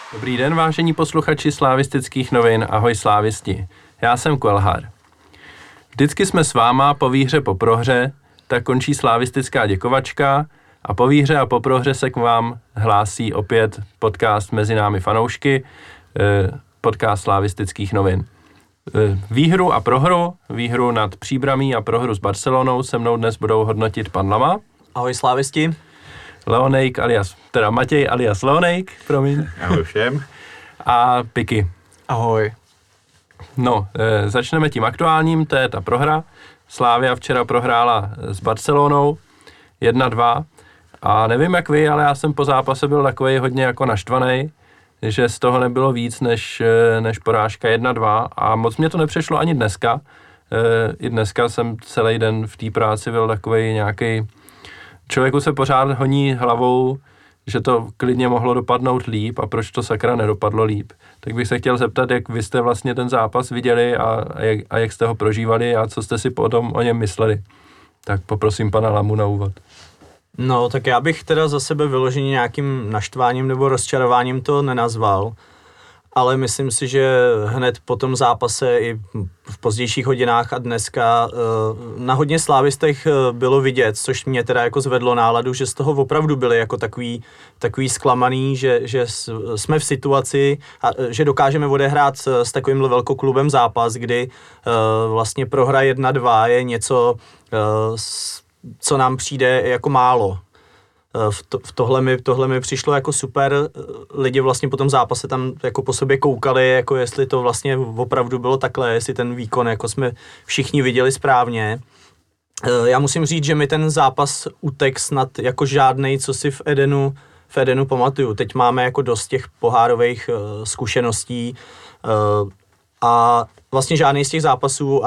Dobrý den, vážení posluchači slávistických novin, ahoj slávisti. Já jsem Kvelhár. Vždycky jsme s váma po výhře po prohře, tak končí slávistická děkovačka a po výhře a po prohře se k vám hlásí opět podcast Mezi námi fanoušky, podcast slávistických novin. Výhru a prohru, výhru nad Příbramí a prohru s Barcelonou se mnou dnes budou hodnotit pan Lama. Ahoj slávisti. Matěj alias Leonejk, promiň. Ahoj všem. A Piky. Ahoj. No, začneme tím aktuálním, to je ta prohra. Slavia včera prohrála s Barcelonou 1-2 a nevím jak vy, ale já jsem po zápase byl takovej hodně jako naštvaný, že z toho nebylo víc než porážka 1-2 a moc mě to nepřešlo ani dneska. I dneska jsem celý den v té práci byl takovej nějaký. Člověku se pořád honí hlavou, že to klidně mohlo dopadnout líp a proč to sakra nedopadlo líp. Tak bych se chtěl zeptat, jak vy jste vlastně ten zápas viděli a jak jste ho prožívali a co jste si potom o něm mysleli. Tak poprosím pana Lamu na úvod. No, tak já bych teda za sebe vyloženě nějakým naštváním nebo rozčarováním to nenazval, ale myslím si, že hned po tom zápase i v pozdějších hodinách a dneska na hodně slávistech bylo vidět, což mě teda jako zvedlo náladu, že z toho opravdu byli jako takový zklamaný, že jsme v situaci a že dokážeme odehrát s takovýmhle velkoklubem zápas, kdy vlastně prohra 1-2 je něco, co nám přijde jako málo. Tohle mi přišlo jako super, lidi vlastně po tom zápase tam jako po sobě koukali, jako jestli to vlastně opravdu bylo takhle, jestli ten výkon jako jsme všichni viděli správně. Já musím říct, že mi ten zápas utek snad jako žádnej, co si v Edenu pamatuju. Teď máme jako dost těch pohárových zkušeností a vlastně žádný z těch zápasů,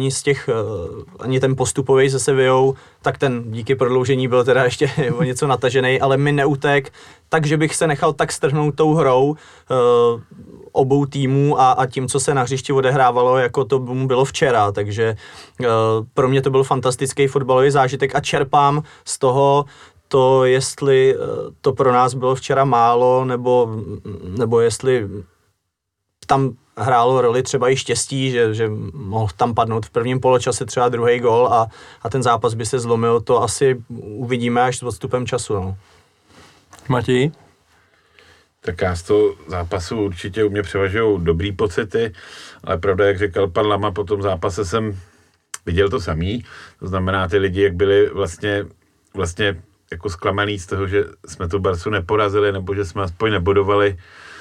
ani ten postupový se Sevillou, tak ten díky prodloužení byl teda ještě o něco natažený, ale mi neutek, takže bych se nechal tak strhnout tou hrou obou týmů a tím, co se na hřišti odehrávalo, jako to bylo včera, takže pro mě to byl fantastický fotbalový zážitek a čerpám z toho, jestli to pro nás bylo včera málo, nebo jestli tam hrálo roli třeba i štěstí, že mohl tam padnout v prvním poločase třeba druhý gól a ten zápas by se zlomil, to asi uvidíme až s odstupem času. No. Matěj? Tak já z toho zápasu určitě u mě převažují dobrý pocity, ale pravda, jak říkal pan Lama, po tom zápase jsem viděl to samý, to znamená ty lidi, jak byli vlastně jako zklamaný z toho, že jsme tu Barcu neporazili, nebo že jsme aspoň nebodovali.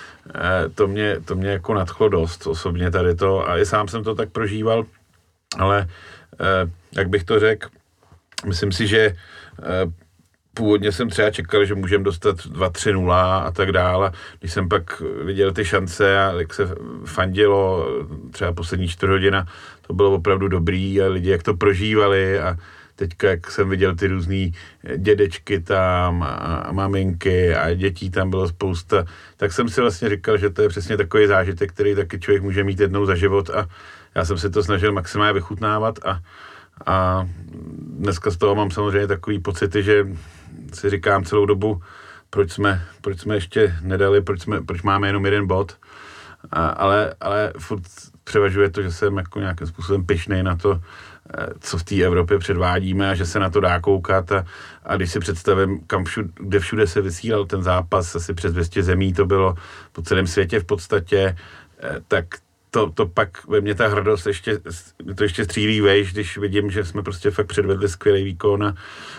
To mě jako nadchlo dost osobně tady to a i sám jsem to tak prožíval, ale jak bych to řekl, myslím si, že původně jsem třeba čekal, že můžeme dostat 2-3-0 a tak dále. Když jsem pak viděl ty šance a jak se fandilo, třeba poslední 4 hodina, to bylo opravdu dobrý a lidi jak to prožívali a teďka, jak jsem viděl ty různý dědečky tam a maminky a dětí tam bylo spousta, tak jsem si vlastně říkal, že to je přesně takový zážitek, který taky člověk může mít jednou za život a já jsem si to snažil maximálně vychutnávat a dneska z toho mám samozřejmě takový pocity, že si říkám celou dobu, proč jsme ještě nedali, proč máme jenom 1 bod, ale furt převažuje to, že jsem jako nějakým způsobem pyšnej na to, co v té Evropě předvádíme a že se na to dá koukat a když si představím, kde všude se vysílal ten zápas, asi přes 200 zemí to bylo po celém světě v podstatě, tak to pak ve mně ta hrdost ještě střílí vejš, když vidím, že jsme prostě fakt předvedli skvělý výkon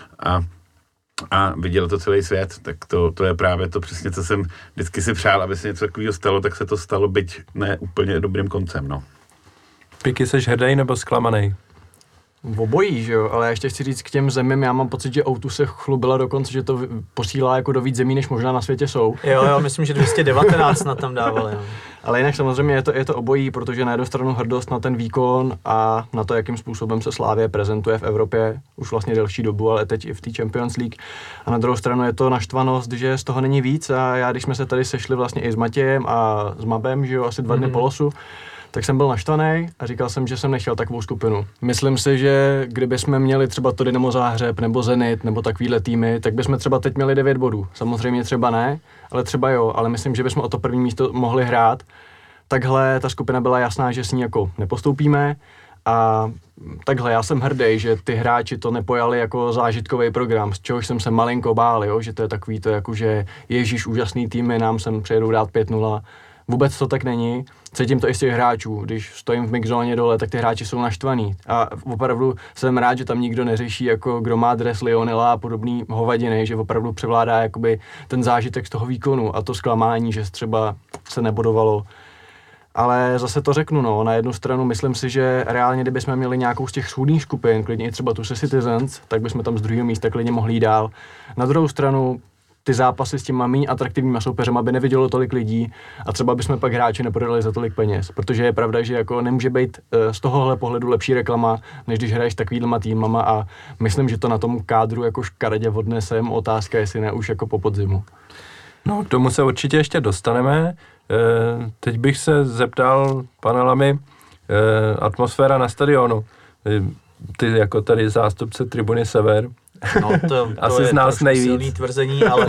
a viděl to celý svět, tak to je právě to přesně, co jsem vždycky si přál, aby se něco takového stalo, tak se to stalo, byť ne úplně dobrým koncem, no. Piky, seš hrdej nebo zklamanej? Obojí, že jo, ale já ještě chci říct k těm zemím, já mám pocit, že O2 se chlubila dokonce, že to posílá jako do víc zemí, než možná na světě jsou. Jo, myslím, že 219 na tam dávali. No. Ale jinak samozřejmě je to obojí, protože na jednu stranu hrdost na ten výkon a na to, jakým způsobem se Slavia prezentuje v Evropě už vlastně delší dobu, ale teď i v té Champions League. A na druhou stranu je to naštvanost, že z toho není víc a já, když jsme se tady sešli vlastně i s Matějem a s Mabem, že jo, asi 2 dny po losu, tak jsem byl naštvaný a říkal jsem, že jsem nechtěl takovou skupinu. Myslím si, že kdyby jsme měli třeba to Dynamo Záhřeb nebo Zenit nebo takovýhle týmy, tak bychom třeba teď měli 9 bodů. Samozřejmě třeba ne, ale třeba jo, ale myslím, že bychom o to první místo mohli hrát. Takhle ta skupina byla jasná, že s ní jako nepostoupíme a takhle já jsem hrdý, že ty hráči to nepojali jako zážitkový program, z čehož jsem se malinko bál, jo, že to je takový to jako, že ježíš, úžasný týmy, nám sem přijedou dát 5-0. Vůbec to tak není. Cítím to i z těch hráčů. Když stojím v mixzóně dole, tak ty hráči jsou naštvaný. A opravdu jsem rád, že tam nikdo neřeší, jako kdo má dres Lionela a podobný hovadiny, že opravdu převládá jakoby ten zážitek z toho výkonu a to zklamání, že třeba se nebodovalo. Ale zase to řeknu, no, na jednu stranu myslím si, že reálně, kdybychom měli nějakou z těch schůdných skupin, klidně i třeba tu se Citizens, tak bychom tam z druhého místa klidně mohli jít dál. Na druhou stranu ty zápasy s těma méně atraktivníma soupeřema by nevidělo tolik lidí a třeba bychom pak hráči neprodali za tolik peněz, protože je pravda, že jako nemůže být z tohohle pohledu lepší reklama, než když hraješ takovýhlema týmama a myslím, že to na tom kádru jako škaredě odnesem, otázka jestli ne už jako po podzimu. No, k tomu se určitě ještě dostaneme. Teď bych se zeptal, pane Lamy, atmosféra na stadionu. Ty jako tady zástupce Tribuny Sever. No, to asi je z nás nejvíc. silný tvrzení, ale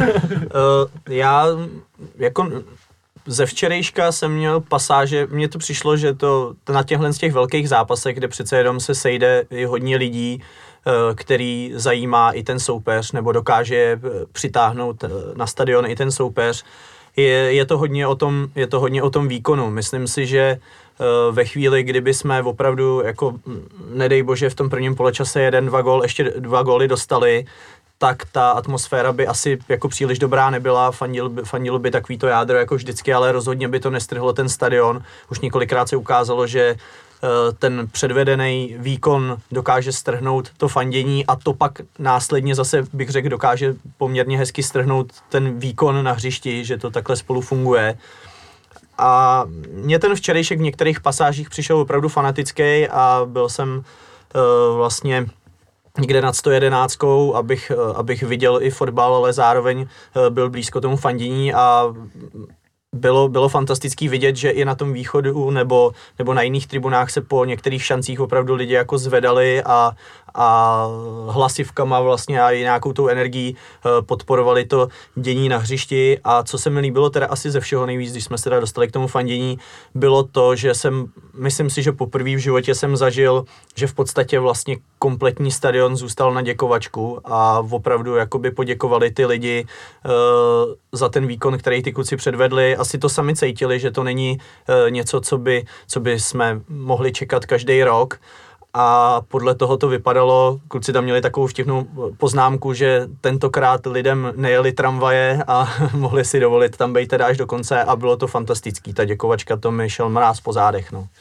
já jako ze včerejška jsem měl pasáže, mně to přišlo, že to na těchhle z těch velkých zápasech, kde přece jenom se sejde i hodně lidí, který zajímá i ten soupeř, nebo dokáže přitáhnout na stadion i ten soupeř, je to hodně o tom výkonu. Myslím si, že ve chvíli, kdyby jsme opravdu, jako nedej bože, v tom prvním poločase ještě 2 góly dostali, tak ta atmosféra by asi jako příliš dobrá nebyla, fandilo by takový to jádro jako vždycky, ale rozhodně by to nestrhlo ten stadion. Už několikrát se ukázalo, že ten předvedený výkon dokáže strhnout to fandění a to pak následně zase, bych řekl, dokáže poměrně hezky strhnout ten výkon na hřišti, že to takhle spolu funguje. A mně ten včerejšek v některých pasážích přišel opravdu fanatický a byl jsem vlastně někde nad 111, abych viděl i fotbal, ale zároveň byl blízko tomu fandění a bylo fantastický vidět, že i na tom východu nebo na jiných tribunách se po některých šancích opravdu lidi jako zvedali a hlasivkama vlastně a i nějakou tou energií podporovali to dění na hřišti. A co se mi líbilo teda asi ze všeho nejvíc, když jsme se teda dostali k tomu fandění, bylo to, že myslím si, že poprvé v životě jsem zažil, že v podstatě vlastně kompletní stadion zůstal na děkovačku a opravdu jakoby poděkovali ty lidi za ten výkon, který ty kluci předvedli. Asi to sami cítili, že to není něco, co by jsme mohli čekat každý rok. A podle toho to vypadalo, kluci tam měli takovou vtipnou poznámku, že tentokrát lidem nejeli tramvaje a mohli si dovolit tam být teda až do konce a bylo to fantastický. Ta děkovačka, to mi šel mráz po zádech, no.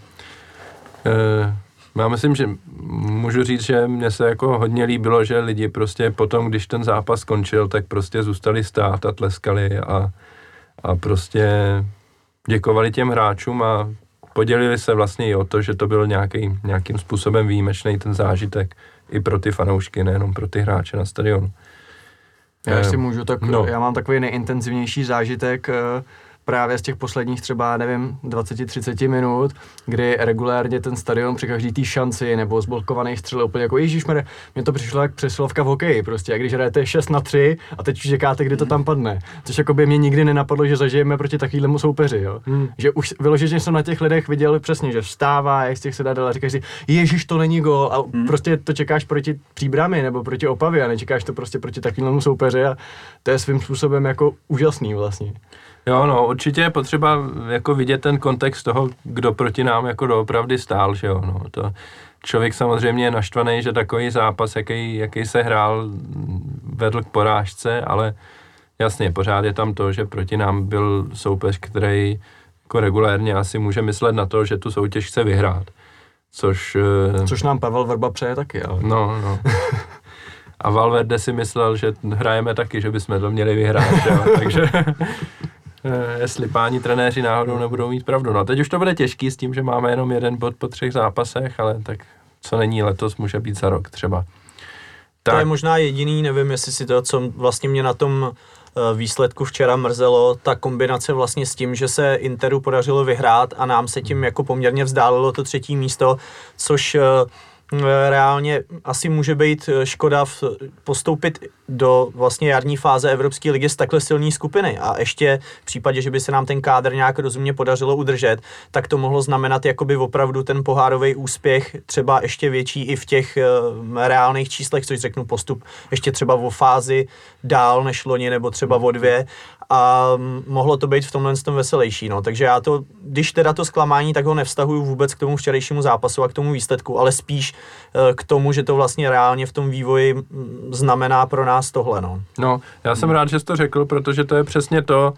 Já myslím, že můžu říct, že mně se jako hodně líbilo, že lidi prostě potom, když ten zápas skončil, tak prostě zůstali stát a tleskali a prostě děkovali těm hráčům a podělili se vlastně i o to, že to byl nějakým způsobem výjimečný ten zážitek i pro ty fanoušky, nejenom pro ty hráče na stadionu. Já jestli můžu, tak já mám takový nejintenzivnější zážitek právě z těch posledních třeba, nevím, 20-30 minut, kdy regulérně ten stadion při každý té šanci nebo zblokovaný střel úplně jako ježišmarja, mně to přišlo jak přesilovka v hokeji prostě, a když hrajete 6-3 a teď už čekáte, kdy to tam padne. Což jako by mě nikdy nenapadlo, že zažijeme proti takovému soupeři, jo. Že už vyloženě jsem na těch lidech viděl přesně, že vstává, jak z těch sedadel a říkáš si, ježiš, to není gól a prostě to čekáš proti Příbrami nebo proti Opavě a nečekáš to prostě proti takovému soupeři a to je svým způsobem jako úžasný vlastně. Jo, no, určitě je potřeba jako vidět ten kontext toho, kdo proti nám jako doopravdy stál, že jo, no, to člověk samozřejmě je naštvaný, že takový zápas, jaký se hrál, vedl k porážce, ale jasně, pořád je tam to, že proti nám byl soupeř, který jako regulérně asi může myslet na to, že tu soutěž chce vyhrát, což nám Pavel Vrba přeje taky, ale... No. A Valverde si myslel, že hrajeme taky, že bychom to měli vyhrát, že jo, takže... jestli páni trenéři náhodou nebudou mít pravdu. No a teď už to bude těžký s tím, že máme jenom 1 bod po 3 zápasech, ale tak co není letos, může být za rok třeba. Tak. To je možná jediný, nevím, jestli si to, co vlastně mě na tom výsledku včera mrzelo ta kombinace vlastně s tím, že se Interu podařilo vyhrát a nám se tím jako poměrně vzdálilo to 3. místo, což reálně asi může být škoda postoupit do vlastně jarní fáze Evropské ligy z takhle silné skupiny a ještě v případě, že by se nám ten kádr nějak rozumně podařilo udržet, tak to mohlo znamenat jakoby opravdu ten pohárový úspěch třeba ještě větší i v těch reálných číslech, což řeknu postup ještě třeba o fázi dál než loni nebo třeba o 2 a mohlo to být v tomhle tom veselější, no. Takže já to, když teda to zklamání, tak ho nevztahuju vůbec k tomu včerejšímu zápasu a k tomu výsledku, ale spíš k tomu, že to vlastně reálně v tom vývoji znamená pro nás tohle, no. No, já jsem rád, že jsi to řekl, protože to je přesně to,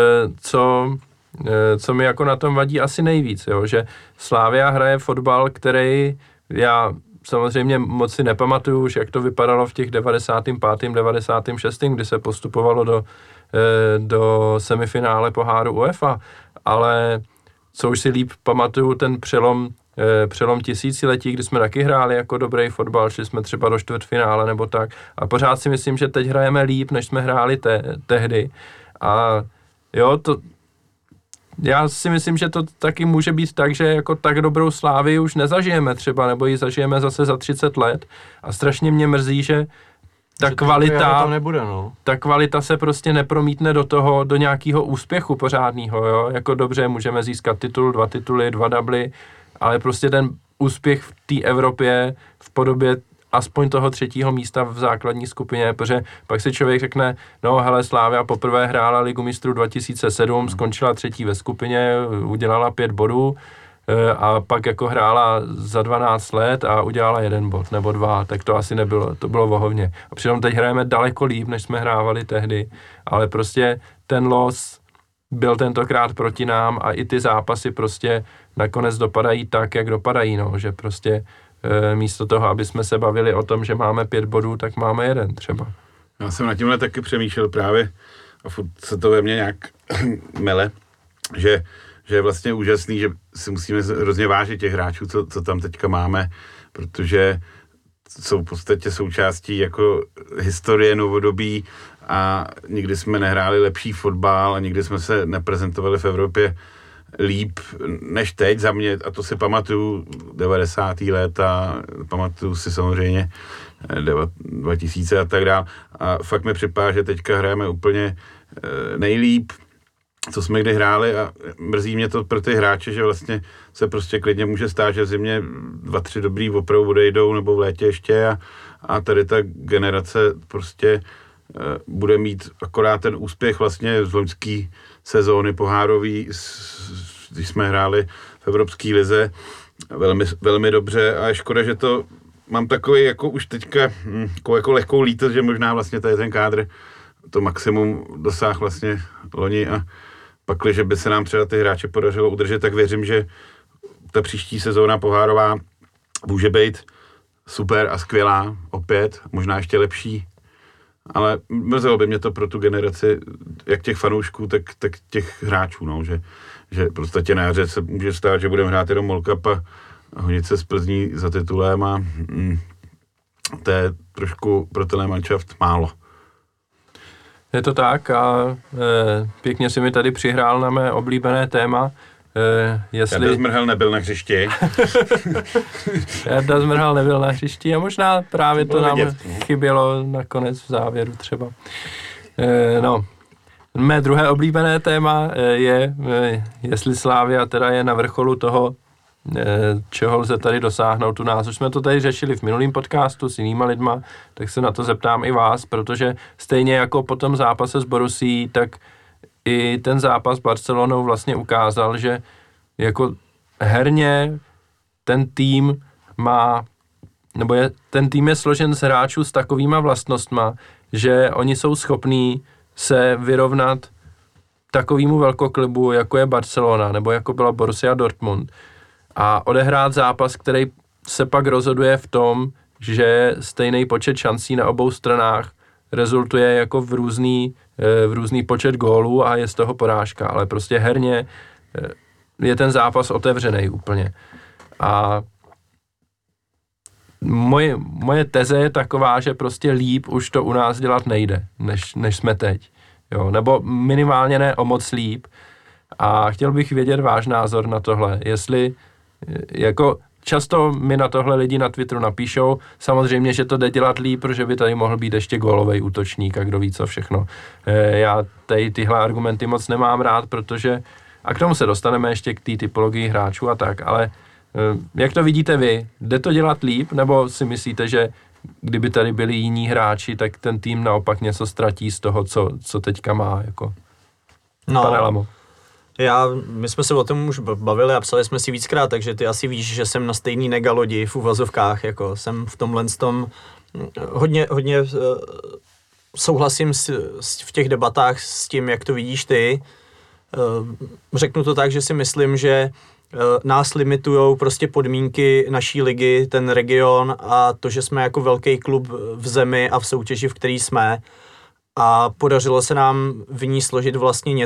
co mi jako na tom vadí asi nejvíc, jo, že Slavia hraje fotbal, který já samozřejmě moc si nepamatuju už, jak to vypadalo v těch 95., 96., kdy se postupovalo do semifinále poháru UEFA, ale co už si líp pamatuju, ten přelom tisíciletí, kdy jsme taky hráli jako dobrý fotbal, šli jsme třeba do čtvrtfinále nebo tak a pořád si myslím, že teď hrajeme líp, než jsme hráli tehdy a jo, já si myslím, že to taky může být tak, že jako tak dobrou Slávii už nezažijeme třeba, nebo ji zažijeme zase za 30 let a strašně mě mrzí, že ta kvalita se prostě nepromítne do nějakého úspěchu pořádného, jo, jako dobře, můžeme získat titul, 2 tituly, 2 dubly, ale prostě ten úspěch v té Evropě v podobě aspoň toho 3. místa v základní skupině, protože pak si člověk řekne, no hele, Slavia poprvé hrála Ligu mistrů 2007, skončila 3. ve skupině, udělala 5 bodů a pak jako hrála za 12 let a udělala 1 bod nebo 2, tak to asi nebylo, to bylo vohovně. A přitom teď hrajeme daleko líp, než jsme hrávali tehdy, ale prostě ten los byl tentokrát proti nám a i ty zápasy prostě nakonec dopadají tak, jak dopadají, no, že prostě místo toho, aby jsme se bavili o tom, že máme 5 bodů, tak máme 1 třeba. Já jsem na tímhle taky přemýšlel právě a furt se to ve mně nějak mele, že je vlastně úžasný, že si musíme hrozně vážit těch hráčů, co tam teďka máme, protože jsou v podstatě součástí jako historie novodobí a nikdy jsme nehráli lepší fotbal a nikdy jsme se neprezentovali v Evropě líp než teď za mě, a to si pamatuju 90. let a pamatuju si samozřejmě 2000 a tak dále. A fakt mi připadá, že teďka hrajeme úplně nejlíp, co jsme kdy hráli a mrzí mě to pro ty hráče, že vlastně se prostě klidně může stát, že v zimě 2-3 dobrý opravdu odejdou nebo v létě ještě a tady ta generace prostě bude mít akorát ten úspěch vlastně z loňský sezóny pohárový, když jsme hráli v Evropské lize velmi, velmi dobře a je škoda, že to mám takový jako už teďka jako lehkou lítost, že možná vlastně tady ten kádr to maximum dosáhl vlastně loni a pakli, že by se nám třeba ty hráče podařilo udržet, tak věřím, že ta příští sezóna pohárová může být super a skvělá opět, možná ještě lepší. Ale mrzelo by mě to pro tu generaci, jak těch fanoušků, tak těch hráčů, no, že v podstatě na jaře se může stát, že budeme hrát jenom World Cup a honit se z Plzní za titulem a to je trošku pro tenhle manšaft málo. Je to tak a pěkně si mi tady přihrál na mé oblíbené téma. Jarda Zmrhal nebyl na hřišti. Jarda Zmrhal nebyl na hřišti a možná právě to nám chybělo nakonec v závěru třeba. Mé druhé oblíbené téma je, jestli Slavia teda je na vrcholu toho, čeho lze tady dosáhnout u nás. Už jsme to tady řešili v minulém podcastu s jinýma lidma, tak se na to zeptám i vás, protože stejně jako po tom zápase s Borussií, tak i ten zápas s Barcelonou vlastně ukázal, že jako herně ten tým má, nebo ten tým je složen z hráčů s takovýma vlastnostma, že oni jsou schopní se vyrovnat takovýmu velkoklubu, jako je Barcelona, nebo jako byla Borussia Dortmund a odehrát zápas, který se pak rozhoduje v tom, že stejný počet šancí na obou stranách rezultuje jako v různý počet gólů a je z toho porážka, ale prostě herně je ten zápas otevřený úplně. A moje teze je taková, že prostě líp už to u nás dělat nejde, než jsme teď. jo, nebo minimálně ne o moc líp. A chtěl bych vědět váš názor na tohle, jestli jako často mi na tohle lidi na Twitteru napíšou, samozřejmě, že to jde dělat líp, protože by tady mohl být ještě gólovej útočník a kdo ví co všechno. Já tady tyhle argumenty moc nemám rád, protože, a k tomu se dostaneme ještě k té typologii hráčů a tak, ale jak to vidíte vy? Jde to dělat líp, nebo si myslíte, že kdyby tady byli jiní hráči, tak ten tým naopak něco ztratí z toho, co teďka má, jako Pane Lamo? My jsme se o tom už bavili a psali jsme si víckrát, takže ty asi víš, že jsem na stejný negalodi v uvazovkách, jako jsem v tomhle tom hodně souhlasím v těch debatách s tím, jak to vidíš ty. Řeknu to tak, že si myslím, že nás limitujou prostě podmínky naší ligy, ten region a to, že jsme jako velký klub v zemi a v soutěži, v který jsme. A podařilo se nám v ní složit vlastně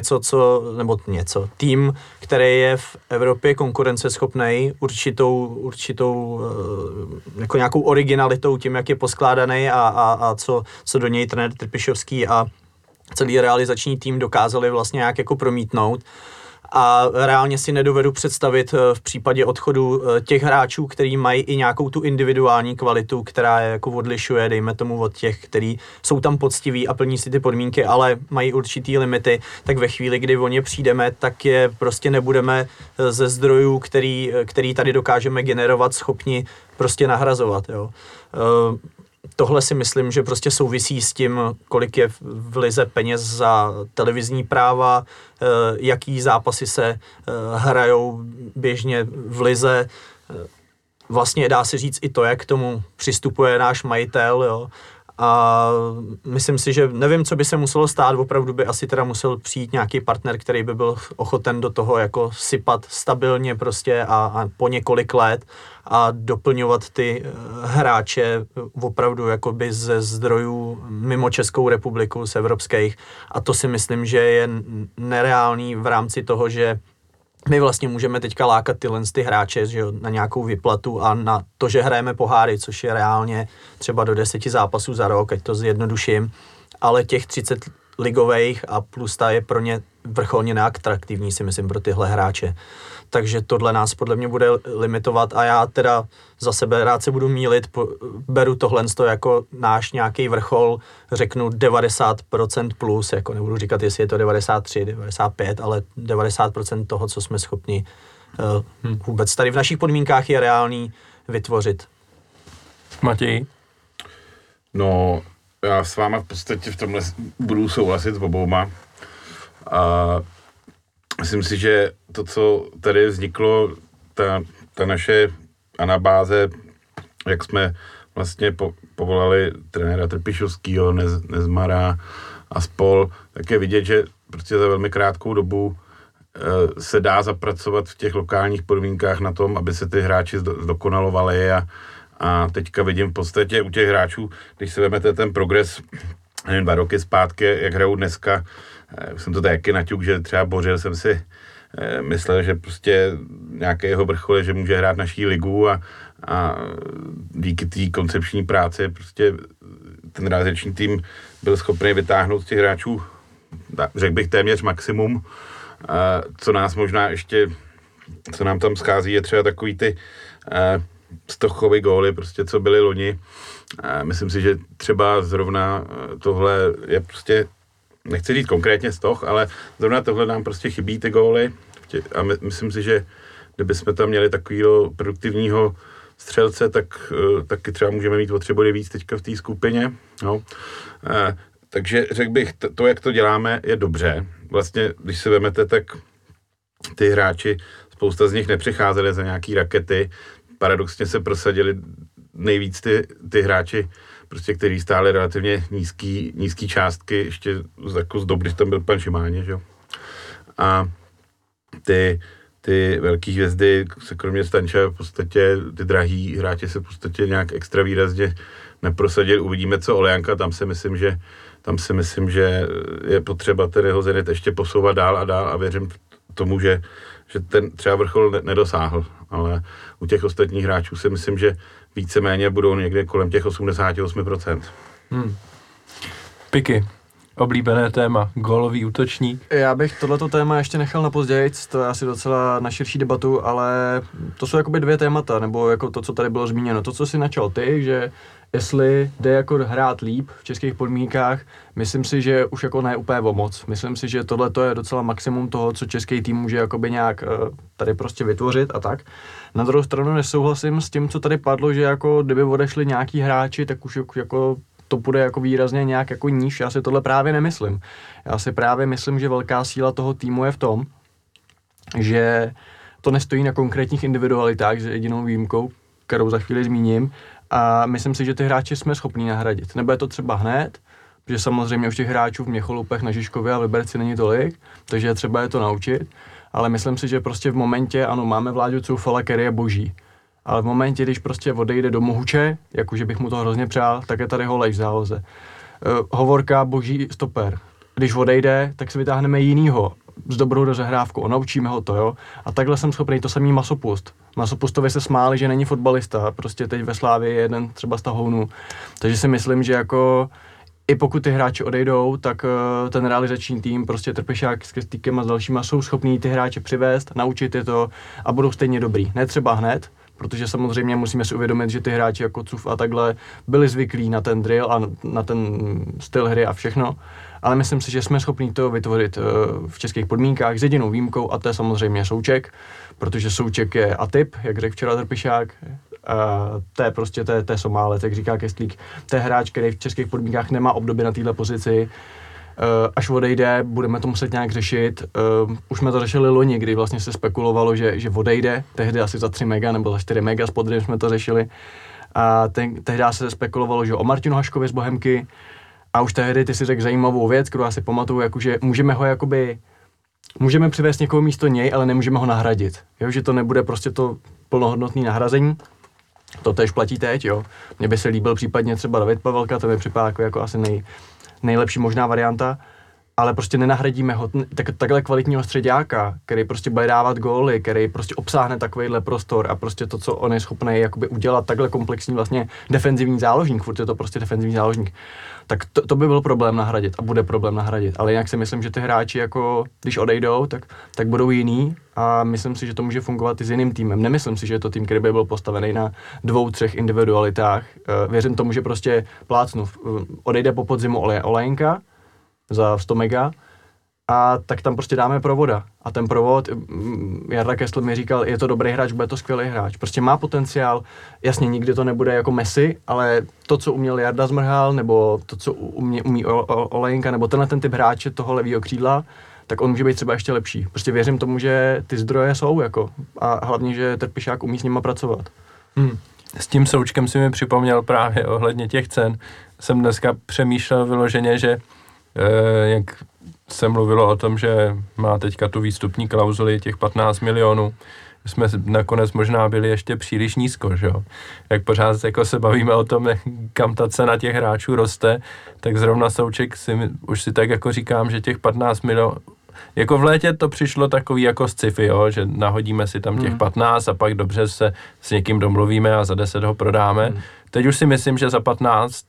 tým, který je v Evropě konkurenceschopný určitou jako nějakou originalitou tím, jak je poskládaný a co do něj trenér Trpišovský a celý realizační tým dokázali vlastně nějak jako promítnout. A reálně si nedovedu představit v případě odchodu těch hráčů, kteří mají i nějakou tu individuální kvalitu, která je jako odlišuje, dejme tomu od těch, kteří jsou tam poctiví a plní si ty podmínky, ale mají určitý limity, tak ve chvíli, kdy o ně přijdeme, tak je prostě nebudeme ze zdrojů, který tady dokážeme generovat, schopni prostě nahrazovat. Jo. Tohle si myslím, že prostě souvisí s tím, kolik je v lize peněz za televizní práva, jaký zápasy se hrajou běžně v lize. Vlastně dá se říct i to, jak k tomu přistupuje náš majitel, jo. A myslím si, že nevím, co by se muselo stát, opravdu by asi teda musel přijít nějaký partner, který by byl ochoten do toho jako sypat stabilně prostě a po několik let a doplňovat ty hráče opravdu jakoby ze zdrojů mimo Českou republiku, z evropských. A to si myslím, že je nereálný v rámci toho, že my vlastně můžeme teďka lákat ty hráče, že jo, na nějakou vyplatu a na to, že hrajeme poháry, což je reálně třeba do 10 zápasů za rok, ať to zjednoduším, ale těch 30 ligových a plus ta je pro ně vrcholně neatraktivní, si myslím, pro tyhle hráče. Takže tohle nás podle mě bude limitovat a já teda za sebe rád se budu mýlit, beru tohle jako náš nějaký vrchol, řeknu 90% plus, jako nebudu říkat, jestli je to 93, 95, ale 90% toho, co jsme schopni vůbec tady v našich podmínkách je reálný vytvořit. Matěj? No, já s váma v podstatě v tomhle budu souhlasit s obouma. A myslím si, že to, co tady vzniklo, ta naše anabáze, jak jsme vlastně povolali trenéra Trpišovského, Nezmara a spol, tak je vidět, že prostě za velmi krátkou dobu se dá zapracovat v těch lokálních podmínkách na tom, aby se ty hráči zdokonalovali a teďka vidím v podstatě u těch hráčů, když si vezmete ten progres 2 roky zpátky, jak hrajou dneska, jsem to taky naťuk, že třeba Bořil jsem si myslel, že prostě nějaký jeho vrchol je, že může hrát naší ligu a díky té koncepční práci prostě ten realizační tým byl schopný vytáhnout z těch hráčů, řekl bych téměř maximum, co nás možná ještě, co nám tam schází, je třeba takový ty stochový góly, prostě co byly loni. Myslím si, že třeba zrovna tohle je prostě, nechci říct konkrétně stoch, ale zrovna tohle nám prostě chybí ty góly a myslím si, že kdybychom tam měli takovýho produktivního střelce, tak taky třeba můžeme mít o 3 body víc teďka v té skupině. No. Takže řekl bych, to, jak to děláme, je dobře. Vlastně, když si vezmete, tak ty hráči, spousta z nich nepřicházeli za nějaký rakety, paradoxně se prosadili nejvíc ty hráči, prostě, který stáli relativně nízký částky, ještě jako z dob, když tam byl pan Šimáně, že jo. A ty velký hvězdy, se kromě Stanča, v podstatě ty drahý hráči se v podstatě nějak extra výrazně neprosadili. Uvidíme, co Olejanka, tam si myslím, že je potřeba tedy ho Zenit ještě posouvat dál a dál a věřím tomu, že ten třeba vrchol nedosáhl, ale u těch ostatních hráčů si myslím, že víceméně budou někde kolem těch 88%. Piky. oblíbené téma, gólový útočník. Já bych tohleto téma ještě nechal na později, to je asi docela na širší debatu, ale to jsou jakoby dvě témata, nebo jako to, co tady bylo zmíněno. To, co si načal ty, že jestli jde jako hrát líp v českých podmínkách, myslím si, že už jako ne úplně o moc. Myslím si, že tohle je docela maximum toho, co český tým může jakoby nějak tady prostě vytvořit a tak. Na druhou stranu nesouhlasím s tím, co tady padlo, že jako kdyby odešli nějaký hráči, tak už jako to bude jako výrazně nějak jako níž. Já si tohle právě nemyslím. Já si právě myslím, že velká síla toho týmu je v tom, že to nestojí na konkrétních individualitách s jedinou výjimkou, kterou za chvíli zmíním, a myslím si, že ty hráči jsme schopní nahradit. Nebude to třeba hned, protože samozřejmě už těch hráčů v Měcholupech, na Žižkově a Liberci není tolik, takže třeba je to naučit, ale myslím si, že prostě v momentě, ano, máme Vláďu Coufala, který je boží, ale v momentě, když prostě odejde do Mohuče, jakože bych mu to hrozně přál, tak je tady Holeš v záloze. Hovorka, boží stoper. Když odejde, tak si vytáhneme jinýho s dobrou rozehrávkou, naučíme ho to, jo. A takhle jsem schopný, to samý Masopust. Masopustovi se smáli, že není fotbalista, prostě teď ve Slávii je jeden třeba z tahounů. Takže si myslím, že jako i pokud ty hráči odejdou, tak ten realizační tým, prostě Trpišák s Kestýkem a s dalšíma jsou schopní ty hráče přivést, naučit je to a budou stejně dobrý. Ne třeba hned, protože samozřejmě musíme si uvědomit, že ty hráči jako Cuf a takhle byli zvyklí na ten drill a na ten styl hry a všechno, ale myslím si, že jsme schopni to vytvořit v českých podmínkách s jedinou výjimkou a to je samozřejmě Souček, protože Souček je atyp, jak řekl včera Trpišák, to je prostě to je Somálec, jak říká Kestlík, to je hráč, který v českých podmínkách nemá obdoby na této pozici. Až odejde, budeme to muset nějak řešit. Už jsme to řešili loni, kdy vlastně se spekulovalo, že odejde, tehdy asi za 3 mega nebo za 4 mega, s Podrym jsme to řešili. A tehdy se spekulovalo, že o Martinu Haškovi z Bohemky. A už tehdy ty si řekl zajímavou věc, kterou já si pamatuju, jakože můžeme přivést někoho místo něj, ale nemůžeme ho nahradit. Jo, že to nebude prostě to plnohodnotné nahrazení. To též platí teď, jo. Mně by se líbil případně třeba David Pavelka, to mi připadá jako asi nejlepší možná varianta, ale prostě nenahradíme ho takhle kvalitního středáka, který prostě bude dávat góly, který prostě obsáhne takovýhle prostor a prostě to, co on je schopný jakoby udělat, takhle komplexní vlastně defenzivní záložník, furt je to prostě defenzivní záložník, tak to by byl problém nahradit a bude problém nahradit, ale jinak si myslím, že ty hráči jako, když odejdou, tak budou jiný a myslím si, že to může fungovat i s jiným týmem. Nemyslím si, že je to tým, který by byl postavený na 2-3 individualitách. Věřím tomu, že prostě odejde po podzimu Olejnka za 100 mega a tak tam prostě dáme provoda. A ten provod, Jarda Kessler mi říkal, je to dobrý hráč, bude to skvělý hráč. Prostě má potenciál, jasně nikdy to nebude jako Messi, ale to, co uměl Jarda Zmrhal, nebo to, co umí Olejnka, nebo ten typ hráče toho levýho křídla, tak on může být třeba ještě lepší. Prostě věřím tomu, že ty zdroje jsou jako a hlavně, že Trpišák umí s nima pracovat. S tím Součkem si mi připomněl právě ohledně těch cen. Jsem dneska přemýšlel vyloženě, že jak se mluvilo o tom, že má teďka tu výstupní klauzuli těch 15 milionů, jsme nakonec možná byli ještě příliš nízko, že jo. Jak pořád jako se bavíme o tom, kam ta cena těch hráčů roste, tak zrovna Souček už si tak jako říkám, že těch 15 milionů, jako v létě to přišlo takový jako sci-fi, jo, že nahodíme si tam těch 15 a pak dobře se s někým domluvíme a za 10 ho prodáme. Teď už si myslím, že za 15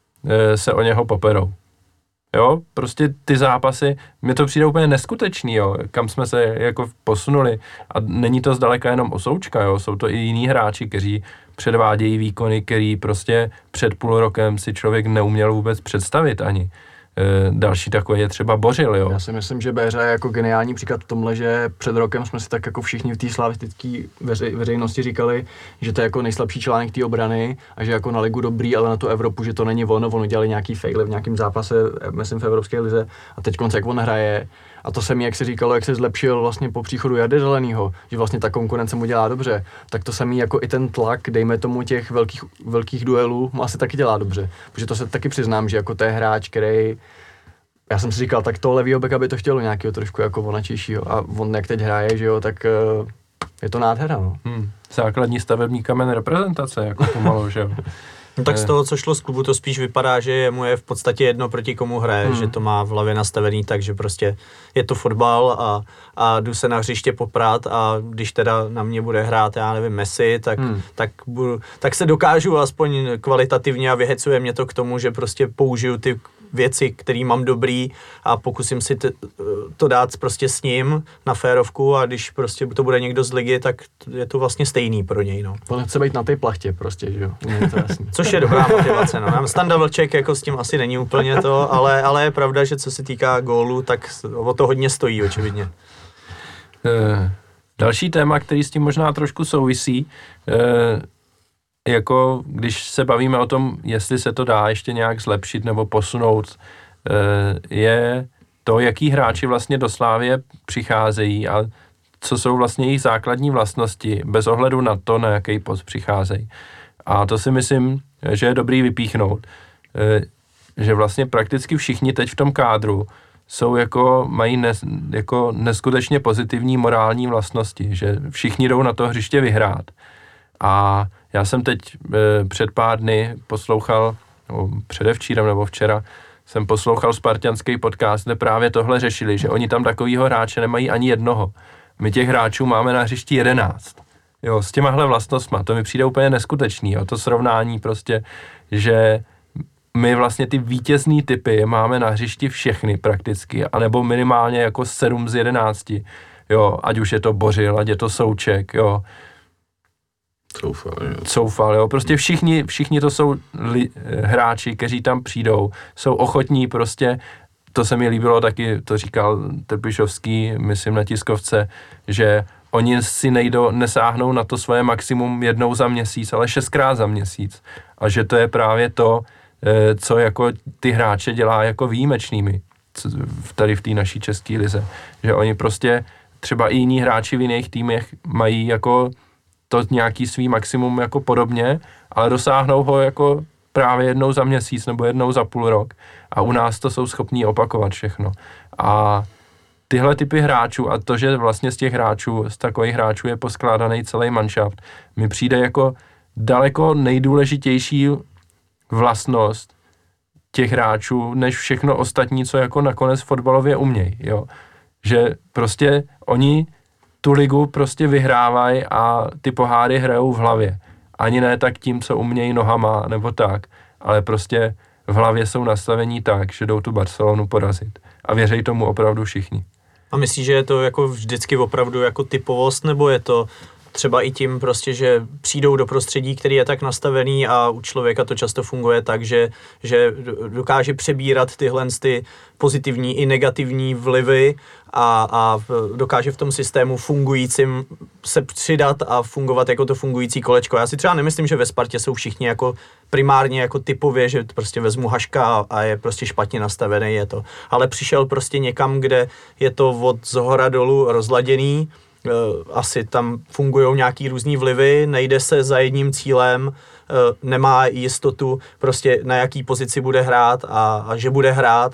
se o něho poperou. Jo, prostě ty zápasy, mi to přijde úplně neskutečný, jo, kam jsme se jako posunuli a není to zdaleka jenom o Součka, jo, jsou to i jiní hráči, kteří předvádějí výkony, který prostě před půl rokem si člověk neuměl vůbec představit ani. Další takový je třeba Bořil, jo. Já si myslím, že Béřa je jako geniální příklad v tomhle, že před rokem jsme si tak jako všichni v té slavistické veřejnosti říkali, že to je jako nejslabší článek té obrany a že jako na ligu dobrý, ale na tu Evropu, že to není ono udělali nějaký faily v nějakém zápase, myslím v Evropské lize a teď jak on hraje. A to se mi, jak se říkalo, jak se zlepšil vlastně po příchodu Jardy Zelenýho, že vlastně ta konkurence mu dělá dobře, tak to samý jako i ten tlak, dejme tomu těch velkých duelů, mu asi taky dělá dobře. Protože to se taky přiznám, že jako to je hráč, který, já jsem si říkal, tak toho levýho beka by to chtělo nějakého trošku jako vonačejšího a on jak teď hraje, že jo, tak je to nádhera, no. Základní stavební kamen reprezentace, jako pomalu, že jo. No tak z toho, co šlo z klubu, to spíš vypadá, že mu je v podstatě jedno, proti komu hraje, že to má v hlavě nastavený tak, že prostě je to fotbal a jdu se na hřiště poprat a když teda na mě bude hrát, já nevím, Messi, tak se dokážu aspoň kvalitativně a vyhecuje mě to k tomu, že prostě použiju ty věci, který mám dobrý a pokusím si to dát prostě s ním na férovku a když prostě to bude někdo z ligy, tak je to vlastně stejný pro něj, no. On chce být na té plachtě prostě, že jo, je to jasný. Což je dobrá motivace, no. Standa Vlček jako s tím asi není úplně to, ale je pravda, že co se týká gólu, tak o to hodně stojí, očividně. Další téma, který s tím možná trošku souvisí, jako když se bavíme o tom, jestli se to dá ještě nějak zlepšit nebo posunout, je to, jaký hráči vlastně do Slavie přicházejí a co jsou vlastně jejich základní vlastnosti, bez ohledu na to, na jaký post přicházejí. A to si myslím, že je dobrý vypíchnout, že vlastně prakticky všichni teď v tom kádru jsou mají jako neskutečně pozitivní morální vlastnosti, že všichni jdou na to hřiště vyhrát. A já jsem teď před pár dny poslouchal, předevčírem nebo včera, jsem poslouchal spartanský podcast, kde právě tohle řešili, že oni tam takovýho hráče nemají ani jednoho. My těch hráčů máme na hřišti 11. Jo, s těmahle vlastnostma, to mi přijde úplně neskutečný, jo, to srovnání prostě, že my vlastně ty vítězný typy máme na hřišti všechny prakticky, anebo minimálně jako 7 z 11, jo, ať už je to Bořil, ať je to Souček, jo. Coufal, jo, prostě všichni to jsou hráči, kteří tam přijdou, jsou ochotní prostě, to se mi líbilo taky, to říkal Trpišovský, myslím na tiskovce, že oni si nesáhnou na to svoje maximum jednou za měsíc, ale 6krát za měsíc. A že to je právě to, co jako ty hráče dělá jako výjimečnými tady v té naší české lize. Že oni prostě, třeba i jiní hráči v jiných týmech mají jako to nějaký svý maximum jako podobně, ale dosáhnou ho jako právě jednou za měsíc nebo jednou za půl rok. A u nás to jsou schopní opakovat všechno. A tyhle typy hráčů a to, že vlastně z těch hráčů, z takových hráčů je poskládaný celý manšaft, mi přijde jako daleko nejdůležitější vlastnost těch hráčů, než všechno ostatní, co jako nakonec fotbalově umějí, jo. Že prostě oni tu ligu prostě vyhrávají a ty poháry hrajou v hlavě. Ani ne tak tím, co umějí nohama nebo tak, ale prostě v hlavě jsou nastavení tak, že jdou tu Barcelonu porazit. A věří tomu opravdu všichni. A myslíš, že je to jako vždycky opravdu jako typovost, nebo je to třeba i tím prostě, že přijdou do prostředí, který je tak nastavený a u člověka to často funguje tak, že dokáže přebírat tyhle ty pozitivní i negativní vlivy a dokáže v tom systému fungujícím se přidat a fungovat jako to fungující kolečko. Já si třeba nemyslím, že ve Spartě jsou všichni jako primárně jako typově, že prostě vezmu Haška a je prostě špatně nastavený, je to. Ale přišel prostě někam, kde je to od zhora dolů rozladěný, asi tam fungují nějaký různý vlivy, nejde se za jedním cílem, nemá jistotu prostě na jaký pozici bude hrát a že bude hrát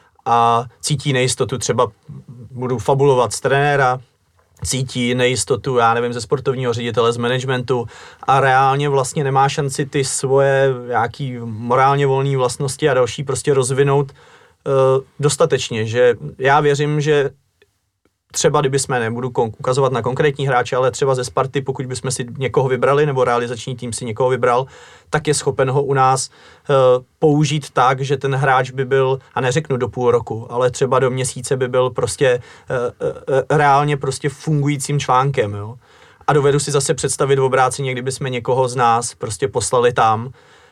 a cítí nejistotu, třeba budu fabulovat z trenéra, cítí nejistotu, já nevím, ze sportovního ředitele, z managementu a reálně vlastně nemá šanci ty svoje nějaký morálně volné vlastnosti a další prostě rozvinout dostatečně, že já věřím, že třeba kdybychom, nebudu ukazovat na konkrétní hráče, ale třeba ze Sparty, pokud bychom si někoho vybrali, nebo realizační tým si někoho vybral, tak je schopen ho u nás použít tak, že ten hráč by byl, a neřeknu do půl roku, ale třeba do měsíce by byl prostě reálně prostě fungujícím článkem, jo. A dovedu si zase představit v obráceně, kdybychom někoho z nás prostě poslali tam,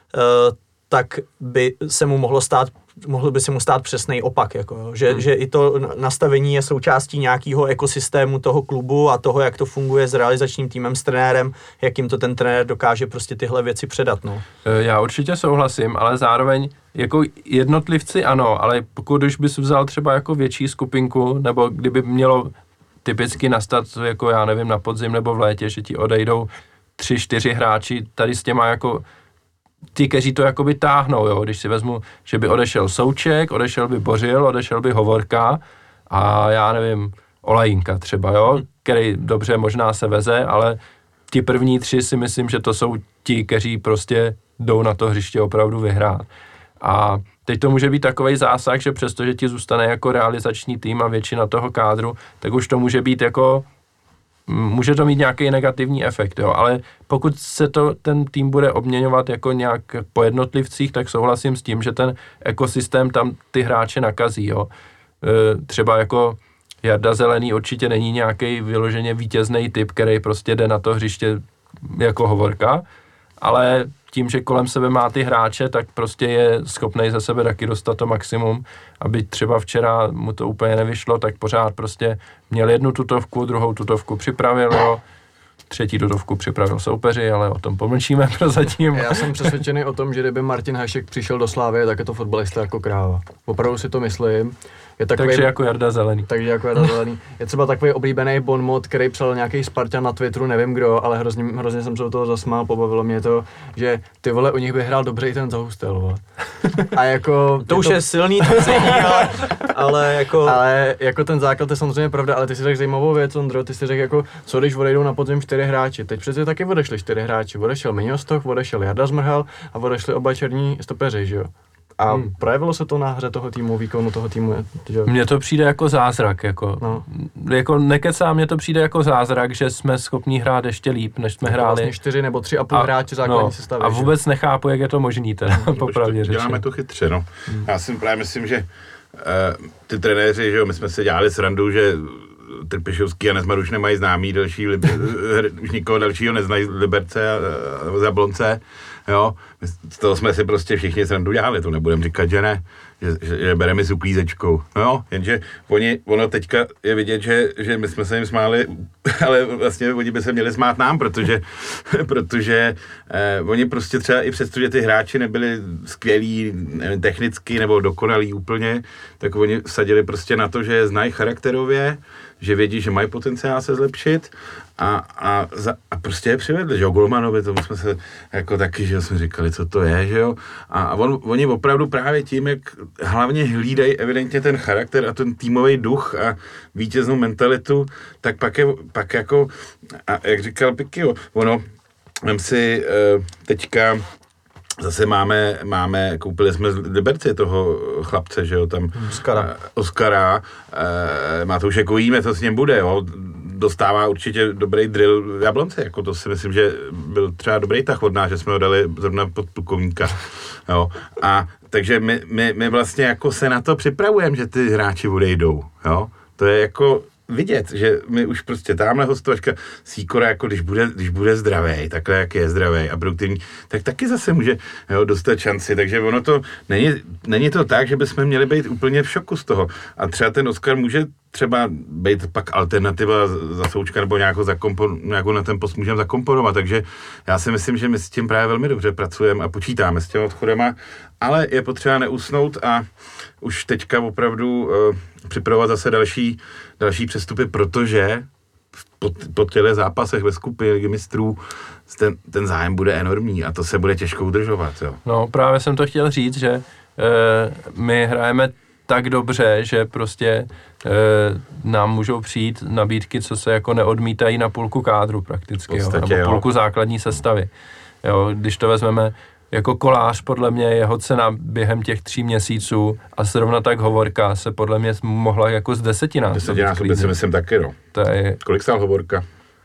tak by se mu mohl by se mu stát přesnej opak, jako, že i to nastavení je součástí nějakého ekosystému toho klubu a toho, jak to funguje s realizačním týmem, s trenérem, jak jim to ten trenér dokáže prostě tyhle věci předat. No. Já určitě souhlasím, ale zároveň jako jednotlivci ano, ale pokud už bys vzal třeba jako větší skupinku, nebo kdyby mělo typicky nastat, jako já nevím, na podzim nebo v létě, že ti odejdou 3-4 hráči tady s těma jako ty, kteří to jakoby táhnou, jo, když si vezmu, že by odešel Souček, odešel by Bořil, odešel by Hovorka a já nevím, Olajinka třeba, jo, který dobře možná se veze, ale ti první 3 si myslím, že to jsou ti, kteří prostě jdou na to hřiště opravdu vyhrát. A teď to může být takovej zásah, že přestože ti zůstane jako realizační tým a většina toho kádru, tak už to může být jako může to mít nějaký negativní efekt, jo, ale pokud se ten tým bude obměňovat jako nějak po jednotlivcích, tak souhlasím s tím, že ten ekosystém tam ty hráče nakazí, jo. Třeba jako Jarda Zelený určitě není nějaký vyloženě vítězný typ, který prostě jde na to hřiště jako Hovorka, ale tím, že kolem sebe má ty hráče, tak prostě je schopnej za sebe taky dostat to maximum, aby třeba včera mu to úplně nevyšlo, tak pořád prostě měl jednu tutovku, druhou tutovku připravil, jo, třetí tutovku připravil soupeři, ale o tom pomlčíme prozatím. Já jsem přesvědčený o tom, že kdyby Martin Hašek přišel do Slávie, tak je to fotbalista jako kráva. Opravdu si to myslím. Je takový, takže jako Jarda Zelený. Takže jako Jarda Zelený. Je třeba takový oblíbený bonmot, který psal nějaký Spartan na Twitteru, nevím kdo, ale hrozně jsem se do toho zasmál, pobavilo mě to, že ty vole, u nich by hrál dobře i ten Zahustel. A jako... To už je silný tvrzení, ale jako... Ale jako ten základ je samozřejmě pravda, ale ty si řekl zajímavou věc, Ondro, ty si řekl jako, co když odejdou na podzim 4 hráči. Teď přece taky odešli 4 hráči. Odešel Miňostok, odešel Jarda Zmrhal a odešli oba černí stopeři, že jo? A projevilo se to na hře toho týmu, výkonu toho týmu? Že? Mně to přijde jako zázrak, jako nekecá, mně to přijde jako zázrak, že jsme schopni hrát ještě líp, než jsme hráli. Vlastně 4 nebo 3,5 hráči základní sestavy. A vůbec nechápu, jak je to možný, popravdě řečeno. Děláme to chytře, no. Já si právě myslím, že ty trenéři, že jo, my jsme se dělali srandu, že Trpišovský a Nezmar už nemají známý další, už nikoho dalšího neznají Liberce a Jablonce, jo. Z toho jsme si prostě všichni srandu dělali, to nebudem říkat, že ne, že bereme s uklízečkou, no jo, jenže ono teďka je vidět, že my jsme se jim smáli, ale vlastně oni by se měli smát nám, protože oni prostě třeba i přesto, že ty hráči nebyli skvělí, nevím, technicky nebo dokonalí úplně, tak oni vsadili prostě na to, že je znají charakterově, že vědí, že mají potenciál se zlepšit a prostě je přivedli, že jo, Golmanovi, tomu jsme se jako taky, že jsme říkali, co to je, že jo, a oni opravdu právě tím, jak hlavně hlídají evidentně ten charakter a ten týmový duch a vítěznou mentalitu, tak pak jako, a jak říkal Pikio, vem si teďka, zase koupili jsme z Liberci toho chlapce, že jo, tam Oskara, Matoušek ujíme, co s ním bude, jo, dostává určitě dobrý drill v Jablonci, jako to si myslím, že byl třeba dobrý tah od nás, že jsme ho dali zrovna pod plukovníka, jo, a takže my vlastně jako se na to připravujeme, že ty hráči odejdou, jo, to je jako vidět, že my už prostě tamhle hostovačka Sýkora, jako když bude zdravý, takhle jak je zdravý a produktivní, tak taky zase může, jo, dostat šanci, takže ono to není to tak, že bychom měli být úplně v šoku z toho a třeba ten Oskar může třeba být pak alternativa za Součka nebo nějakou na ten post můžeme zakomponovat, takže já si myslím, že my s tím právě velmi dobře pracujeme a počítáme s těmi odchodema, ale je potřeba neusnout a už teďka opravdu připravovat zase další přestupy, protože po těchto zápasech ve skupině Ligy mistrů ten zájem bude enormní a to se bude těžko udržovat. Jo. No právě jsem to chtěl říct, že my hrajeme tak dobře, že prostě nám můžou přijít nabídky, co se jako neodmítají na půlku kádru prakticky, podstatě, nebo půlku základní sestavy. Jo, když to vezmeme jako Kolář, podle mě jeho cena během těch 3 měsíců a zrovna tak Hovorka se podle mě mohla jako z 10násobit. Si myslím taky, no. Kolik stál Hovorka?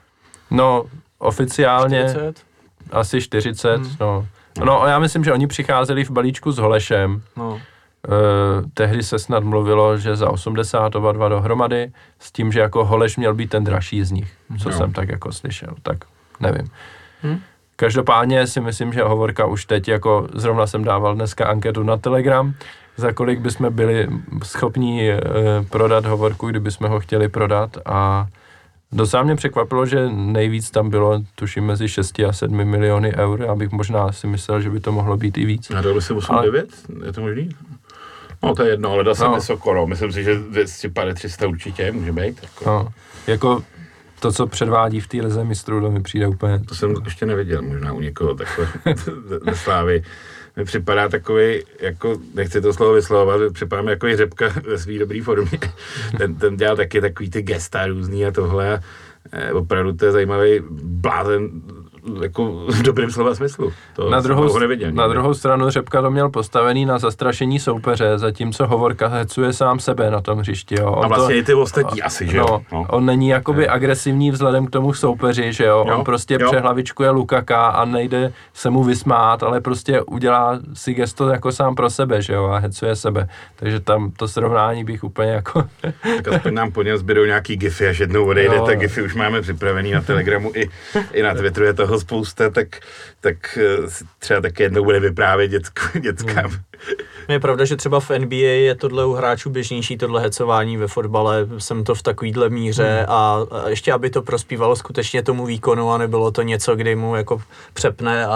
No, oficiálně 40? Asi 40, no. No, já myslím, že oni přicházeli v balíčku s Holešem. No. Tehdy se snad mluvilo, že za 80 oba dva dohromady, s tím, že jako Holeš měl být ten dražší z nich, co jsem tak jako slyšel, tak nevím. Každopádně si myslím, že Hovorka už teď, jako zrovna jsem dával dneska anketu na Telegram, za kolik bychom byli schopni prodat Hovorku, kdybychom ho chtěli prodat a docela mě překvapilo, že nejvíc tam bylo, tuším, mezi 6 a 7 miliony eur, já bych možná si myslel, že by to mohlo být i víc. A dal by se 8-9? Je to možný? No to je jedno, ale dal jsem vysoko, no. Myslím si, že 250-300 určitě může být. Jako. No, jako to, co předvádí v té lize mistrů, to mi přijde úplně... To jsem ještě neviděl, možná u někoho takhle ve Slávii. Mi připadá takový, jako, nechci to slovo vyslovovat, připadá mi jako Řepka ve svý dobrý formě. ten dělal taky takový ty gesta různý a tohle. Opravdu to je zajímavý blázen jako v dobrém slova smyslu. To na druhou stranu Řepka to měl postavený na zastrašení soupeře, zatímco Hovorka hecuje sám sebe na tom hřišti. Jo. A vlastně i ty ostatní asi, že jo? No. On není jakoby agresivní vzhledem k tomu soupeři, že jo? On prostě přehlavičkuje Lukaka a nejde se mu vysmát, ale prostě udělá si gesto jako sám pro sebe, že jo? A hecuje sebe. Takže tam to srovnání bych úplně jako... Tak aspoň nám po něm zbydou nějaký gify, až jednou odejde, tak gify už máme připravený na Telegramu i na Twitteru je toho spousta, tak třeba taky jednou bude vyprávět dětskám. Je pravda, že třeba v NBA je tohle u hráčů běžnější, tohle hecování ve fotbale, jsem to v takovýhle míře a ještě aby to prospívalo skutečně tomu výkonu a nebylo to něco, kdy mu jako přepne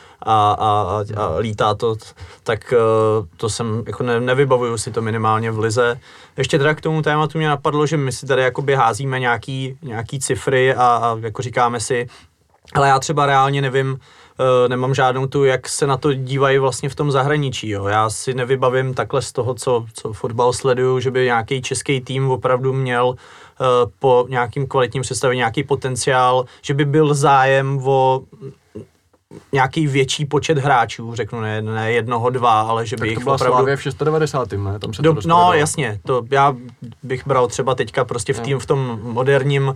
a lítá to, tak to jsem, jako nevybavuju si to minimálně v lize. Ještě teda k tomu tématu mě napadlo, že my si tady jakoby házíme nějaký cifry a jako říkáme si, ale já třeba reálně nevím, nemám žádnou tu, jak se na to dívají vlastně v tom zahraničí. Jo. Já si nevybavím takhle z toho, co fotbal sleduju, že by nějaký český tým opravdu měl po nějakým kvalitním představení nějaký potenciál, že by byl zájem o nějaký větší počet hráčů, řeknu ne jednoho, dva, ale že by jich opravdu... Tak to byla Slávě v 690. ne? Tam se to no jasně, to já bych bral třeba teďka prostě v tom moderním,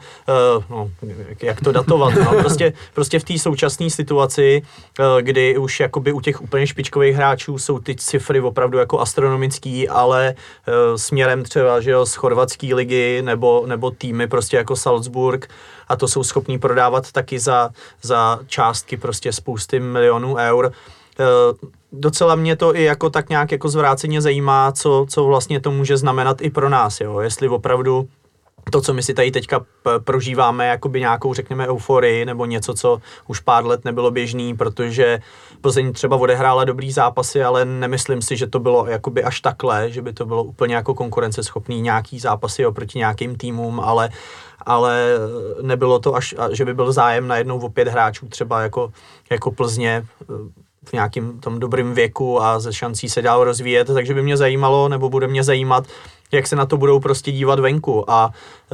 jak to datovat, no, prostě v té současné situaci, kdy už jakoby u těch úplně špičkových hráčů jsou ty cifry opravdu jako astronomický, ale směrem třeba, že jo, z chorvatské ligy nebo týmy prostě jako Salzburg, a to jsou schopní prodávat taky za částky prostě spousty milionů eur. Docela mě to i jako tak nějak jako zvráceně zajímá, co vlastně to může znamenat i pro nás, jo? Jestli opravdu to, co my si tady teďka prožíváme, jakoby nějakou, řekněme, euforii nebo něco, co už pár let nebylo běžný, protože Plzeň třeba odehrála dobrý zápasy, ale nemyslím si, že to bylo jakoby až takhle, že by to bylo úplně jako konkurenceschopný nějaký zápasy oproti nějakým týmům, ale nebylo to až, že by byl zájem najednou o 5 hráčů třeba jako Plzně v nějakým tom dobrým věku a ze šancí se dál rozvíjet, takže by mě zajímalo, nebo bude mě zajímat, jak se na to budou prostě dívat venku a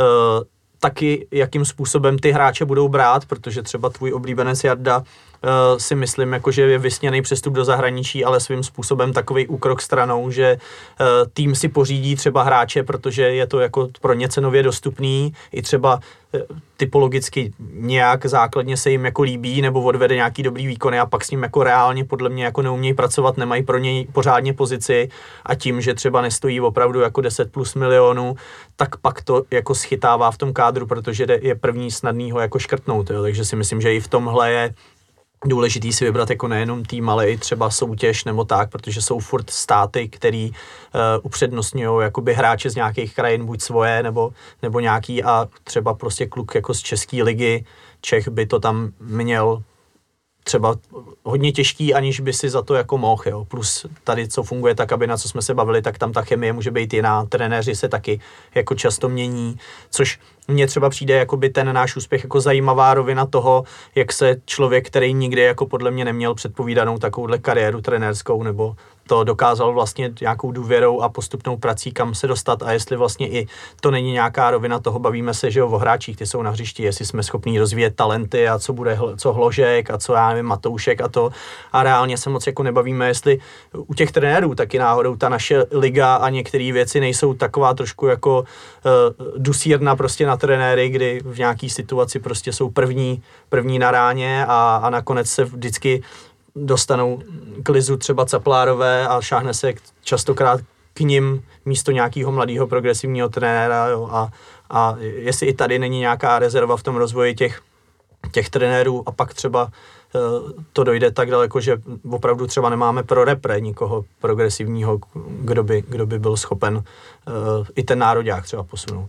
taky jakým způsobem ty hráče budou brát, protože třeba tvůj oblíbenec Jarda si myslím, jako, že je vysněný přestup do zahraničí, ale svým způsobem takovej úkrok stranou, že tým si pořídí třeba hráče, protože je to jako pro ně cenově dostupný, i třeba typologicky nějak základně se jim jako líbí nebo odvede nějaký dobrý výkony a pak s ním jako reálně podle mě jako neumějí pracovat, nemají pro něj pořádně pozici a tím, že třeba nestojí opravdu jako 10+ milionů, tak pak to jako schytává v tom kádru, protože je první snadný ho jako škrtnout, jo? Takže si myslím, že i v tomhle je důležitý si vybrat jako nejenom tým, ale i třeba soutěž nebo tak, protože jsou furt státy, který upřednostňují jakoby hráče z nějakých krajin, buď svoje nebo nějaký a třeba prostě kluk jako z české ligy Čech by to tam měl třeba hodně těžký, aniž by si za to jako mohl, jo. Plus tady, co funguje ta kabina, co jsme se bavili, tak tam ta chemie může být jiná, trenéři se taky jako často mění, což mně třeba přijde jakoby ten náš úspěch jako zajímavá rovina toho, jak se člověk, který nikdy jako podle mě neměl předpovídanou takovouhle kariéru trenérskou, nebo to dokázal vlastně nějakou důvěrou a postupnou prací kam se dostat a jestli vlastně i to není nějaká rovina toho, bavíme se, že jo, o hráčích, ty jsou na hřišti, jestli jsme schopní rozvíjet talenty a co bude, co Hložek a co já nevím, Matoušek a to a reálně se moc jako nebavíme, jestli u těch trenérů taky náhodou ta naše liga a některé věci nejsou taková trošku jako dusírna prostě na trenéry, kdy v nějaký situaci prostě jsou první na ráně a nakonec se vždycky dostanou k lizu třeba Caplárové a šáhne se častokrát k nim místo nějakého mladého progresivního trenéra, jo, a jestli i tady není nějaká rezerva v tom rozvoji těch trenérů a pak třeba to dojde tak daleko, že opravdu třeba nemáme pro repre nikoho progresivního, kdo by byl schopen i ten nároďák třeba posunout.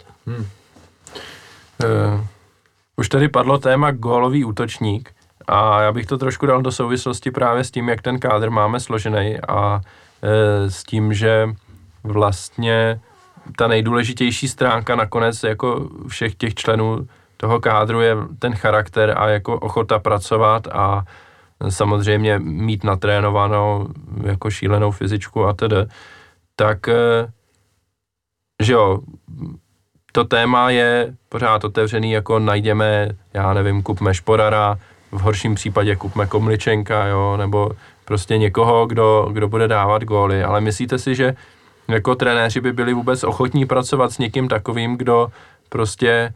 Už tady padlo téma gólový útočník a já bych to trošku dal do souvislosti právě s tím, jak ten kádr máme složený a s tím, že vlastně ta nejdůležitější stránka nakonec jako všech těch členů toho kádru je ten charakter a jako ochota pracovat a samozřejmě mít natrénovanou jako šílenou fyzičku a tedy. Tak, že jo, to téma je pořád otevřený, jako najdeme, já nevím, kupme Šporara, v horším případě kupme Komličenka, jo, nebo prostě někoho, kdo bude dávat góly, ale myslíte si, že jako trenéři by byli vůbec ochotní pracovat s někým takovým, kdo prostě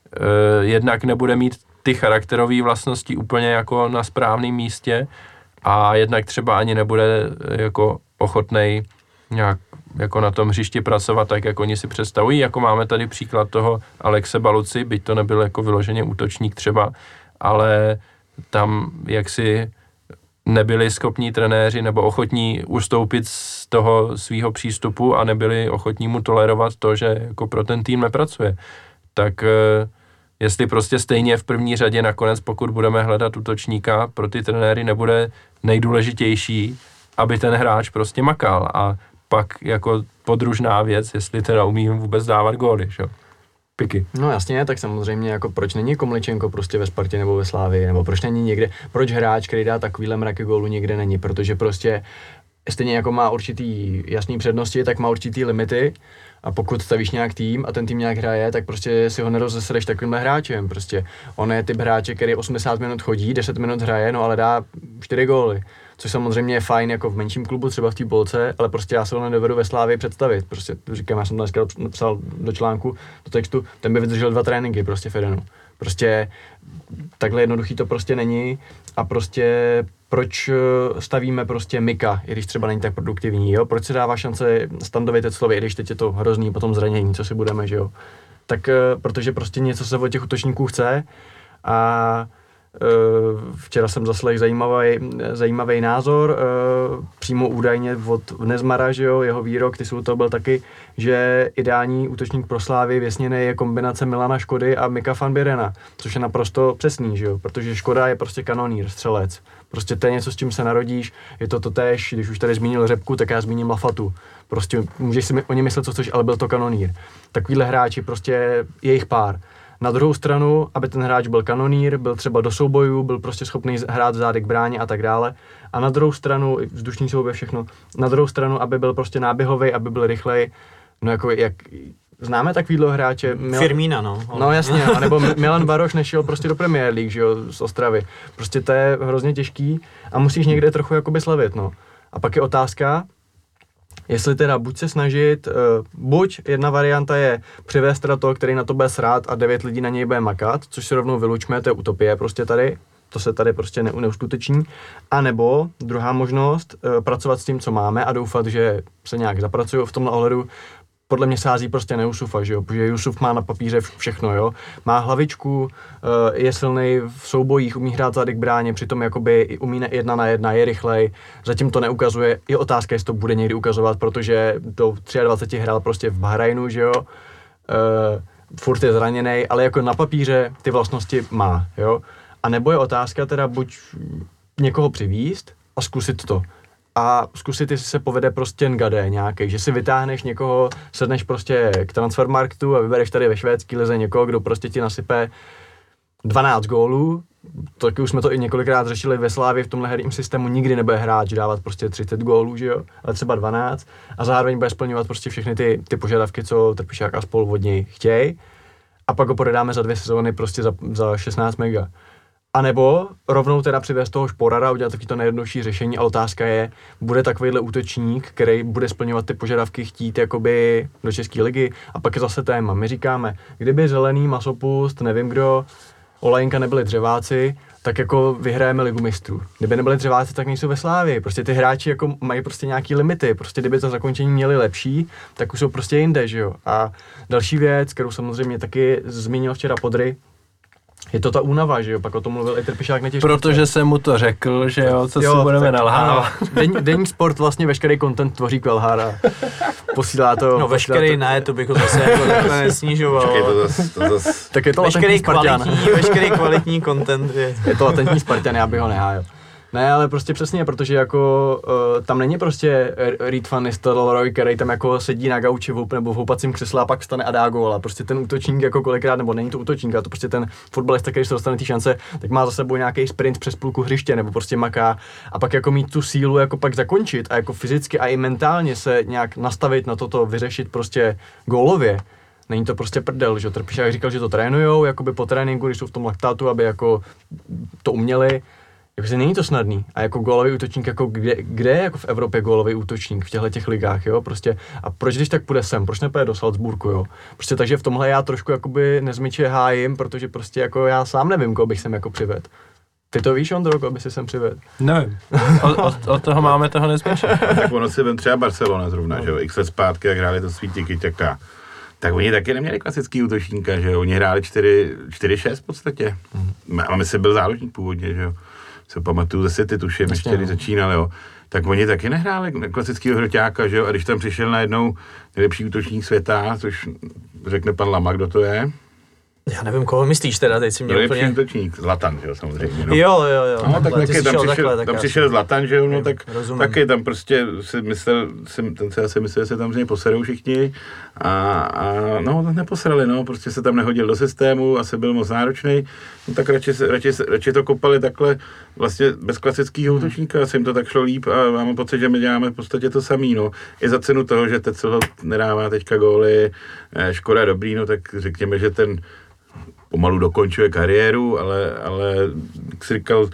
jednak nebude mít ty charakterové vlastnosti úplně jako na správném místě a jednak třeba ani nebude jako ochotnej nějak jako na tom hřišti pracovat tak, jak oni si představují, jako máme tady příklad toho Alexe Baluci, byť to nebyl jako vyloženě útočník třeba, ale tam jaksi nebyli schopní trenéři nebo ochotní ustoupit z toho svýho přístupu a nebyli ochotní mu tolerovat to, že jako pro ten tým nepracuje. Tak jestli prostě stejně v první řadě nakonec, pokud budeme hledat útočníka, pro ty trenéry nebude nejdůležitější, aby ten hráč prostě makal a pak jako podružná věc, jestli teda umí vůbec dávat góly, že? Piky. No jasně, tak samozřejmě jako proč není Komličenko prostě ve Spartě nebo ve Slávii, nebo proč není někde, proč hráč, který dá takovýhle mraky gólu, někde není, protože prostě stejně jako má určitý jasný přednosti, tak má určitý limity a pokud stavíš nějak tým a ten tým nějak hraje, tak prostě si ho nerozesereš takovýmhle hráčem, prostě on je typ hráče, který 80 minut chodí, 10 minut hraje, no ale dá 4 góly. Což samozřejmě je fajn jako v menším klubu, třeba v té Polce, ale prostě já se ho nedovedu ve Slávii představit. Prostě říkám, já jsem dneska napsal do článku, do textu, ten by vydržel 2 tréninky prostě v Edenu. Prostě takhle jednoduchý to prostě není a prostě proč stavíme prostě Mika, i když třeba není tak produktivní, jo? Proč se dává šance Standovi Teclovi, i když teď je to hrozný potom zranění, co si budeme, že jo? Tak protože prostě něco se od těch útočníků chce a včera jsem zaslech zajímavý názor, přímo údajně od Nezmara, že jo, jeho výrok, ty jsou to byl taky, že ideální útočník pro Slávy věsněný je kombinace Milana Škody a Mika van Birena, což je naprosto přesný, že jo, protože Škoda je prostě kanonýr, střelec. Prostě to je něco, s čím se narodíš, je to totéž, když už tady zmínil Řepku, tak já zmíním Lafatu. Prostě můžeš si o něm myslet, co chceš, ale byl to kanonýr. Takovýhle hráči, prostě je jich pár. Na druhou stranu, aby ten hráč byl kanonýr, byl třeba do soubojů, byl prostě schopný hrát zády k bráně a tak dále. A na druhou stranu, vzdušní souboj, všechno, na druhou stranu, aby byl prostě náběhový, aby byl rychlej, no jako jak známe takovýhle hráče. Firmína, no. No jasně, no, nebo Milan Baroš nešel prostě do Premier League, že jo, z Ostravy. Prostě to je hrozně těžký a musíš někde trochu jakoby slavit, no. A pak je otázka, jestli teda buď se snažit, buď jedna varianta je přivést teda toho, který na to bude srát a 9 lidí na něj bude makat, což si rovnou vylučme, to je utopie prostě tady, to se tady prostě neuskuteční, a nebo druhá možnost, pracovat s tím, co máme a doufat, že se nějak zapracují v tomhle ohledu. Podle mě sází prostě na Jusufa, že jo, protože Jusuf má na papíře všechno, jo, má hlavičku, je silnej v soubojích, umí hrát zády k bráně, přitom jakoby umí 1 na 1, je rychlej, zatím to neukazuje, je otázka, jestli to bude někdy ukazovat, protože do 23 hrál prostě v Bahrajnu, že jo, furt je zraněnej, ale jako na papíře ty vlastnosti má, jo, a nebo je otázka teda buď někoho přivízt a zkusit to. A zkusit, jestli se povede prostě Ngade nějaký, že si vytáhneš někoho, sedneš prostě k Transfermarktu a vybereš tady ve švédský lize někoho, kdo prostě ti nasype 12 gólů. Taky už jsme to i několikrát řešili ve Slávii, v tomhle herním systému nikdy nebude hráč dávat prostě 30 gólů, že jo, ale třeba 12 a zároveň bude splňovat prostě všechny ty požadavky, co Trpišák a spol od něj chtějí a pak ho prodáme za 2 sezóny prostě za 16 mega. A nebo rovnou teda přivést toho Šporara, udělat taky to nejjednodušší řešení a otázka je, bude takovýhle útočník, který bude splňovat ty požadavky chtít jakoby do České ligy a pak je zase téma. My říkáme, kdyby Zelený, Masopust, nevím kdo, Olajinka nebyli dřeváci, tak jako vyhrajeme ligu mistrů. Kdyby nebyli dřeváci, tak nejsou ve Slávii. Prostě ty hráči jako mají prostě nějaký limity. Prostě kdyby to zakončení měli lepší, tak už jsou prostě jinde, že jo. A další věc, kterou samozřejmě taky zmínil včera Podry, je to ta únava, že jo, pak o tom mluvil i Trpišák na těch Protože jsem mu to řekl, že jo, co si budeme nalhávat. Denní sport vlastně veškerý content tvoří Kvelhár a posílá to. No veškerý ne, to bych ho zase jako takhle nesnižoval. Tak je to latentní Spartan. Veškerý kvalitní content je. Je to latentní Spartan, já bych ho nehájil. Ne, ale prostě přesně, protože jako tam není prostě Reed van Nistelrooy, který tam jako sedí na gauči nebo v houpacím křesle a pak vstane a dá gól. A prostě ten útočník jako kolikrát, nebo není to útočník, ale to prostě ten fotbalista, který se dostane ty šance, tak má za sebou nějaký sprint přes půlku hřiště nebo prostě maká a pak jako mít tu sílu jako pak zakončit a jako fyzicky a i mentálně se nějak nastavit na toto, vyřešit prostě gólově. Není to prostě prdel, že Trpišák říkal, že to trénujou, jakoby po tréninku, když jsou v tom laktátu, aby jako to uměli. Jakože není to snadný. A jako gólový útočník, jako kde je jako v Evropě gólový útočník v těchto ligách, jo, prostě. A proč když tak půjde sem, proč nepůjde do Salzburgu, jo. Prostě takže v tomhle já trošku jakoby nezmyče hájím, protože prostě jako já sám nevím, koho bych sem jako přivedl. Ty to víš, Ondro, koho by si sem přivedl? Nevím. Od toho máme toho nezmyče. Tak ono si vem třeba Barcelona zrovna, že jo, x let zpátky, jak hráli to svý tiki-taka. Tak oni taky neměli klasický útočníka, že jo, oni hráli 4-6 v podstatě. A my si byl záložník původně, že jo. Se pamatuju ze City, tuším, ještě když začínali, jo. Tak oni taky nehráli klasického hroťáka, že jo, a když tam přišel najednou nejlepší útočník světa, což řekne pan Lama, kdo to je. Já nevím, koho myslíš teda, teď si měl úplně... útočník, Zlatan, že jo, samozřejmě. No. Jo. No, tak taky tam přišel Zlatan, že jo, no tak rozumím. Taky tam prostě si myslel, ten se asi myslel, že se tam z něj poserou všichni a no, neposerali, no, prostě se tam nehodil do systému, asi byl moc náročný, no tak radši to kopali takhle vlastně bez klasického útočníka, asi jim to tak šlo líp a mám pocit, že my děláme v podstatě to samý, no. I za cenu toho, že Tecel nedává teďka góly, Škoda dobrý, no tak řekněme, že ten pomalu dokončuje kariéru, ale jak jsi říkal,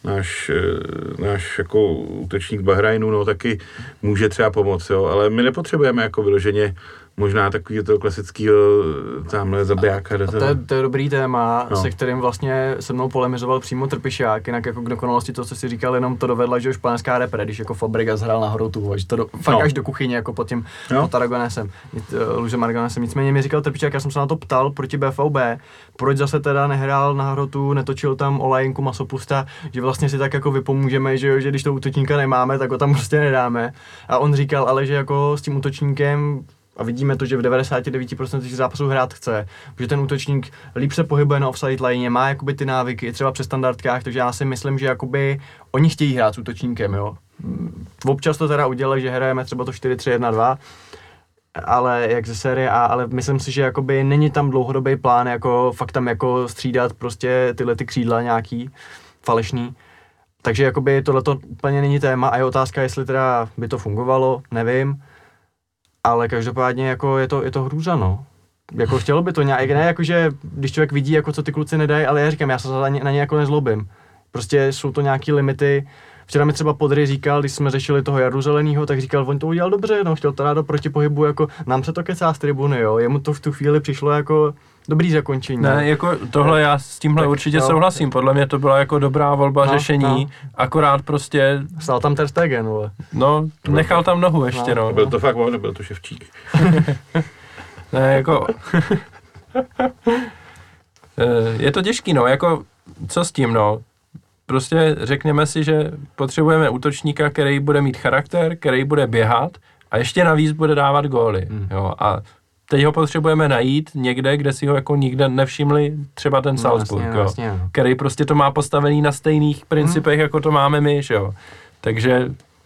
náš jako útočník Bahrajnu, no taky může třeba pomoct, jo, ale my nepotřebujeme jako vyloženě možná takového toho klasického tamhle zabijáka. To je dobrý téma, no. Se kterým vlastně se mnou polemizoval přímo Trpišák, jinak jako k dokonalosti to, co si říkal, jenom to dovedla, že už španělská repre, když jako Fabregas hrál na Hrotu, že to fakt až do kuchyně, jako pod tím pod Aragonesem, Luisem Aragonesem. Nicméně mi říkal Trpišák, já jsem se na to ptal proti BVB, proč zase teda nehrál na Hrotu, netočil tam Olajinku Masopusta, že vlastně si tak jako vypomůžeme, že když to útočníka nemáme, tak ho tam prostě nedáme. A on říkal, ale že jako s tím útočníkem a vidíme to, že v 99% zápasů hrát chce, že ten útočník líp se pohybuje na offside line, má jakoby ty návyky, třeba při standardkách, takže já si myslím, že jakoby oni chtějí hrát s útočníkem, jo. Občas to teda udělají, že hrajeme třeba to 4-3-1-2, ale jak ze série A, ale myslím si, že jakoby není tam dlouhodobý plán, jako fakt tam jako střídat prostě tyhle ty křídla nějaký falešný. Takže jakoby tohleto úplně není téma a je otázka, jestli teda by to fungovalo, nevím. Ale každopádně jako je to hrůza, no. Jako chtělo by to nějak, ne jakože, když člověk vidí, jako co ty kluci nedají, ale já říkám, já se na ně jako nezlobím. Prostě jsou to nějaký limity. Včera mi třeba Podry říkal, když jsme řešili toho Jardu Zelenýho, tak říkal, on to udělal dobře, no, chtěl to dát do protipohybu, jako nám se to kecá z tribuny, jo. Jemu to v tu chvíli přišlo jako dobrý zakončení. Ne, jako tohle já s tímhle tak, určitě souhlasím, podle mě to byla jako dobrá volba řešení, akorát prostě... Stál tam Ter Stegen, vole. No, nechal tam nohu ještě, no. Byl to fakt on, byl to Ševčík. Ne, jako... je to těžký, no, jako co s tím, no. Prostě řekněme si, že potřebujeme útočníka, který bude mít charakter, který bude běhat a ještě navíc bude dávat góly, jo, a teď ho potřebujeme najít někde, kde si ho jako nikde nevšimli, třeba ten Salzburg, jasně, který prostě to má postavený na stejných principech, jako to máme my, že jo. Takže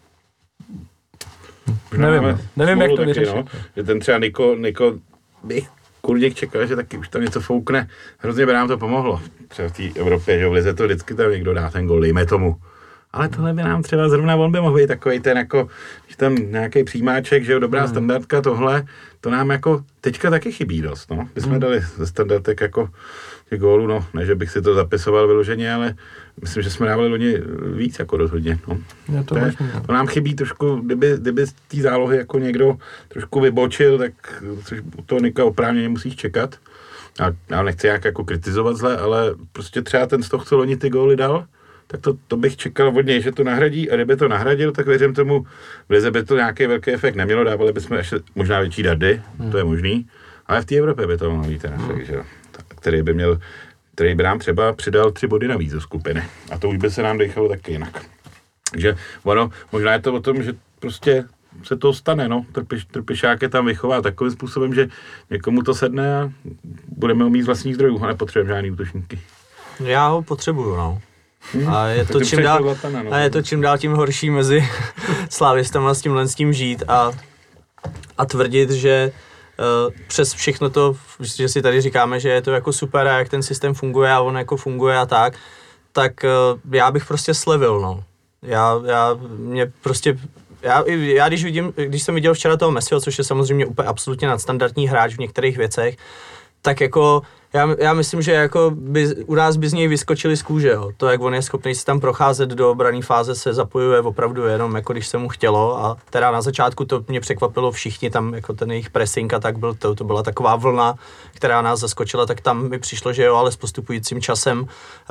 nevím, jak to vyřešit. No, že ten třeba Niko Kurděk čekal, že taky už tam něco foukne. Hrozně by nám to pomohlo. Třeba v té Evropě, že v lize to vždycky tam někdo dá ten gol, dejme tomu. Ale tohle by nám třeba zrovna on by mohl být takový ten jako, že tam nějaký přijímáček, že jo, dobrá standardka, tohle, to nám jako teďka taky chybí dost, no. My jsme dali ze standardek jako těch gólů, no, ne, že bych si to zapisoval vyloženě, ale myslím, že jsme dávali loni víc jako rozhodně, no. To nám chybí trošku, kdyby z té zálohy jako někdo trošku vybočil, tak což u toho Nika oprávněně musíš čekat. Já nechci nějak jako kritizovat zle, ale prostě třeba ten Stoch, co loni ty góly dal, tak to bych čekal od něj, že to nahradí a kdyby to nahradil, tak věřím tomu, v lize by to nějaký velký efekt nemělo, dávali bychom ještě možná větší dardy, to je možný, ale v té Evropě by to mohlo mít ten efekt, že? Který by nám třeba přidal 3 body navíc do skupiny a to už by se nám dechalo taky jinak. Takže ono, možná je to o tom, že prostě se to stane, no, Trpišák je tam vychová takovým způsobem, že někomu to sedne a budeme ho mít z vlastních zdrojů a nepotřebujeme žádný útočníky. Já ho potřebuju, no. A je to čím dál tím horší mezi slávistama s tím žít a tvrdit, že přes všechno to, že si tady říkáme, že je to jako super a jak ten systém funguje a on jako funguje a tak já bych prostě slevil, no. já když jsem viděl včera toho Messiho, což je samozřejmě úplně absolutně nadstandardní hráč v některých věcech, tak jako já myslím, že jako u nás by z něj vyskočili z kůže, jo. To, jak on je schopný si tam procházet do obranné fáze, se zapojuje opravdu jenom jako když se mu chtělo a teda na začátku to mě překvapilo všichni tam, jako ten jejich pressing a tak to byla taková vlna, která nás zaskočila, tak tam mi přišlo, že jo, ale s postupujícím časem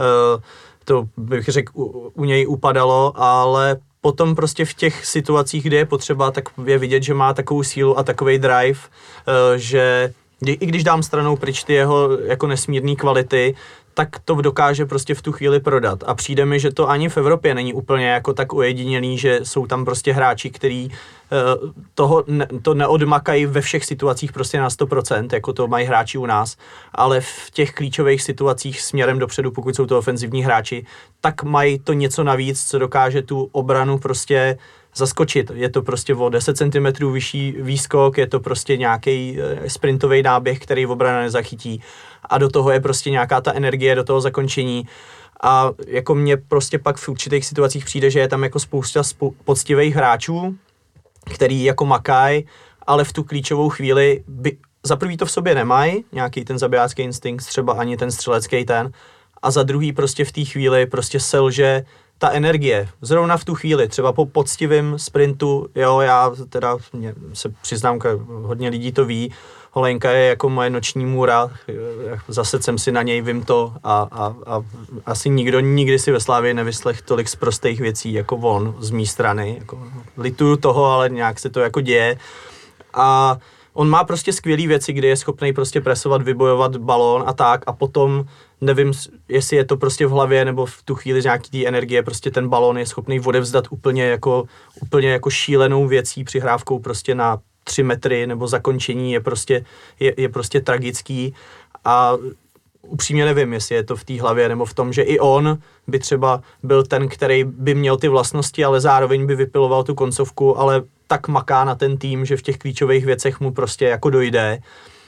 to bych řekl u něj upadalo, ale potom prostě v těch situacích, kde je potřeba, tak je vidět, že má takovou sílu a takovej drive, že i když dám stranou pryč ty jeho jako nesmírný kvality, tak to dokáže prostě v tu chvíli prodat. A přijde mi, že to ani v Evropě není úplně jako tak ojedinělý, že jsou tam prostě hráči, který to neodmakají ve všech situacích prostě na 100%, jako to mají hráči u nás, ale v těch klíčových situacích směrem dopředu, pokud jsou to ofenzivní hráči, tak mají to něco navíc, co dokáže tu obranu prostě zaskočit. Je to prostě o 10 cm vyšší výskok, je to prostě nějaký sprintový náběh, který obrana nezachytí. A do toho je prostě nějaká ta energie do toho zakončení. A jako mně prostě pak v určitých situacích přijde, že je tam jako spousta poctivých hráčů, který jako makají, ale v tu klíčovou chvíli za prvý to v sobě nemají, nějaký ten zabijácký instinkt, třeba ani ten střelecký ten, a za druhý prostě v té chvíli prostě selže ta energie, zrovna v tu chvíli, třeba po poctivém sprintu, jo, já teda se přiznám, hodně lidí to ví, Holenka je jako moje noční můra, zase jsem si na něj, vím to a asi nikdo nikdy si ve Slavii nevyslech tolik z prostých věcí jako on z mý strany, jako lituju toho, ale nějak se to jako děje a on má prostě skvělý věci, kdy je schopný prostě presovat, vybojovat balón a tak a potom nevím, jestli je to prostě v hlavě nebo v tu chvíli z nějaký té energie, prostě ten balón je schopný odevzdat úplně jako šílenou věcí, přihrávkou prostě na 3 metry nebo zakončení je prostě tragický a upřímně nevím, jestli je to v té hlavě nebo v tom, že i on by třeba byl ten, který by měl ty vlastnosti, ale zároveň by vypiloval tu koncovku, ale tak maká na ten tým, že v těch klíčových věcech mu prostě jako dojde.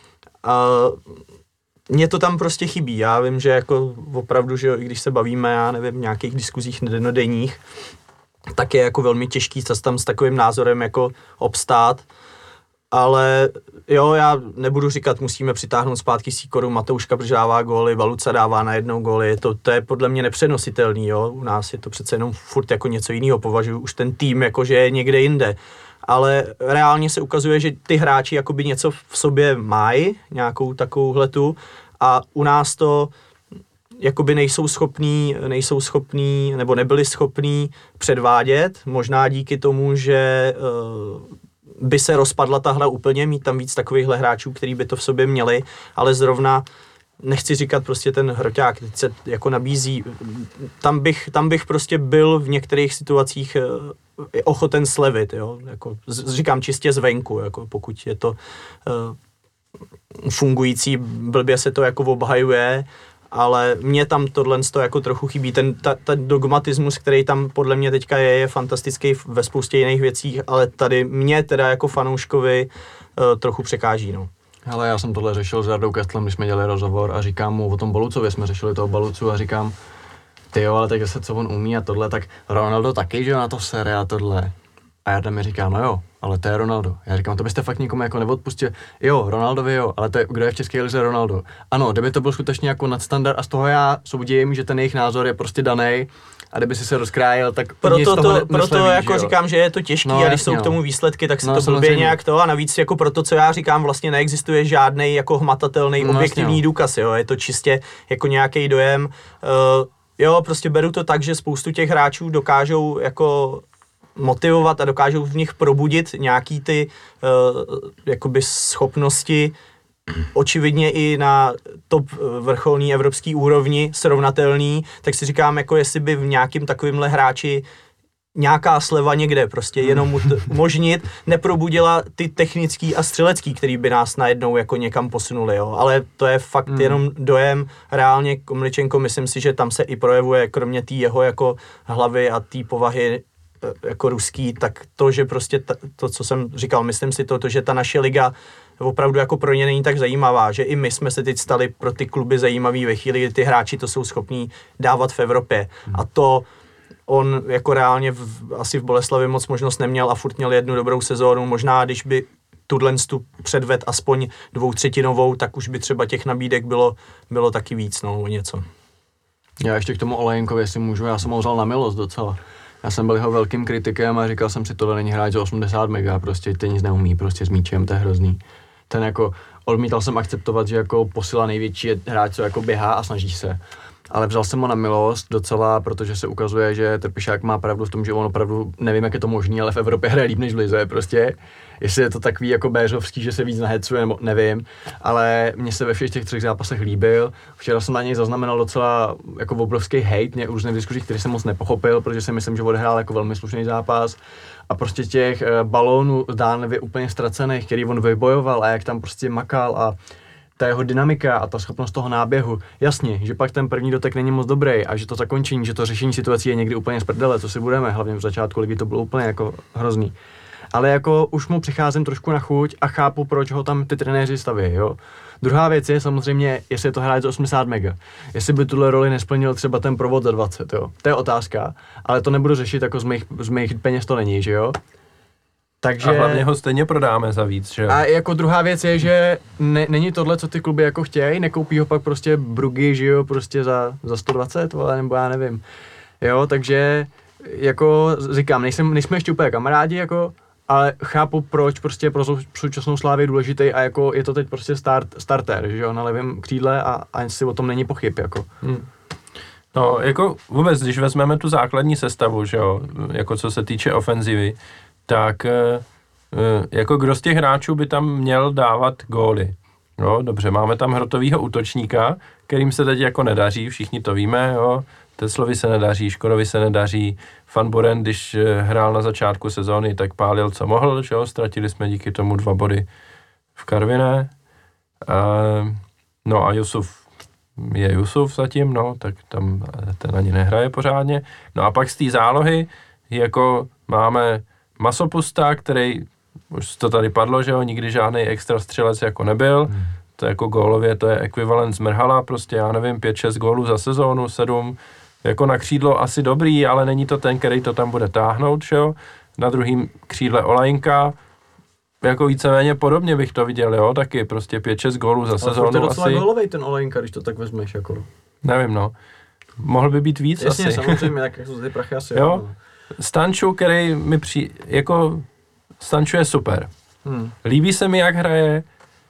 Mně to tam prostě chybí. Já vím, že jako opravdu, že když se bavíme, já nevím, v nějakých diskuzích dennodenních, tak je jako velmi těžký se tam s takovým názorem jako obstát. Ale jo, já nebudu říkat, musíme přitáhnout zpátky Sýkoru, Matouška, protože dává góly, Valuca dává na jednou góly, to je podle mě nepřenositelný, jo, u nás je to přece jenom furt jako něco jiného, považuji už ten tým jako, že je někde jinde, ale reálně se ukazuje, že ty hráči jakoby něco v sobě mají, nějakou takovouhletu a u nás to jakoby nejsou schopní, nebo nebyli schopní předvádět, možná díky tomu, že by se rozpadla ta hra úplně, mít tam víc takovýchhle hráčů, který by to v sobě měli, ale zrovna nechci říkat prostě ten hroťák, teď se jako nabízí, tam bych prostě byl v některých situacích ochoten slevit, jo, jako říkám čistě zvenku, jako pokud je to fungující, blbě se to jako obhajuje, ale mně tam tohle jako trochu chybí. Ten dogmatismus, který tam podle mě teďka je fantastický ve spoustě jiných věcí, ale tady mě teda jako fanouškovi trochu překáží. No. Hele, já jsem tohle řešil s Jardou Kestlem, když jsme dělali rozhovor a říkám mu o tom Balucovi, jsme řešili toho Balucu a říkám, tyjo, ale tak se co on umí a tohle, tak Ronaldo taky, že na to sere a tohle. A Jarda mi říká, no jo, ale to je Ronaldo. Já říkám, to byste fakt nikomu jako neodpustil. Jo, Ronaldovi jo, ale to je, kdo je v české lize Ronaldo. Ano, kdyby to byl skutečně jako nadstandard a z toho já soudím, že ten jejich názor je prostě daný a kdyby si se rozkrájel, tak proto jako jo. Říkám, že je to těžký a když jsou k tomu výsledky, tak si to blbě nějak to a navíc jako proto, co já říkám, vlastně neexistuje žádnej jako hmatatelný objektivní důkaz, jo, je to čistě jako nějaký dojem. Jo, prostě beru to tak, že spoustu těch hráčů dokážou jako motivovat a dokážou v nich probudit nějaký ty jakoby schopnosti očividně i na top vrcholný evropský úrovni srovnatelný, tak si říkám, jako jestli by v nějakým takovýmhle hráči nějaká sleva někde prostě jenom umožnit, neprobudila ty technický a střelecký, který by nás najednou jako někam posunuli, jo. Ale to je fakt jenom dojem. Reálně Komličenko, myslím si, že tam se i projevuje, kromě té jeho jako hlavy a té povahy jako ruský, tak to, že prostě to, co jsem říkal, myslím si to, že ta naše liga opravdu jako pro ně není tak zajímavá, že i my jsme se teď stali pro ty kluby zajímavý ve chvíli, kdy ty hráči to jsou schopní dávat v Evropě. A to on jako reálně asi v Boleslavi moc možnost neměl a furt měl jednu dobrou sezónu, možná když by tuhle předved aspoň 2/3, tak už by třeba těch nabídek bylo taky víc, no, o něco. Já ještě k tomu Olejnkovi, jestli můžu, já jsem ho vzal na milost docela. Já jsem byl jeho velkým kritikem a říkal jsem si, tohle není hráč za 80 mega, prostě ten nic neumí, prostě s míčem, to je hrozný. Ten jako, odmítal jsem akceptovat, že jako posila největší hráč, co jako běhá a snaží se. Ale vzal jsem ho na milost docela, protože se ukazuje, že Trpišák má pravdu v tom, že on opravdu, nevím, jak je to možný, ale v Evropě hraje líp než v lize prostě. Jestli je to takový jako béřovský, že se víc nahecuje, nebo nevím, ale mně se ve všech těch 3 zápasech líbil. Včera jsem na něj zaznamenal docela jako obrovský hejt, mě různých diskuzích, který jsem moc nepochopil, protože si myslím, že odehrál jako velmi slušný zápas. A prostě těch balónů zdánlivě úplně ztracených, který on vybojoval a jak tam prostě makal a ta jeho dynamika a ta schopnost toho náběhu. Jasně, že pak ten první dotek není moc dobrý a že to zakončení, že to řešení situací je někdy úplně z prdele, co si budeme, hlavně v začátku ligy to bylo úplně jako hrozný. Ale jako už mu přicházím trošku na chuť a chápu, proč ho tam ty trenéři staví, jo. Druhá věc je samozřejmě, jestli je to hráč za 80 mega. Jestli by tuhle roli nesplnil třeba ten provod za 20, jo. To je otázka, ale to nebudu řešit, jako z mých peněz to není, že jo. Takže... A hlavně ho stejně prodáme za víc, že jo? A jako druhá věc je, že není tohle, co ty kluby jako chtějí, nekoupí ho pak prostě Bruggy, že jo, prostě za 120, ale nebo já nevím. Jo, takže jako říkám, nejsme ještě úplně kamarádi, jako, ale chápu, proč prostě pro současnou Slávy je důležitý a jako je to teď prostě starter, že jo, na levém křídle a si o tom není pochyb, jako. No, jako vůbec, když vezmeme tu základní sestavu, že jo, jako co se týče ofenzivy, tak jako kdo z těch hráčů by tam měl dávat góly. No, dobře, máme tam hrotovýho útočníka, kterým se teď jako nedaří, všichni to víme, jo. Teslovi se nedaří, Škodovi se nedaří, Van Buren, když hrál na začátku sezóny, tak pálil, co mohl, že jo, ztratili jsme díky tomu 2 body v Karviné. No a Jusuf zatím, no, tak tam ten ani nehraje pořádně. No a pak z té zálohy, jako máme Masopusta, který, už to tady padlo, že jo, nikdy žádný extra střelec jako nebyl, to jako gólově, to je ekvivalent z Mrhala, prostě já nevím, 5-6 gólů za sezónu, 7, jako na křídlo asi dobrý, ale není to ten, který to tam bude táhnout, že jo, na druhém křídle Olajnka, jako víceméně podobně bych to viděl, jo, taky prostě 5-6 gólů za sezónu asi. Ale to je docela gólovej ten Olajnka, když to tak vezmeš, jako. Nevím, no, mohl by být víc. Jasně, asi. samozřejmě, jak jsou ty prachy asi, jo. No. Stanču, který mi Stanču je super. Líbí se mi, jak hraje,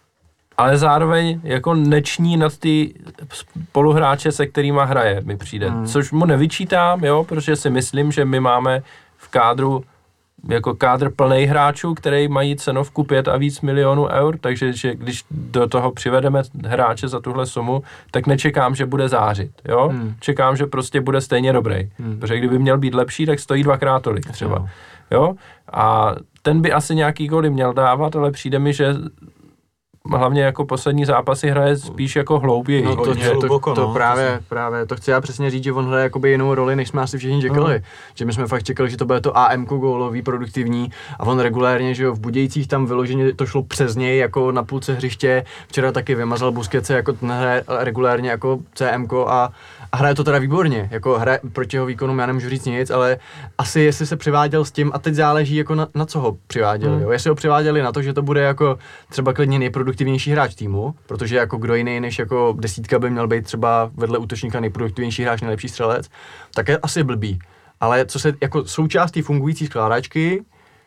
ale zároveň jako neční nad ty spoluhráče, se kterýma hraje, mi přijde. Což mu nevyčítám, jo, protože si myslím, že my máme v kádru jako kádr plnej hráčů, který mají cenovku 5 a víc milionů eur, takže že když do toho přivedeme hráče za tuhle sumu, tak nečekám, že bude zářit, jo? Čekám, že prostě bude stejně dobrý, protože kdyby měl být lepší, tak stojí 2x tolik třeba, jo? A ten by asi nějaký góly měl dávat, ale přijde mi, že hlavně jako poslední zápasy hraje spíš jako hlouběji. No to právě, to chci já přesně říct, že on hraje jakoby jinou roli, než jsme asi všichni čekali. Že my jsme fakt čekali, že to bude to AMko gólový, produktivní a on regulérně, že jo, v Budějcích tam vyloženě to šlo přes něj jako na půlce hřiště, včera taky vymazal Busquetse, jako hraje regulérně jako CMko a hraje to teda výborně, jako hraje proti jeho výkonům, já nemůžu říct nic, ale asi jestli se přiváděl s tím a teď záleží jako na co ho přiváděli, jo? Jestli ho přiváděli na to, že to bude jako třeba klidně nejproduktivnější hráč týmu, protože jako kdo jiný než jako desítka by měl být třeba vedle útočníka nejproduktivnější hráč, nejlepší střelec, tak je asi blbý. Ale co se jako součástí fungující skládačky,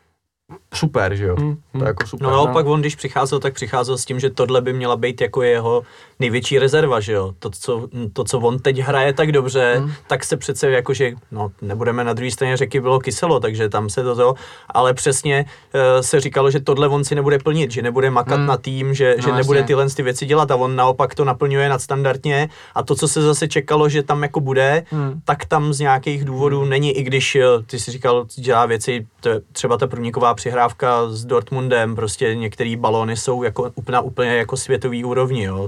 super, že jo? To je jako super. No naopak on, když přicházel, tak přicházel s tím, že tohle by měla být jako jeho největší rezerva, že jo? To, co on teď hraje tak dobře, tak se přece jakože, no nebudeme na druhé straně řeky, bylo kyselo, takže tam se to, ale přesně se říkalo, že tohle on si nebude plnit, že nebude makat na tým, že nebude tyhle ty věci dělat a on naopak to naplňuje nadstandardně a to, co se zase čekalo, že tam jako bude, tak tam z nějakých důvodů není, i když ty si říkal, dělá věci, třeba ta prvníková přihrávka s Dortmundem, prostě některé balóny jsou jako úplně jako světový úrovni, jo.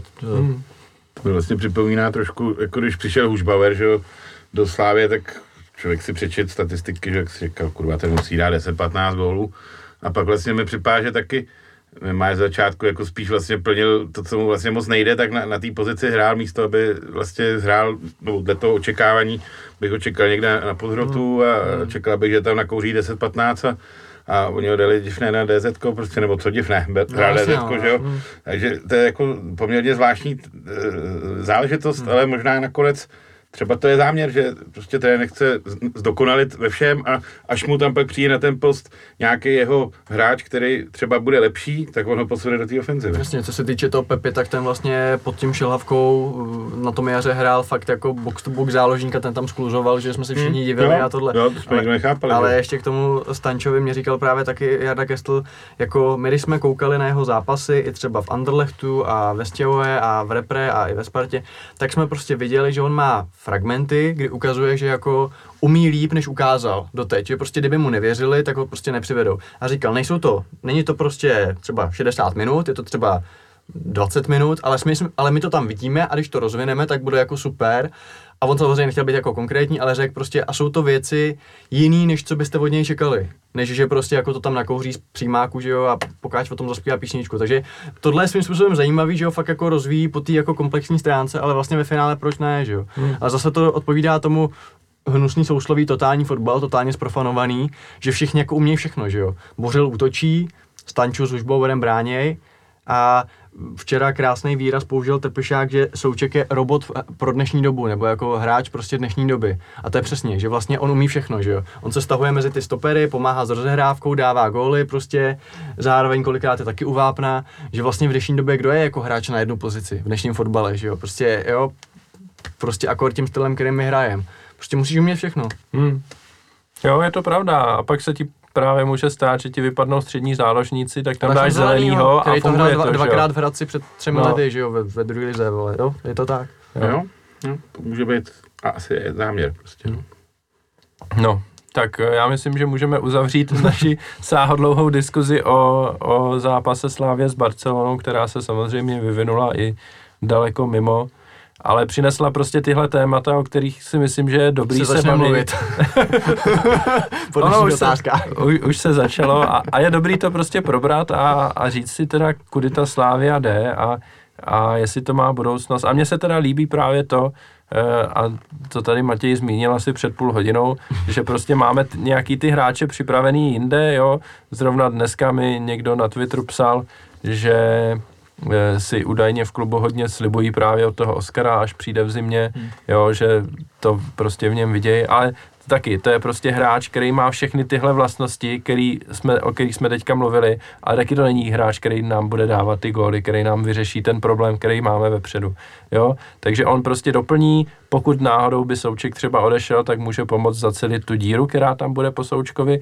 To vlastně připomíná trošku, jako když přišel Hušbauer, že jo, do Slávie, tak člověk si přečet statistiky, že jak si říkal, kurva, ten musí dát 10-15 gólů. A pak vlastně mi připadá, že taky Má z začátku jako spíš vlastně plnil to, co mu vlastně moc nejde, tak na té pozici hrál místo, aby vlastně hrál, no, dle toho očekávání bych ho čekal někde na podhrotu a čekal bych, že tam nakouří 10-15 a oni ho dali divné na DZ-ko, prostě, nebo co divné, hrál DZ-ko, že jo. Takže to je jako poměrně zvláštní záležitost, ale možná nakonec třeba to je záměr, že prostě trenér nechce zdokonalit ve všem a až mu tam pak přijde na ten post nějaký jeho hráč, který třeba bude lepší, tak on ho posune do té ofenzivy. Jasně, co se týče toho Pepy, tak ten vlastně pod tím Šilhavkou na tom jaře hrál fakt jako box to box záložníka, ten tam skluzoval, že jsme si všichni divili a tohle. Jo, to jsme nikdo nechápali. Ale ještě k tomu Stančovi mě říkal právě taky Jarda Kestl, jako my když jsme koukali na jeho zápasy i třeba v Anderlechtu a ve Stěvoje a v Repre a i ve Spartě, tak jsme prostě viděli, že on má fragmenty, kdy ukazuje, že jako umí líp, než ukázal doteď, že prostě kdyby mu nevěřili, tak ho prostě nepřivedou. A říkal, není to prostě třeba 60 minut, je to třeba 20 minut, ale my to tam vidíme a když to rozvineme, tak bude jako super. A on samozřejmě nechtěl být jako konkrétní, ale řekl prostě, a jsou to věci jiný, než co byste od něj čekali. Než že prostě jako to tam nakouří z přímáku, že jo, a pokáč o tom zaspívá písničku. Takže tohle je svým způsobem zajímavý, že jo, fakt jako rozvíjí po té jako komplexní stránce, ale vlastně ve finále proč ne, že jo. A zase to odpovídá tomu hnusný sousloví, totální fotbal, totálně zprofanovaný, že všichni jako umějí všechno, že jo. Bořil útočí, Stanču s Užbauerem bráněj a včera krásný výraz použil Trpišák, že Souček je robot pro dnešní dobu, nebo jako hráč prostě dnešní doby. A to je přesně, že vlastně on umí všechno, že jo. On se stahuje mezi ty stopery, pomáhá s rozehrávkou, dává góly prostě, zároveň kolikrát je taky uvápná, že vlastně v dnešní době kdo je jako hráč na jednu pozici v dnešním fotbale, že jo. Prostě akord tím stylem, kterým my hrajeme. Prostě musíš umět všechno. Jo, je to pravda. A pak se ti právě může stát, že ti vypadnou střední záložníci, tak tam dáš zelenýho a funguje to, dvakrát v Hradci před 3 lety, že jo, ve druhé lize, vole, jo, je to tak. Jo, to může být asi záměr prostě. No, tak já myslím, že můžeme uzavřít naši sáhodlouhou diskuzi o zápase Slavie s Barcelonou, která se samozřejmě vyvinula i daleko mimo, ale přinesla prostě tyhle témata, o kterých si myslím, že je dobrý se bavit. Už se začalo a je dobrý to prostě probrat a říct si teda, kudy ta Slavia jde a jestli to má budoucnost. A mně se teda líbí právě to, a to tady Matěj zmínil asi před půl hodinou, že prostě máme nějaký ty hráče připravený jinde, jo. Zrovna dneska mi někdo na Twitteru psal, že si údajně v klubu hodně slibují právě od toho Oskara, až přijde v zimě, jo, že to prostě v něm vidějí, ale taky, to je prostě hráč, který má všechny tyhle vlastnosti, o kterých jsme teďka mluvili, ale taky to není hráč, který nám bude dávat ty góly, který nám vyřeší ten problém, který máme vepředu, jo, takže on prostě doplní, pokud náhodou by Souček třeba odešel, tak může pomoct zacelit tu díru, která tam bude po Součkovi,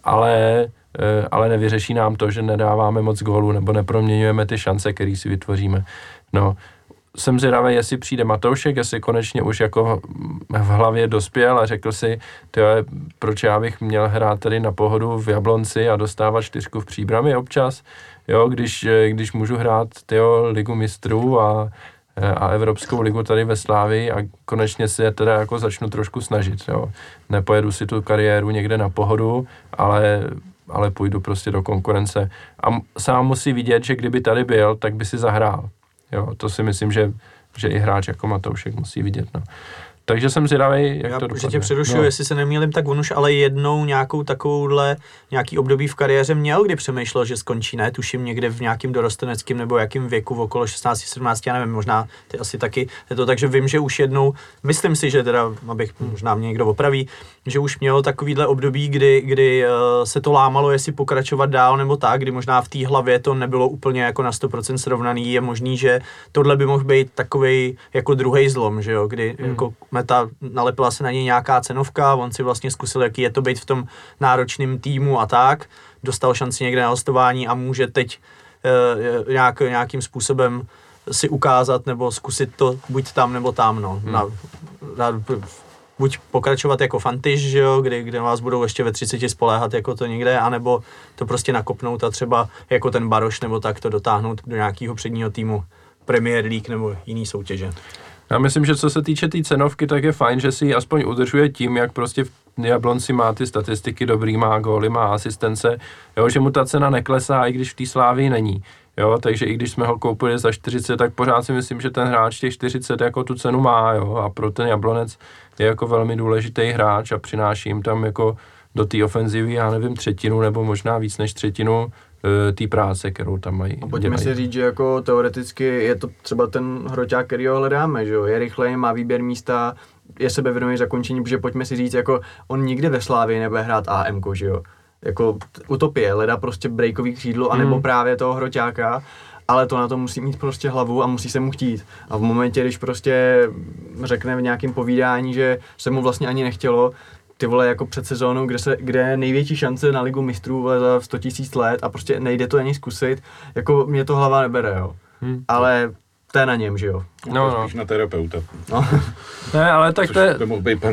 ale nevyřeší nám to, že nedáváme moc gólů nebo neproměňujeme ty šance, které si vytvoříme. No, jsem zvědavý, jestli přijde Matoušek, jestli konečně už jako v hlavě dospěl a řekl si, proč já bych měl hrát tady na pohodu v Jablonci a dostávat 4 v Příbrami občas, jo, když můžu hrát Ligu mistrů a Evropskou ligu tady ve Slávii a konečně si je teda jako začnu trošku snažit, jo. Nepojedu si tu kariéru někde na pohodu, ale půjdu prostě do konkurence. A sám musí vidět, že kdyby tady byl, tak by si zahrál. Jo, to si myslím, že i hráč jako Matoušek musí vidět, no. Takže jsem zvědavý, jak to dopadne. Já tě přerušuju, jestli se nemýlím, tak on už ale jednou nějaký období v kariéře měl, kdy přemýšlel, že skončí, ne? Tuším někde v nějakým dorosteneckým nebo jakým věku, v okolo 16-17, já nevím, možná ty asi taky je to, takže vím, že už jednou, myslím si, že teda, možná mě někdo opraví, že už měl takovýhle období, kdy se to lámalo, jestli pokračovat dál nebo tak, kdy možná v té hlavě to nebylo úplně jako na 100% srovnaný, je možný, že tohle by mohl být takovej jako druhej zlom, že jo, kdy jako Meta nalepila se na něj nějaká cenovka, on si vlastně zkusil, jaký je to být v tom náročném týmu a tak, dostal šanci někde na hostování a může teď nějakým způsobem si ukázat nebo zkusit to buď tam nebo tam, no. Buď pokračovat jako Fantyš, že jo, kde vás budou ještě ve 30 spoléhat jako to někde, anebo to prostě nakopnout a třeba jako ten Baroš nebo tak to dotáhnout do nějakého předního týmu Premier League nebo jiný soutěže. Já myslím, že co se týče té cenovky, tak je fajn, že si ji aspoň udržuje tím, jak prostě Jablonci má ty statistiky dobrý, má góly, má asistence, jo, že mu ta cena neklesá, i když v té Slávii není. Jo, takže i když jsme ho koupili za 40, tak pořád si myslím, že ten hráč těch 40 jako tu cenu má, jo, a pro ten Jablonec je jako velmi důležitý hráč a přináší jim tam jako do té ofenzivy, já nevím, třetinu nebo možná víc než třetinu té práce, kterou tam mají. A pojďme si říct, že jako teoreticky je to třeba ten hroťák, který ho hledáme, že jo, je rychlej, má výběr místa, je sebevědomý zakončení, protože pojďme si říct, jako on nikdy ve Slávii nebude hrát AMko, že jo. Jako utopie, hledá prostě breakový křídlo, anebo právě toho hroťáka, ale to na to musí mít prostě hlavu a musí se mu chtít. A v momentě, když prostě řekne v nějakém povídání, že se mu vlastně ani nechtělo, ty vole, jako před sezónou, kde je největší šance na ligu mistrů za 100 000 let a prostě nejde to ani zkusit, jako mě to hlava nebere, jo. Ale to je na něm, že jo. No. Spíš na terapeuta. No. Ne, ale tak to je... To mohl být pan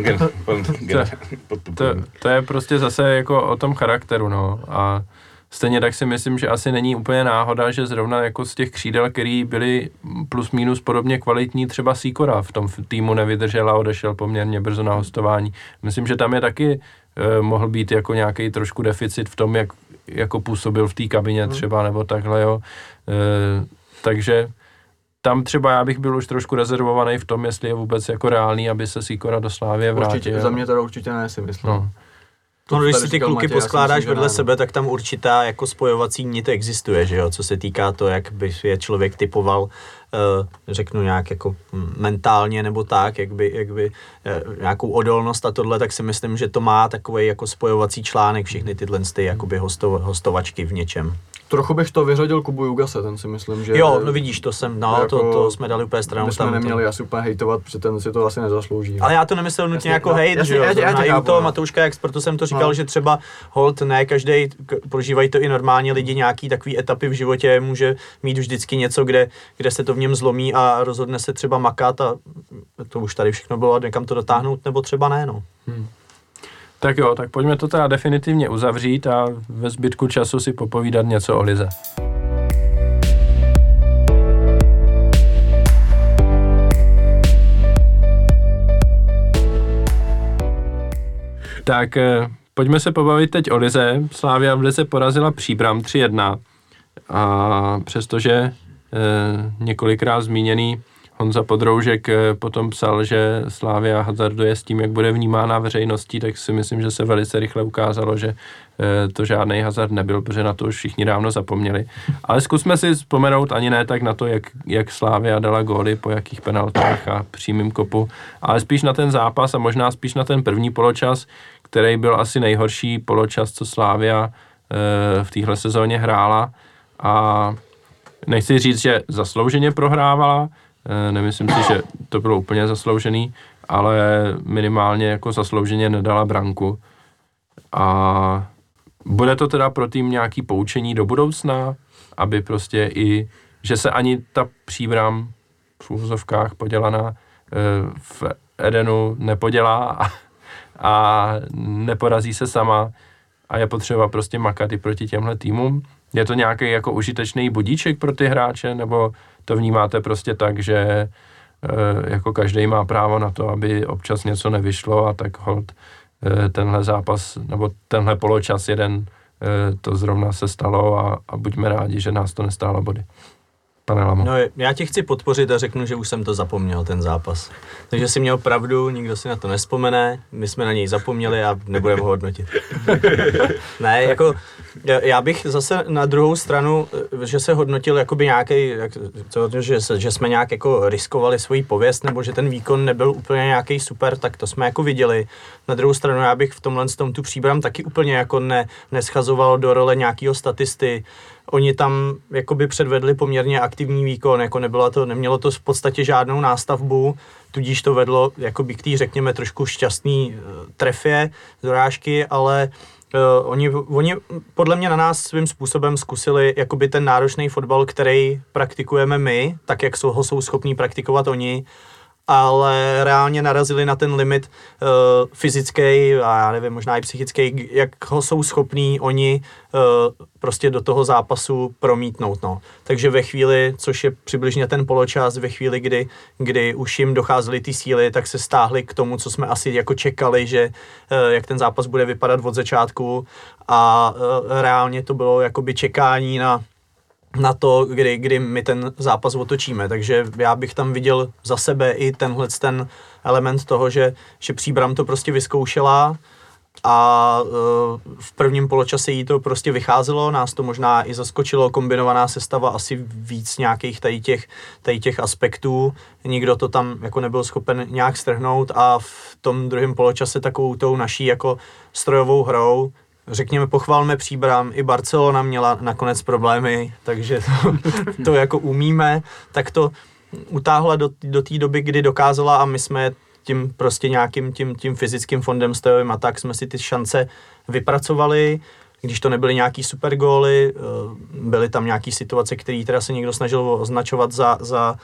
to je prostě zase jako o tom charakteru, no. A stejně tak si myslím, že asi není úplně náhoda, že zrovna jako z těch křídel, který byli plus minus podobně kvalitní, třeba Sýkora v tom týmu nevydržel a odešel poměrně brzo na hostování. Myslím, že tam je taky mohl být jako nějaký trošku deficit v tom, jak jako působil v té kabině třeba, nebo takhle, jo. Takže tam třeba já bych byl už trošku rezervovaný v tom, jestli je vůbec jako reálný, aby se Sýkora do Slávie vrátil. Určitě, za mě teda určitě ne, si myslím. No, když si ty kluky poskládáš vedle sebe, tak tam určitá jako spojovací nit existuje, že jo, co se týká to, jak by je člověk typoval, řeknu nějak jako mentálně nebo tak, jak by nějakou odolnost a tohle, tak si myslím, že to má takový jako spojovací článek, všechny tyhle jakoby hostovačky v něčem. Trochu bych to vyřadil Kubu Jugase, ten si myslím, že... Jo, no vidíš, to jsem, no, jako, to jsme dali úplně stranou. My jsme neměli asi úplně hejtovat, protože ten si to asi nezaslouží. Ale já to nemyslel nutně jako hejt, že jo, i u toho Matouška Expertu jsem to říkal, že třeba hold ne každej, prožívají to i normálně lidi, nějaký takový etapy v životě, může mít vždycky něco, kde se to v něm zlomí a rozhodne se třeba makat a to už tady všechno bylo, někam to dotáhnout, nebo třeba ne, no. Tak jo, tak pojďme to teda definitivně uzavřít a ve zbytku času si popovídat něco o lize. Tak pojďme se pobavit teď o lize. Slavia v lize porazila Příbram 3-1 a přestože několikrát zmíněný Honza Podroužek potom psal, že Slavia hazarduje s tím, jak bude vnímána veřejností, tak si myslím, že se velice rychle ukázalo, že to žádný hazard nebyl, protože na to už všichni dávno zapomněli. Ale zkusme si vzpomenout ani ne tak na to, jak Slavia dala góly, po jakých penaltách a přímým kopu, ale spíš na ten zápas a možná spíš na ten první poločas, který byl asi nejhorší poločas, co Slavia v téhle sezóně hrála. A nechci říct, že zaslouženě prohrávala, nemyslím si, že to bylo úplně zasloužený, ale minimálně jako zaslouženě nedala branku. A bude to teda pro tým nějaký poučení do budoucna, aby prostě i, že se ani ta Příbram v úvozovkách podělaná v Edenu nepodělá a neporazí se sama a je potřeba prostě makat i proti těmhle týmům. Je to nějaký jako užitečný budíček pro ty hráče, nebo to vnímáte prostě tak, že jako každý má právo na to, aby občas něco nevyšlo a tak holt tenhle zápas, nebo tenhle poločas jeden, to zrovna se stalo a buďme rádi, že nás to nestálo body. Pane Lamo. No, já tě chci podpořit a řeknu, že už jsem to zapomněl, ten zápas. Takže jsi měl pravdu, nikdo si na to nevzpomene, my jsme na něj zapomněli a nebudeme ho hodnotit. Ne, jako, já bych zase na druhou stranu, že se hodnotil jakoby nějaký, že jsme nějak jako riskovali svoji pověst, nebo že ten výkon nebyl úplně nějaký super, tak to jsme jako viděli. Na druhou stranu já bych v tomhle tu Příbram taky úplně jako neschazoval do role nějakého statisty. Oni tam jakoby předvedli poměrně aktivní výkon, jako nemělo to v podstatě žádnou nástavbu, tudíž to vedlo jakoby k té, řekněme, trošku šťastný trefě z dorážky, ale oni podle mě na nás svým způsobem zkusili jakoby ten náročný fotbal, který praktikujeme my, tak jak ho jsou schopní praktikovat oni. ale reálně narazili na ten limit fyzický a já nevím, možná i psychický, jak ho jsou schopní oni prostě do toho zápasu promítnout. No. Takže ve chvíli, což je přibližně ten poločas, ve chvíli, kdy už jim docházely ty síly, tak se stáhli k tomu, co jsme asi jako čekali, že jak ten zápas bude vypadat od začátku a reálně to bylo jakoby čekání na to, kdy my ten zápas otočíme. Takže já bych tam viděl za sebe i ten element toho, že Příbram to prostě vyzkoušela a v prvním poločase jí to prostě vycházelo, nás to možná i zaskočilo, kombinovaná sestava asi víc nějakých tady těch aspektů. Nikdo to tam jako nebyl schopen nějak strhnout a v tom druhém poločase takovou tou naší jako strojovou hrou, řekněme, pochválme Příbram, i Barcelona měla nakonec problémy, takže to jako umíme, tak to utáhla do té doby, kdy dokázala a my jsme tím prostě nějakým tím fyzickým fondem stojovým a tak jsme si ty šance vypracovali, když to nebyly nějaký super góly, byly tam nějaký situace, které teda se někdo snažil označovat za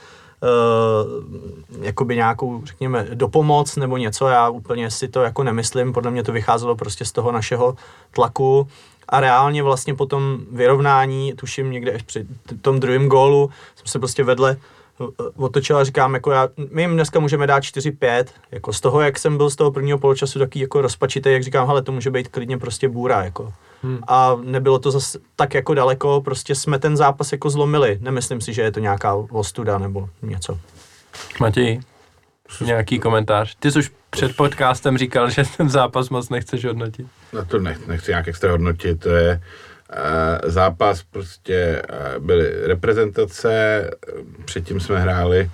jakoby nějakou, řekněme, dopomoc nebo něco, já úplně si to jako nemyslím, podle mě to vycházelo prostě z toho našeho tlaku a reálně vlastně po tom vyrovnání, tuším někde až při tom druhém gólu, jsem se prostě vedle otočil a říkám, jako my jim dneska můžeme dát 4-5, jako z toho, jak jsem byl z toho prvního poločasu taky jako rozpačitý, jak říkám, hele, to může být klidně prostě bůra, jako. A nebylo to zase tak jako daleko, prostě jsme ten zápas jako zlomili, nemyslím si, že je to nějaká ostuda nebo něco. Matěj, nějaký komentář? Ty jsi už před podcastem říkal, že ten zápas moc nechceš hodnotit. No to nechci nějak extra hodnotit, to je zápas, prostě byly reprezentace, předtím jsme hráli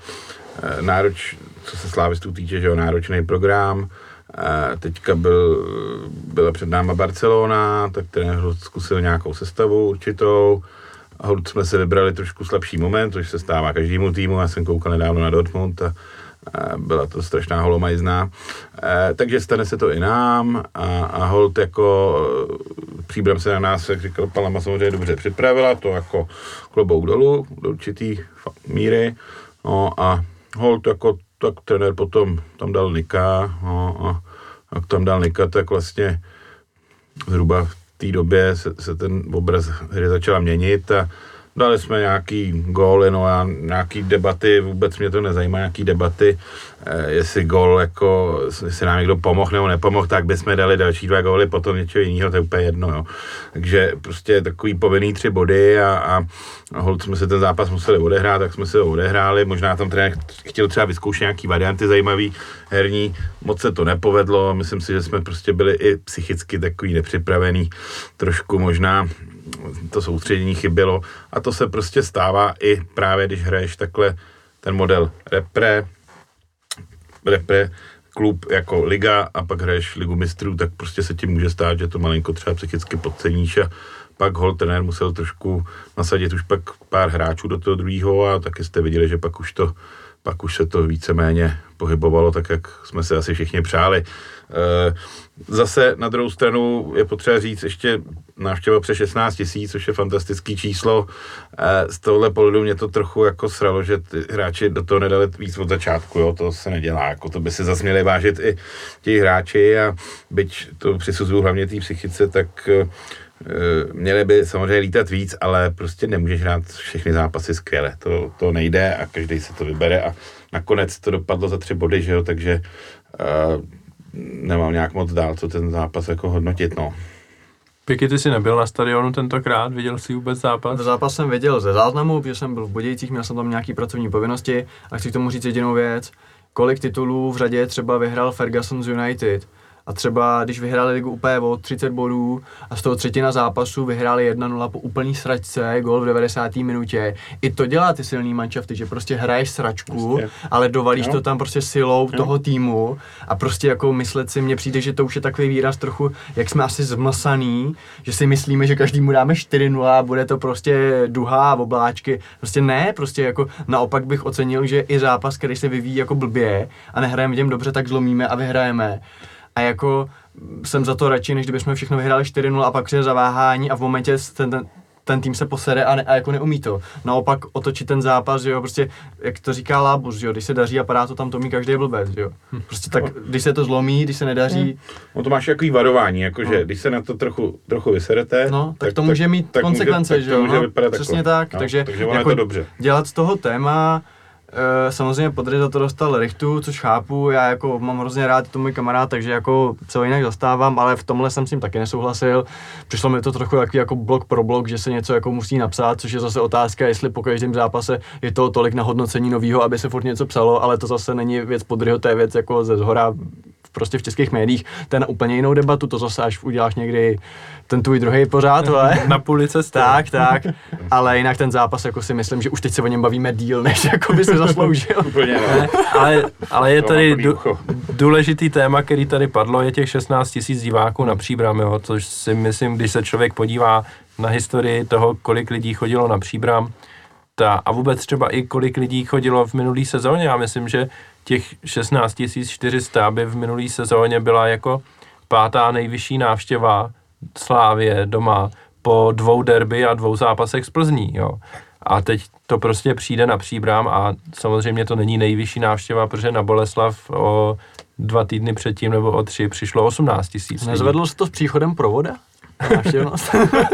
co se slávistů týče, že jo, náročný program, teďka byla před náma Barcelona, tak ten zkusil nějakou sestavu určitou, a jsme si vybrali trošku slabší moment, což se stává každému týmu, já jsem koukal nedávno na Dortmund a byla to strašná holomajzná, takže stane se to i nám a holt jako Příbram se na nás, jak říkal pan Lama, samozřejmě dobře připravila, to jako klobouk dolů do určitý míry, no a holt jako tak trenér potom tam dal Nika, no a jak tam dal Nika, tak vlastně zhruba v té době se ten obraz hry začala měnit a dali jsme nějaký góly, no a nějaký debaty, vůbec mě to nezajímá, nějaký debaty, jestli gól, jako, jestli nám někdo pomohl nebo nepomohl, tak bychom dali další 2 góly, potom něčeho jiného, to je úplně jedno, jo. Takže prostě takový povinný 3 body a holt jsme se ten zápas museli odehrát, tak jsme se ho odehráli, možná tam trenér chtěl třeba vyzkoušet nějaký varianty zajímavý, herní, moc se to nepovedlo, myslím si, že jsme prostě byli i psychicky takový nepřipravený, trošku možná to soustředění chybělo a to se prostě stává i právě, když hraješ takhle ten model repre, klub jako liga a pak hraješ ligu mistrů, tak prostě se ti může stát, že to malinko třeba psychicky podceníš a pak hol trenér musel trošku nasadit už pak pár hráčů do toho druhého a taky jste viděli, že pak už se to víceméně pohybovalo tak, jak jsme si asi všichni přáli. Zase na druhou stranu je potřeba říct ještě návštěva přes 16 000, což je fantastický číslo. Z tohohle pohledu mě to trochu jako sralo, že ty hráči do toho nedali víc od začátku, jo? To se nedělá, jako to by si zase měli vážit i ti hráči a byť to přisuzují hlavně té psychice, tak měli by samozřejmě lítat víc, ale prostě nemůžeš hrát všechny zápasy skvěle, to nejde a každý se to vybere a nakonec to dopadlo za 3 body, že jo, takže nemám nějak moc dál, co ten zápas jako hodnotit, no. Piky, ty jsi nebyl na stadionu tentokrát, viděl jsi vůbec zápas? Zápas jsem viděl ze záznamu, protože jsem byl v Budějcích, měl jsem tam nějaký pracovní povinnosti a chci k tomu říct jedinou věc, kolik titulů v řadě třeba vyhrál Ferguson z United. A třeba, když vyhráli ligu úplně o 30 bodů a z toho třetina zápasu vyhráli 1-0 po úplný sračce, gól v 90. minutě. I to dělá ty silný manšafty, že prostě hraješ sračku, prostě, ale dovalíš to tam prostě silou toho týmu a prostě jako myslet si, mně přijde, že to už je takový výraz trochu, jak jsme asi zmlsaný, že si myslíme, že každému dáme 4-0 a bude to prostě duha a obláčky. Prostě ne, prostě jako naopak bych ocenil, že i zápas, který se vyvíjí jako blbě a nehrajeme v něm dobře, tak zlomíme a vyhrajeme. A jako jsem za to radši, než kdybychom všechno vyhráli 4-0 a pak přijde zaváhání a v momentě ten tým se posere a jako neumí to. Naopak otočit ten zápas, že jo, prostě, jak to říká Lábus, že jo, když se daří a padá to tam, to umí každý blbec, že jo. Prostě tak, když se to zlomí, když se nedaří. No to máš takový varování, jakože když se na to trochu vyserete, no, tak to může mít konsekvence, že jo. Může vypadat přesně tak, no, takže ono jako je to dobře. dělat z toho téma. Samozřejmě Podry za to dostal Richtu, což chápu, já jako mám hrozně rád, je to můj kamarád, takže jako se ho jinak zastávám, ale v tomhle jsem s ním taky nesouhlasil. Přišlo mi to trochu jako blok pro blok, že se něco jako musí napsat, což je zase otázka, jestli po každém zápase je to tolik na hodnocení novýho, aby se furt něco psalo, ale to zase není věc Podryho, to je věc jako ze zhora prostě v českých médiích, to je na úplně jinou debatu, to zase až uděláš někdy ten tvůj druhý pořád, ale... Na půli cesty. Tak, ale jinak ten zápas, jako si myslím, že už teď se o něm bavíme díl, než jako by se zasloužil. Úplně, ale je tady důležitý téma, který tady padlo, je těch 16 000 diváků na Příbram, jo, což si myslím, když se člověk podívá na historii toho, kolik lidí chodilo na Příbram, a vůbec třeba i kolik lidí chodilo v minulý sezóně. Já myslím, že těch 16 400 by v minulý sezóně byla jako 5. nejvyšší návštěva Slávie doma po 2 derby a 2 zápasech z Plzní. Jo. A teď to prostě přijde na Příbram a samozřejmě to není nejvyšší návštěva, protože na Boleslav o 2 týdny předtím nebo o 3 přišlo 18 000. Nezvedlo se to s příchodem provoda? Návštěvnost?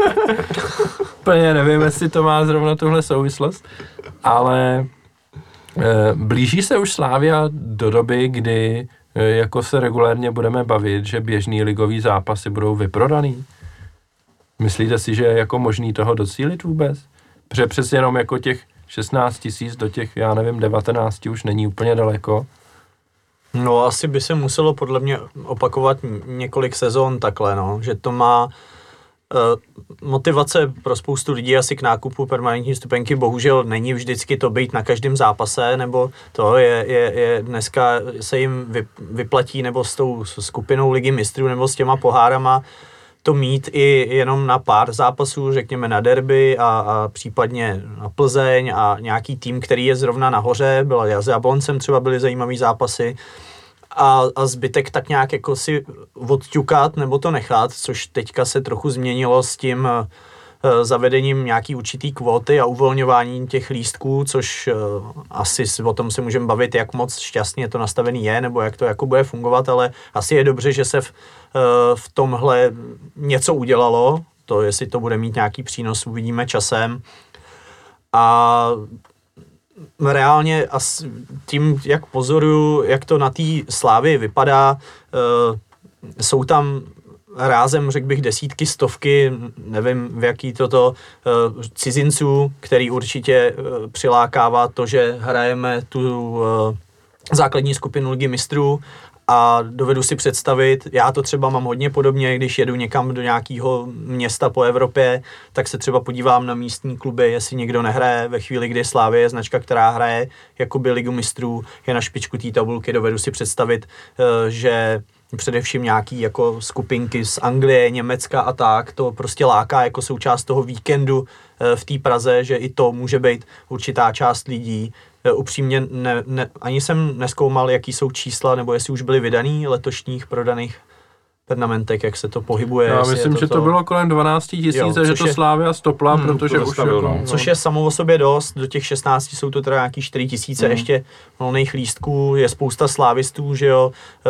Úplně nevím, jestli to má zrovna tuhle souvislost, ale blíží se už Slavia do doby, kdy jako se regulérně budeme bavit, že běžný ligový zápasy budou vyprodaný. Myslíte si, že je jako možný toho docílit vůbec? Protože přes jenom jako těch 16 000 do těch, já nevím, 19 už není úplně daleko. No asi by se muselo podle mě opakovat několik sezon takhle, no, že to má motivace pro spoustu lidí asi k nákupu permanentní vstupenky bohužel není vždycky to být na každém zápase, nebo to je dneska se jim vyplatí nebo s tou skupinou Ligy mistrů nebo s těma pohárama to mít i jenom na pár zápasů, řekněme na derby a případně na Plzeň a nějaký tým, který je zrovna nahoře, byla s Jabloncem třeba byly zajímavý zápasy a zbytek tak nějak jako si odťukat nebo to nechat, což teďka se trochu změnilo s tím zavedením nějaký určitý kvóty a uvolňování těch lístků, což asi o tom se můžeme bavit, jak moc šťastně to nastavený je, nebo jak to jako bude fungovat, ale asi je dobře, že se v tomhle něco udělalo, to jestli to bude mít nějaký přínos, uvidíme časem. A reálně tím, jak pozoruju, jak to na té Slávii vypadá, jsou tam rázem, řekl bych, desítky, stovky, nevím v jaký cizinců, který určitě přilákává to, že hrajeme tu základní skupinu Ligy mistrů a dovedu si představit, já to třeba mám hodně podobně, když jedu někam do nějakého města po Evropě, tak se třeba podívám na místní kluby, jestli někdo nehraje ve chvíli, kdy Slavie je značka, která hraje jakoby Ligu mistrů, je na špičku té tabulky, dovedu si představit, že především nějaký jako skupinky z Anglie, Německa a tak, to prostě láká jako součást toho víkendu v té Praze, že i to může být určitá část lidí. Upřímně ani jsem nezkoumal, jaký jsou čísla, nebo jestli už byly vydaný letošních prodaných pernamentech, jak se to pohybuje. Já myslím, že to bylo kolem 12 000 a že to Slavia stopla, protože už jako... Což je samo o sobě dost, do těch 16 jsou to teda nějaký 4 000 ještě volných lístků, je spousta slávistů, že jo,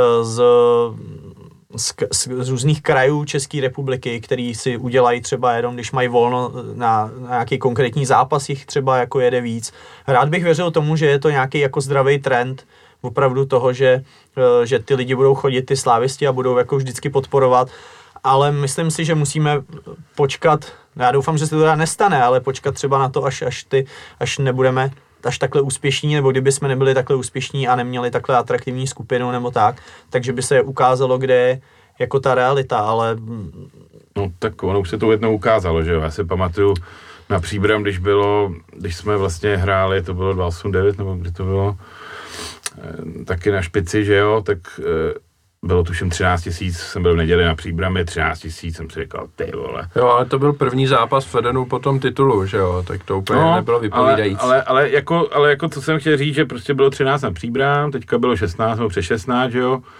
z různých krajů České republiky, který si udělají třeba jenom, když mají volno na nějaký konkrétní zápas, jich třeba jako jede víc. Rád bych věřil tomu, že je to nějaký jako zdravý trend, opravdu toho, že ty lidi budou chodit, ty slávisti a budou jako vždycky podporovat, ale myslím si, že musíme počkat, já doufám, že se to teda nestane, ale počkat třeba na to, až nebudeme až takhle úspěšní, nebo kdyby jsme nebyli takhle úspěšní a neměli takhle atraktivní skupinu nebo tak, takže by se ukázalo, kde je jako ta realita, ale... No tak ono už se to jednou ukázalo, že jo, já si pamatuju na Příbram, když jsme vlastně hráli, to bylo 289, nebo kdy to bylo, taky na špici, že jo, tak bylo tuším 13 000, jsem byl v neděli na Příbrami, 13 000, jsem si říkal, ty vole. Jo, ale to byl první zápas v Edenu po tom titulu, že jo, tak to úplně nebylo vypovídající. Ale jako co jsem chtěl říct, že prostě bylo 13 na Příbram, teďka bylo 16 nebo přes 16, že jo,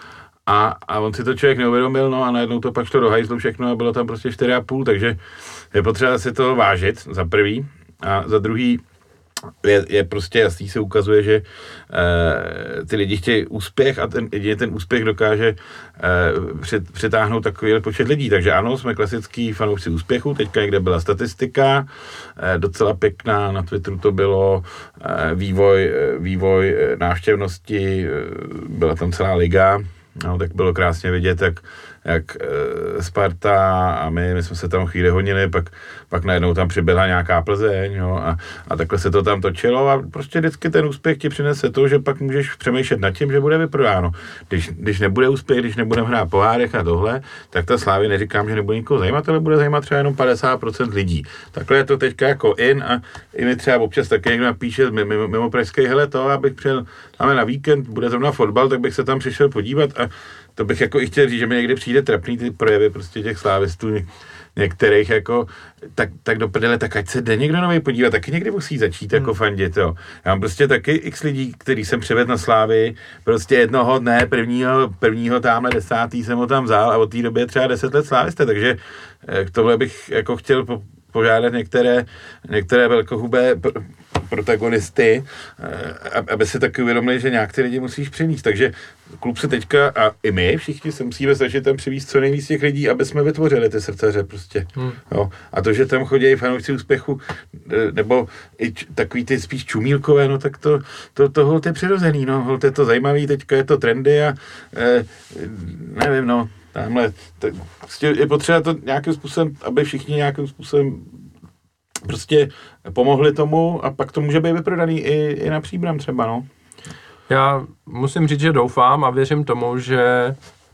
A on si to člověk neuvědomil, no a najednou to pak šlo do hajzlu všechno a bylo tam prostě 4,5, takže je potřeba si to vážit za prvý a za druhý je prostě jasný, se ukazuje, že ty lidi chtějí úspěch a ten úspěch dokáže přitáhnout takový počet lidí. Takže ano, jsme klasický fanoušci úspěchu. Teďka někde byla statistika, docela pěkná, na Twitteru to bylo vývoj návštěvnosti, byla tam celá liga, no, tak bylo krásně vidět, jak Sparta a my jsme se tam chvíli honili, pak najednou tam přibyla nějaká Plzeň, jo, a takhle se to tam točilo a prostě vždycky ten úspěch ti přinese to, že pak můžeš přemýšlet nad tím, že bude vyprodáno. Když nebude úspěch, když nebudeme hrát pohárech a tohle, tak ta Slávy, neříkám, že nebude nikoho zajímat, ale bude zajímat třeba jenom 50% lidí. Takhle je to teďka jako a i mi třeba občas taky někdo napíše mimo pražský, hele to, abych přijel máme na víkend, bude zrovna fotbal, tak bych se tam přišel podívat a to bych jako i chtěl říct, že mi někdy přijde trapný ty projevy prostě těch slávistů některých jako, tak do prdele, tak ať se jde někdo nový podívat, taky někdy musí začít jako fandit, jo. Já mám prostě taky x lidí, který jsem přivedl na Slávy, prostě jednoho dne, prvního tamhle 10. jsem ho tam vzal a od té doby je třeba 10 let sláviste, takže k tohle bych jako chtěl požádat některé velkohubé protagonisty, aby si taky uvědomili, že nějak ty lidi musíš přinést. Takže klub se teďka a i my všichni se musíme snažit tam přivízt co nejvíc těch lidí, aby jsme vytvořili ty srdcaře prostě. Jo. A to, že tam chodí fanoušci úspěchu, nebo i takový ty spíš čumílkové, no tak to holt je přirozený, no, holt je to zajímavý, teďka je to trendy a nevím, no, tamhle, prostě je potřeba to nějakým způsobem, aby všichni nějakým způsobem prostě pomohli tomu a pak to může být vyprodaný i na Příbram třeba, no. Já musím říct, že doufám a věřím tomu, že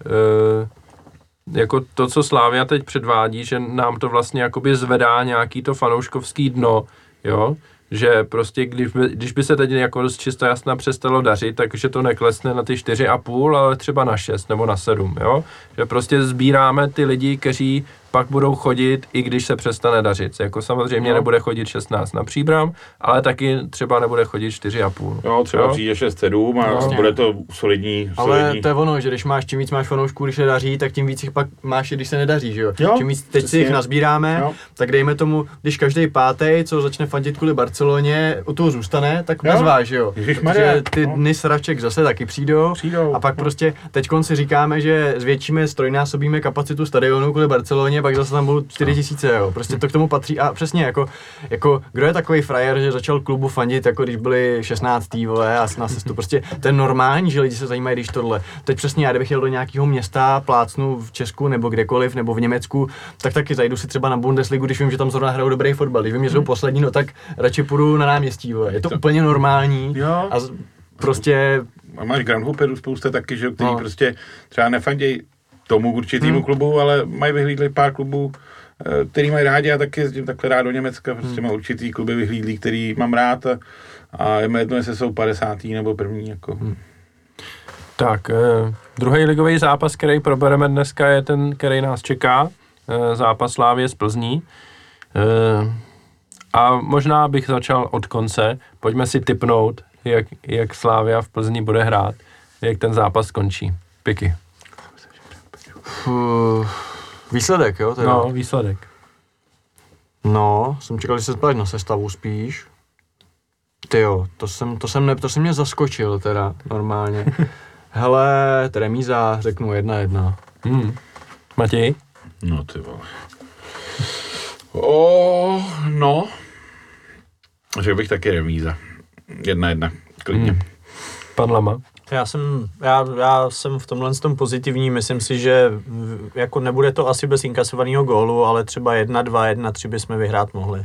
jako to, co Slavia teď předvádí, že nám to vlastně jakoby zvedá nějaký to fanouškovský dno, jo, že prostě když by se teď jako z čista jasna přestalo dařit, takže to neklesne na ty 4,5, ale třeba na 6 nebo na 7, jo, že prostě sbíráme ty lidi, kteří pak budou chodit, i když se přestane dařit. Jako samozřejmě nebude chodit 16 na Příbram, ale taky třeba nebude chodit 4,5. Jo, třeba přijde 6-7 a bude to solidní. Ale to je ono, že když máš, čím víc máš fanoušků, když se daří, tak tím víc jich pak máš, když se nedaří, že jo? Čím víc teď si jich nazbíráme, tak dejme tomu, když každý pátý, co začne fandit kvůli Barceloně, u toho zůstane, tak nezváš, že jo? Takže ty dny sraček zase taky přijdou. A pak prostě teďkon si říkáme, že zvětšíme, strojnásobíme kapacitu stadionu kvůli Barceloně, pak zase tam budou 4 000, jo. Prostě to k tomu patří a přesně jako kdo je takový frajer, že začal klubu fandit, jako když byli 16. vole a na cestu. Prostě ten normální, že lidi se zajímají, když tohle. Teď přesně já, kdybych jel do nějakého města, plácnu v Česku nebo kdekoliv, nebo v Německu, tak taky zajdu si třeba na Bundesligu, když vím, že tam zrovna hrajou dobrý fotbal. Když vím, že jsou poslední, no tak radši půjdu na náměstí, vole. Je to úplně normální. Jo. A prostě a máš groundhopperů spousta taky, že kteří prostě třeba nefandějí tomu určitýmu klubu, ale mají vyhlídli pár klubů, který mají rádi, a taky jezdím takhle rád do Německa, prostě mám určitý kluby vyhlídlý, který mám rád a je mi jedno, jestli jsou 50. nebo první. Jako. Tak, druhý ligový zápas, který probereme dneska, je ten, který nás čeká, zápas Slávie z Plzní. A možná bych začal od konce, pojďme si tipnout, jak Slavia v Plzni bude hrát, jak ten zápas skončí. Piky. Výsledek, jo? Teda. No, výsledek. No, jsem čekal, že se zbavíš na sestavu spíš. Tyjo, to jsem mě zaskočil teda, normálně. Hele, remíza, řeknu 1-1. Matěj? No ty vole. No. Řekl bych taky remíza. 1-1, klidně. Pan Lama? Já jsem v tomhle tom pozitivní, myslím si, že jako nebude to asi bez inkasovaného gólu, ale třeba 1-2, 1-3 bychom vyhrát mohli.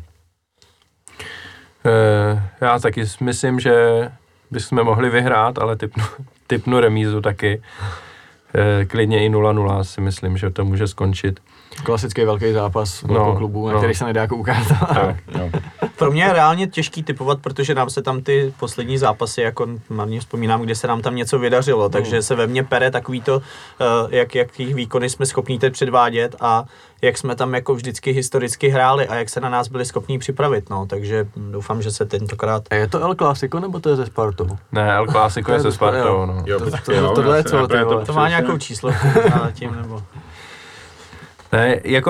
Já taky myslím, že bychom mohli vyhrát, ale tipnu remízu taky. Klidně i 0-0 si myslím, že to může skončit. Klasický velký zápas klubu, na který se nedá koukat. Pro mě je reálně těžký typovat, protože nám se tam ty poslední zápasy, jako marně vzpomínám, kde se nám tam něco vydařilo, takže se ve mně pere takový to, jakých výkony jsme schopní teď předvádět a jak jsme tam jako vždycky historicky hráli a jak se na nás byli schopní připravit, no, takže doufám, že se tentokrát... A je to El Clásico, nebo to je ze Spartou? Ne, El Clásico je se Spartou, no. Jo, Tohle je co, ty vole? To má nějakou číslovku zatím, nebo... Ne, jako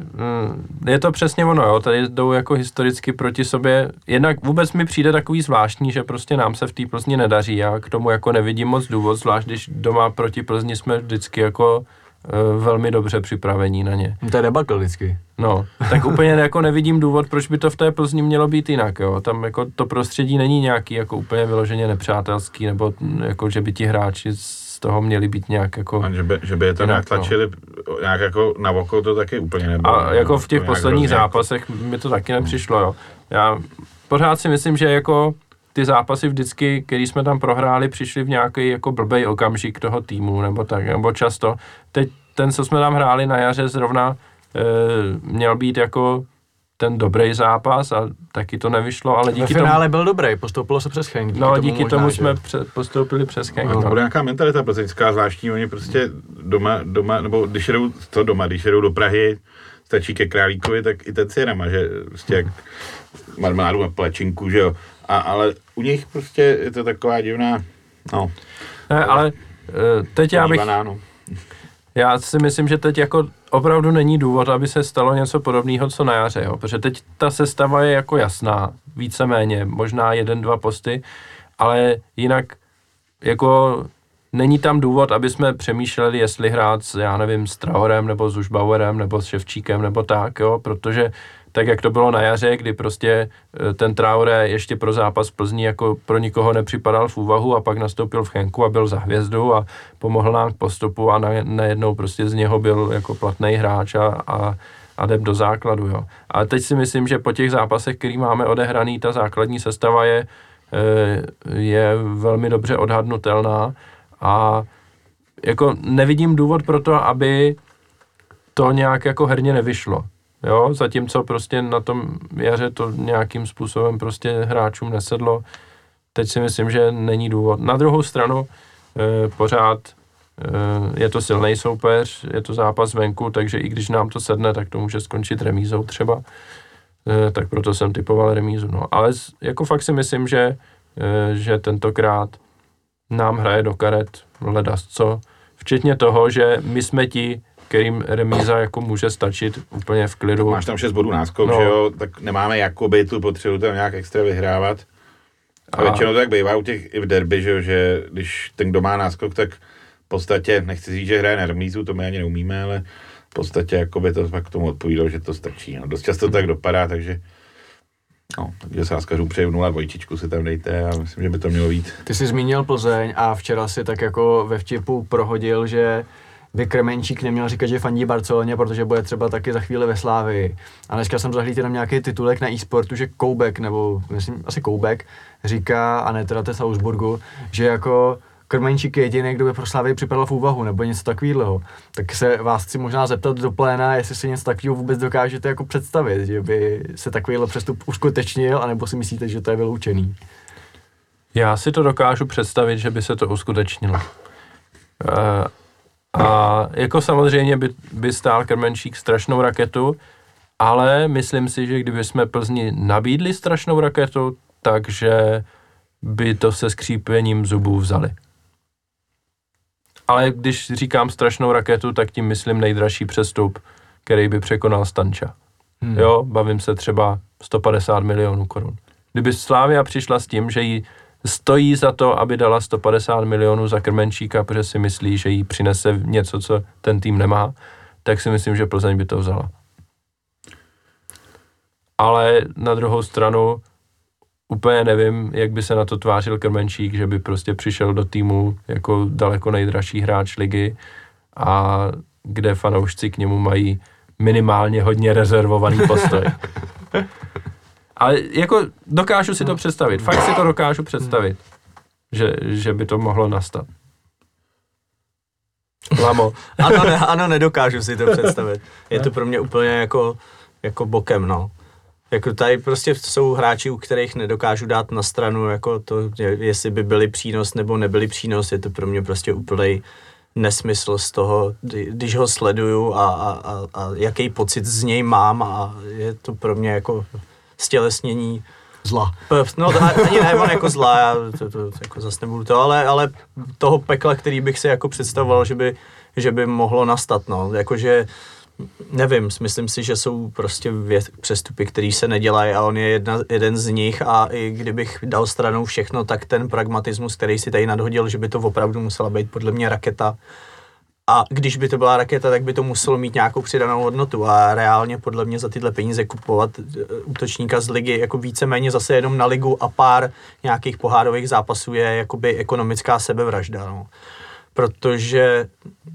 je to přesně ono, jo, tady jdou jako historicky proti sobě, jednak vůbec mi přijde takový zvláštní, že prostě nám se v té Plzni nedaří, já k tomu jako nevidím moc důvod, zvlášť když doma proti Plzni jsme vždycky jako velmi dobře připravení na ně. To je debakl vždycky. No, tak úplně jako nevidím důvod, proč by to v té Plzni mělo být jinak, jo, tam jako to prostředí není nějaký jako úplně vyloženě nepřátelský, nebo jako že by ti hráči z toho měli být nějak jako... A že by je to nějak tlačili, nějak jako na oko, to taky úplně nebylo. A jako v těch posledních zápasech mi to taky nepřišlo, jo. Já pořád si myslím, že jako ty zápasy vždycky, který jsme tam prohráli, přišli v nějaký jako blbej okamžik toho týmu, nebo tak, nebo často. Teď ten, co jsme tam hráli na jaře, zrovna měl být jako ten dobrý zápas a taky to nevyšlo, ale díky tomu... Ve finále byl dobrý, postoupilo se přes Cheng. Díky tomu jsme postoupili přes Cheng. To bude nějaká mentalita plzeňská zvláštní, oni prostě doma, nebo když jedou do Prahy, stačí ke Králíkovi, tak i ten si je namaže, prostě jak marmeládu a plečinku, že jo. Ale u nich prostě je to taková divná, no. Ne, ale teď já si myslím, že teď jako opravdu není důvod, aby se stalo něco podobného, co na jaře, jo? Protože teď ta sestava je jako jasná, víceméně, možná 1-2 posty, ale jinak jako není tam důvod, aby jsme přemýšleli, jestli hrát s, já nevím, s Traorem, nebo s Užbauerem, nebo s Ševčíkem, nebo tak, jo, protože tak, jak to bylo na jaře, kdy prostě ten Traore ještě pro zápas Plzni jako pro nikoho nepřipadal v úvahu a pak nastoupil v Chenku a byl za hvězdu a pomohl nám k postupu a najednou prostě z něho byl jako platný hráč a jdem do základu, jo. A teď si myslím, že po těch zápasech, který máme odehraný, ta základní sestava je velmi dobře odhadnutelná a jako nevidím důvod pro to, aby to nějak jako herně nevyšlo. Jo, zatímco prostě na tom jaře to nějakým způsobem prostě hráčům nesedlo. Teď si myslím, že není důvod. Na druhou stranu pořád je to silný soupeř, je to zápas venku, takže i když nám to sedne, tak to může skončit remízou třeba. Tak proto jsem typoval remízu. No. Ale jako fakt si myslím, že tentokrát nám hraje do karet ledasco. Včetně toho, že my jsme ti, kterým remíza jako může stačit úplně v klidu. Máš tam 6 bodů náskok, že jo, tak nemáme jakoby tu potřebu tam nějak extra vyhrávat. A většinou to tak bývá u těch i v derby, že když ten, kdo má náskok, tak v podstatě, nechci říct, že hraje na remízu, to my ani neumíme, ale v podstatě jakoby to pak k tomu odpovídalo, že to stačí. No, dost často tak dopadá, takže sázkařům přeju 0-2 si tam dejte a myslím, že by to mělo být. Ty jsi zmínil Plzeň a včera si tak jako ve vtipu prohodil, že by Krmenčík neměl říkat, že fandí Barceloně, protože bude třeba taky za chvíli ve Slávii. A dneska jsem zahlídl jenom nějaký titulek na e-sportu, že Koubek, nebo myslím asi Koubek, říká, a ne teda té Salzburgu, že jako Krmenčík je jediný, kdo by pro Slávii připadal v úvahu, nebo něco takového. Tak se vás chci možná zeptat do pléna, jestli si něco takového vůbec dokážete jako představit, že by se takovýhle přestup uskutečnil, anebo si myslíte, že to je vyloučený? Já si to dokážu představit, že by se to uskutečnilo. A jako samozřejmě by stál Krmenčík strašnou raketu, ale myslím si, že kdyby jsme Plzni nabídli strašnou raketu, takže by to se skřípěním zubů vzali. Ale když říkám strašnou raketu, tak tím myslím nejdražší přestup, který by překonal Stanča. Jo, bavím se třeba 150 milionů korun. Kdyby Slavia přišla s tím, že jí stojí za to, aby dala 150 milionů za Krmenčíka, protože si myslí, že jí přinese něco, co ten tým nemá, tak si myslím, že Plzeň by to vzala. Ale na druhou stranu úplně nevím, jak by se na to tvářil Krmenčík, že by prostě přišel do týmu jako daleko nejdražší hráč ligy a kde fanoušci k němu mají minimálně hodně rezervovaný postoj. Ale jako dokážu si to představit, fakt si to dokážu představit, že by to mohlo nastat. Lamo. Ano, nedokážu si to představit. Je to pro mě úplně jako bokem, no. Jako tady prostě jsou hráči, u kterých nedokážu dát na stranu, jako to, jestli by byli přínos nebo nebyli přínos, je to pro mě prostě úplnej nesmysl z toho, když ho sleduju a jaký pocit z něj mám a je to pro mě jako stělesnění Zla. No to ani ne, on jako zlá, já to jako zase nebudu to, ale toho pekla, který bych si jako představoval, že by mohlo nastat, no, jakože nevím, myslím si, že jsou prostě přestupy, které se nedělají a on je jeden z nich a i kdybych dal stranou všechno, tak ten pragmatismus, který si tady nadhodil, že by to opravdu musela být podle mě raketa. A když by to byla raketa, tak by to muselo mít nějakou přidanou hodnotu a reálně podle mě za tyhle peníze kupovat útočníka z ligy jako víceméně zase jenom na ligu a pár nějakých pohárových zápasů je jakoby ekonomická sebevražda, no. Protože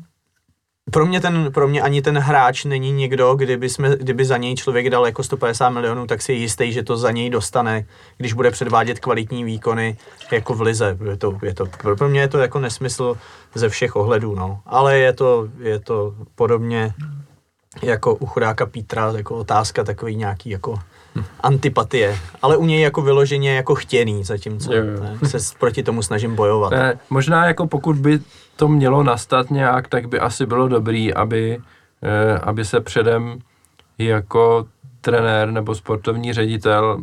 pro mě ani ten hráč není někdo, kdyby za něj člověk dal jako 150 milionů, tak si je jistý, že to za něj dostane, když bude předvádět kvalitní výkony jako v lize. Pro mě je to jako nesmysl ze všech ohledů, no. Ale je to podobně jako u chudáka Pítra, jako otázka takový nějaký jako antipatie. Ale u něj jako vyloženě jako chtěný, zatímco se proti tomu snažím bojovat. Ne, možná jako pokud by to mělo nastat nějak, tak by asi bylo dobrý, aby se předem jako trenér nebo sportovní ředitel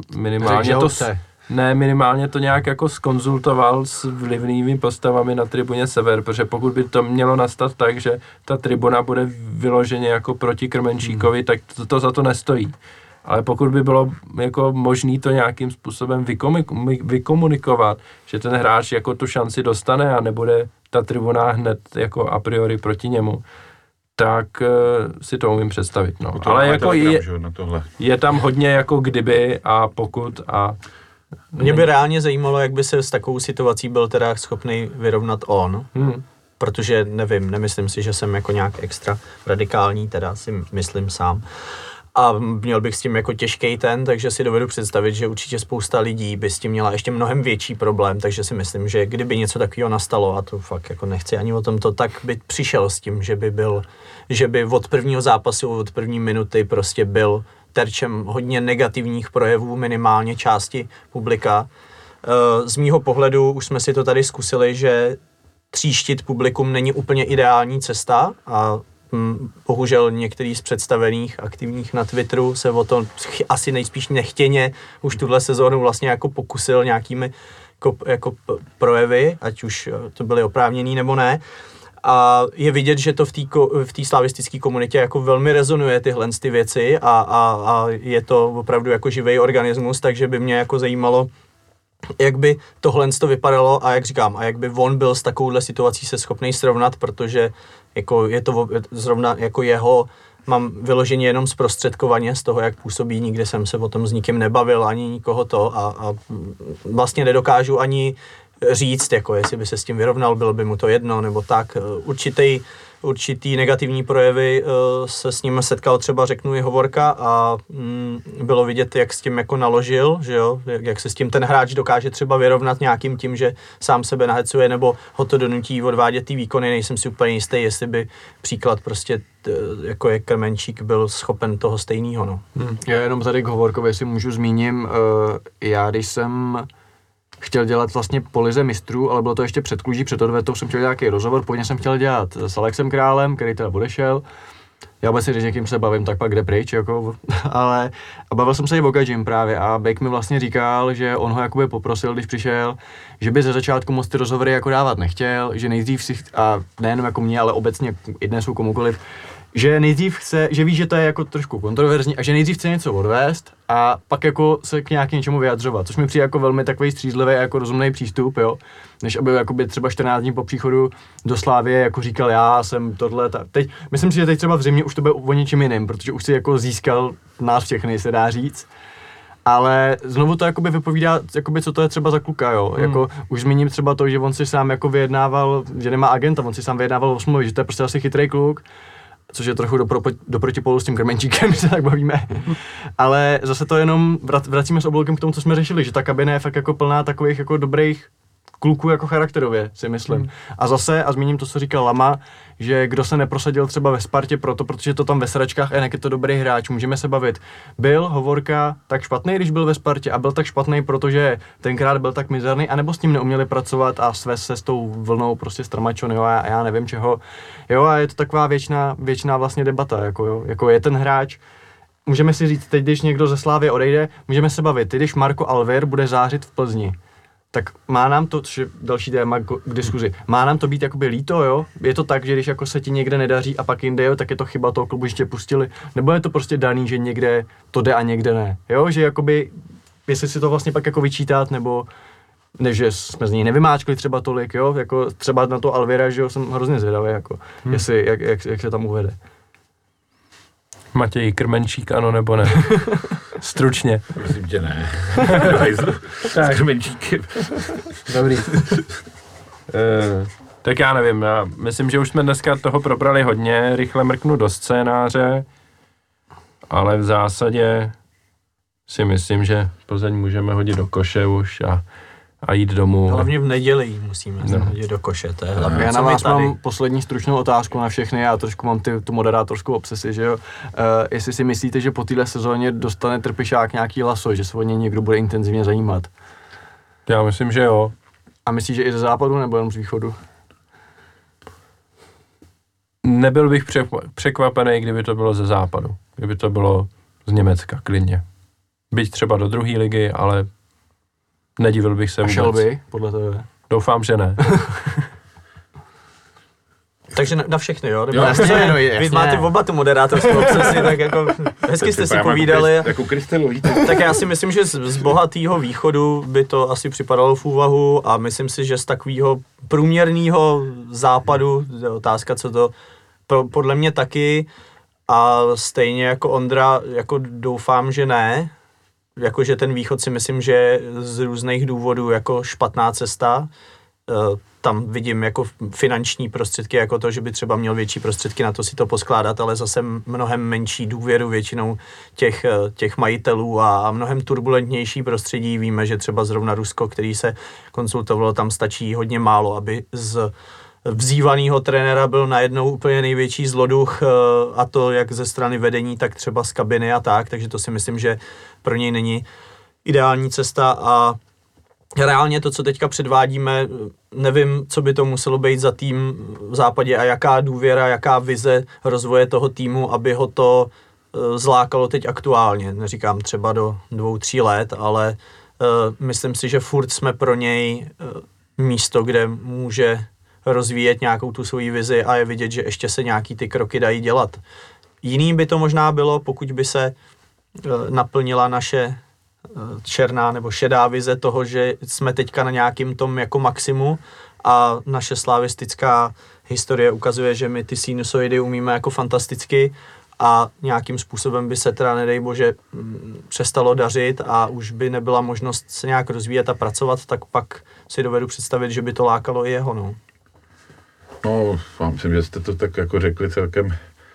minimálně to nějak jako zkonzultoval s vlivnými postavami na tribuně Sever, protože pokud by to mělo nastat tak, že ta tribuna bude vyloženě jako proti Krmenčíkovi, tak to za to nestojí. Ale pokud by bylo jako možné to nějakým způsobem vykomunikovat, že ten hráč jako tu šanci dostane a nebude ta tribuna hned jako a priori proti němu, tak si to umím představit. No. Ale jako je tam hodně jako kdyby a pokud a... Mě by reálně zajímalo, jak by se s takovou situací byl teda schopný vyrovnat on, protože nemyslím si, že jsem jako nějak extra radikální, teda si myslím sám. A měl bych s tím jako těžký takže si dovedu představit, že určitě spousta lidí by s tím měla ještě mnohem větší problém, takže si myslím, že kdyby něco takového nastalo, a to fakt jako nechci ani o tomto, tak by přišel s tím, že by od prvního zápasu, od první minuty prostě byl terčem hodně negativních projevů, minimálně části publika. Z mýho pohledu už jsme si to tady zkusili, že tříštit publikum není úplně ideální cesta a bohužel některý z představených aktivních na Twitteru se o to asi nejspíš nechtěně už tuhle sezónu vlastně jako pokusil nějakými jako projevy, ať už to byly oprávněný nebo ne. A je vidět, že to v té slavistické komunitě jako velmi rezonuje tyhle ty věci a je to opravdu jako živý organismus, takže by mě jako zajímalo, jak by tohle to vypadalo a jak říkám, a jak by on byl s takovouhle situací se schopný srovnat, protože jako je to zrovna jako jeho, mám vyloženě jenom zprostředkovaně z toho, jak působí, nikdy jsem se o tom s nikým nebavil, ani nikoho to a vlastně nedokážu ani říct, jako jestli by se s tím vyrovnal, bylo by mu to jedno, nebo tak. Určitý negativní projevy se s ním setkal třeba, řeknu, i Hovorka a bylo vidět, jak s tím jako naložil, že jo, jak se s tím ten hráč dokáže třeba vyrovnat nějakým tím, že sám sebe nahecuje nebo ho to donutí odvádět ty výkony, nejsem si úplně jistý, jestli by příklad prostě jako je Krmenčík byl schopen toho stejného, no. Já jenom tady k Hovorkovi si můžu zmíním, já když jsem chtěl dělat vlastně po lize mistrů, ale bylo to ještě před Kluží, před odvetou jsem chtěl dělat nějaký rozhovor, původně jsem chtěl dělat s Alexem Králem, který teda odešel. Já vůbec si, když někým se bavím, tak pak jde pryč, jako, ale a bavil jsem se i o Gadžim právě a Bek mi vlastně říkal, že on ho jakoby poprosil, když přišel, že by ze začátku moc ty rozhovory jako dávat nechtěl, že nejdřív si, a nejenom jako mě, ale obecně i dnes u komukoliv, že nejdřív chce, že ví, že to je jako trošku kontroverzní a že nejdřív chce něco odvést a pak jako se k něčemu vyjadřovat, což mi přijde jako velmi takový střízlivý a jako rozumný přístup, jo, než aby jakoby třeba 14 dní po příchodu do Slávie jako říkal, já jsem tohle, teď, myslím si, že teď třeba v zimě už to bude o něčem jiným, protože už si jako získal nás všechny, se dá říct. Ale znovu to jakoby vypovídá, jakoby, co to je třeba za kluka, jo. Jako, už zmíním třeba to, že on si sám jako vyjednával, že nemá agenta, on si sám vyjednával o smlouvě, že to je prostě asi chytrý kluk, což je trochu do protipolu s tím Krmenčíkem, když se tak bavíme. Ale zase to jenom vracíme s obloukem k tomu, co jsme řešili, že ta kabina je fakt jako plná takových jako dobrých kluků jako charakterově, si myslím. A zase, a zmíním to, co říkal Lama, že kdo se neprosadil třeba ve Spartě protože to tam ve sračkách, jak je to dobrý hráč, můžeme se bavit. Byl Hovorka tak špatný, když byl ve Spartě a byl tak špatný, protože tenkrát byl tak mizerný, anebo s ním neuměli pracovat a svést se s tou vlnou prostě stramačon, jo, a já nevím čeho. Jo, a je to taková věčná vlastně debata, jako je ten hráč. Můžeme si říct, teď když někdo ze Slávy odejde, můžeme se bavit, když Marco Alvér bude zářit v Plzni, tak má nám to, což je další téma k diskuzi, má nám to být jakoby líto, jo? Je to tak, že když jako se ti někde nedaří a pak jinde, jo, tak je to chyba toho klubu, že tě pustili, nebo je to prostě daný, že někde to jde a někde ne, jo? Že jakoby, jestli si to vlastně pak jako vyčítat, nebo ne, že jsme z něj nevymáčkli třeba tolik, jo? Jako třeba na to Alvéra, že jo, jsem hrozně zvědavý, jako, jestli, jak se tam uvede. Matěj Krmenčík, ano nebo ne? Stručně. Prosím tě, ne. S Krmenčíkem. Dobrý. Tak já nevím, já myslím, že už jsme dneska toho probrali hodně, rychle mrknu do scénáře, ale v zásadě si myslím, že Plzeň můžeme hodit do koše už a jít domů. Hlavně v neděli musíme hodit do koše, to je hlavně. Já na vás mám poslední stručnou otázku na všechny, já trošku mám tu moderátorskou obsesi, že jo. Jestli si myslíte, že po téhle sezóně dostane Trpišák nějaký laso, že se o něj někdo bude intenzivně zajímat? Já myslím, že jo. A myslíš, že i ze západu nebo jenom z východu? Nebyl bych překvapený, kdyby to bylo ze západu. Kdyby to bylo z Německa, klidně. Byť třeba do druhé ligy, ale nedivil bych se vůbec. A šel by, podle tebe? Doufám, že ne. Takže na všechny, jo? Jasně. Vy máte oba tu moderátorskou obsesi, tak jako hezky jste si povídali. Jako krystalový. Tak já si myslím, že z bohatého východu by to asi připadalo v úvahu a myslím si, že z takového průměrného západu, je otázka, co to, podle mě taky a stejně jako Ondra, jako doufám, že ne. Jakože ten východ si myslím, že z různých důvodů jako špatná cesta. Tam vidím jako finanční prostředky, jako to, že by třeba měl větší prostředky na to si to poskládat, ale zase mnohem menší důvěru většinou těch majitelů a mnohem turbulentnější prostředí. Víme, že třeba zrovna Rusko, který se konzultovalo, tam stačí hodně málo, aby z vzývaného trenéra byl najednou úplně největší zloduch a to jak ze strany vedení, tak třeba z kabiny a tak, takže to si myslím, že pro něj není ideální cesta a reálně to, co teďka předvádíme, nevím, co by to muselo být za tým v západě a jaká důvěra, jaká vize rozvoje toho týmu, aby ho to zlákalo teď aktuálně. Neříkám třeba do 2-3 let, ale myslím si, že furt jsme pro něj místo, kde může rozvíjet nějakou tu svoji vizi a je vidět, že ještě se nějaký ty kroky dají dělat. Jiným by to možná bylo, pokud by se naplnila naše černá nebo šedá vize toho, že jsme teďka na nějakým tom jako maximu a naše slavistická historie ukazuje, že my ty sinusoidy umíme jako fantasticky a nějakým způsobem by se teda, nedej bože, přestalo dařit a už by nebyla možnost se nějak rozvíjet a pracovat, tak pak si dovedu představit, že by to lákalo i jeho, no. No, myslím, že jste to tak jako řekli celkem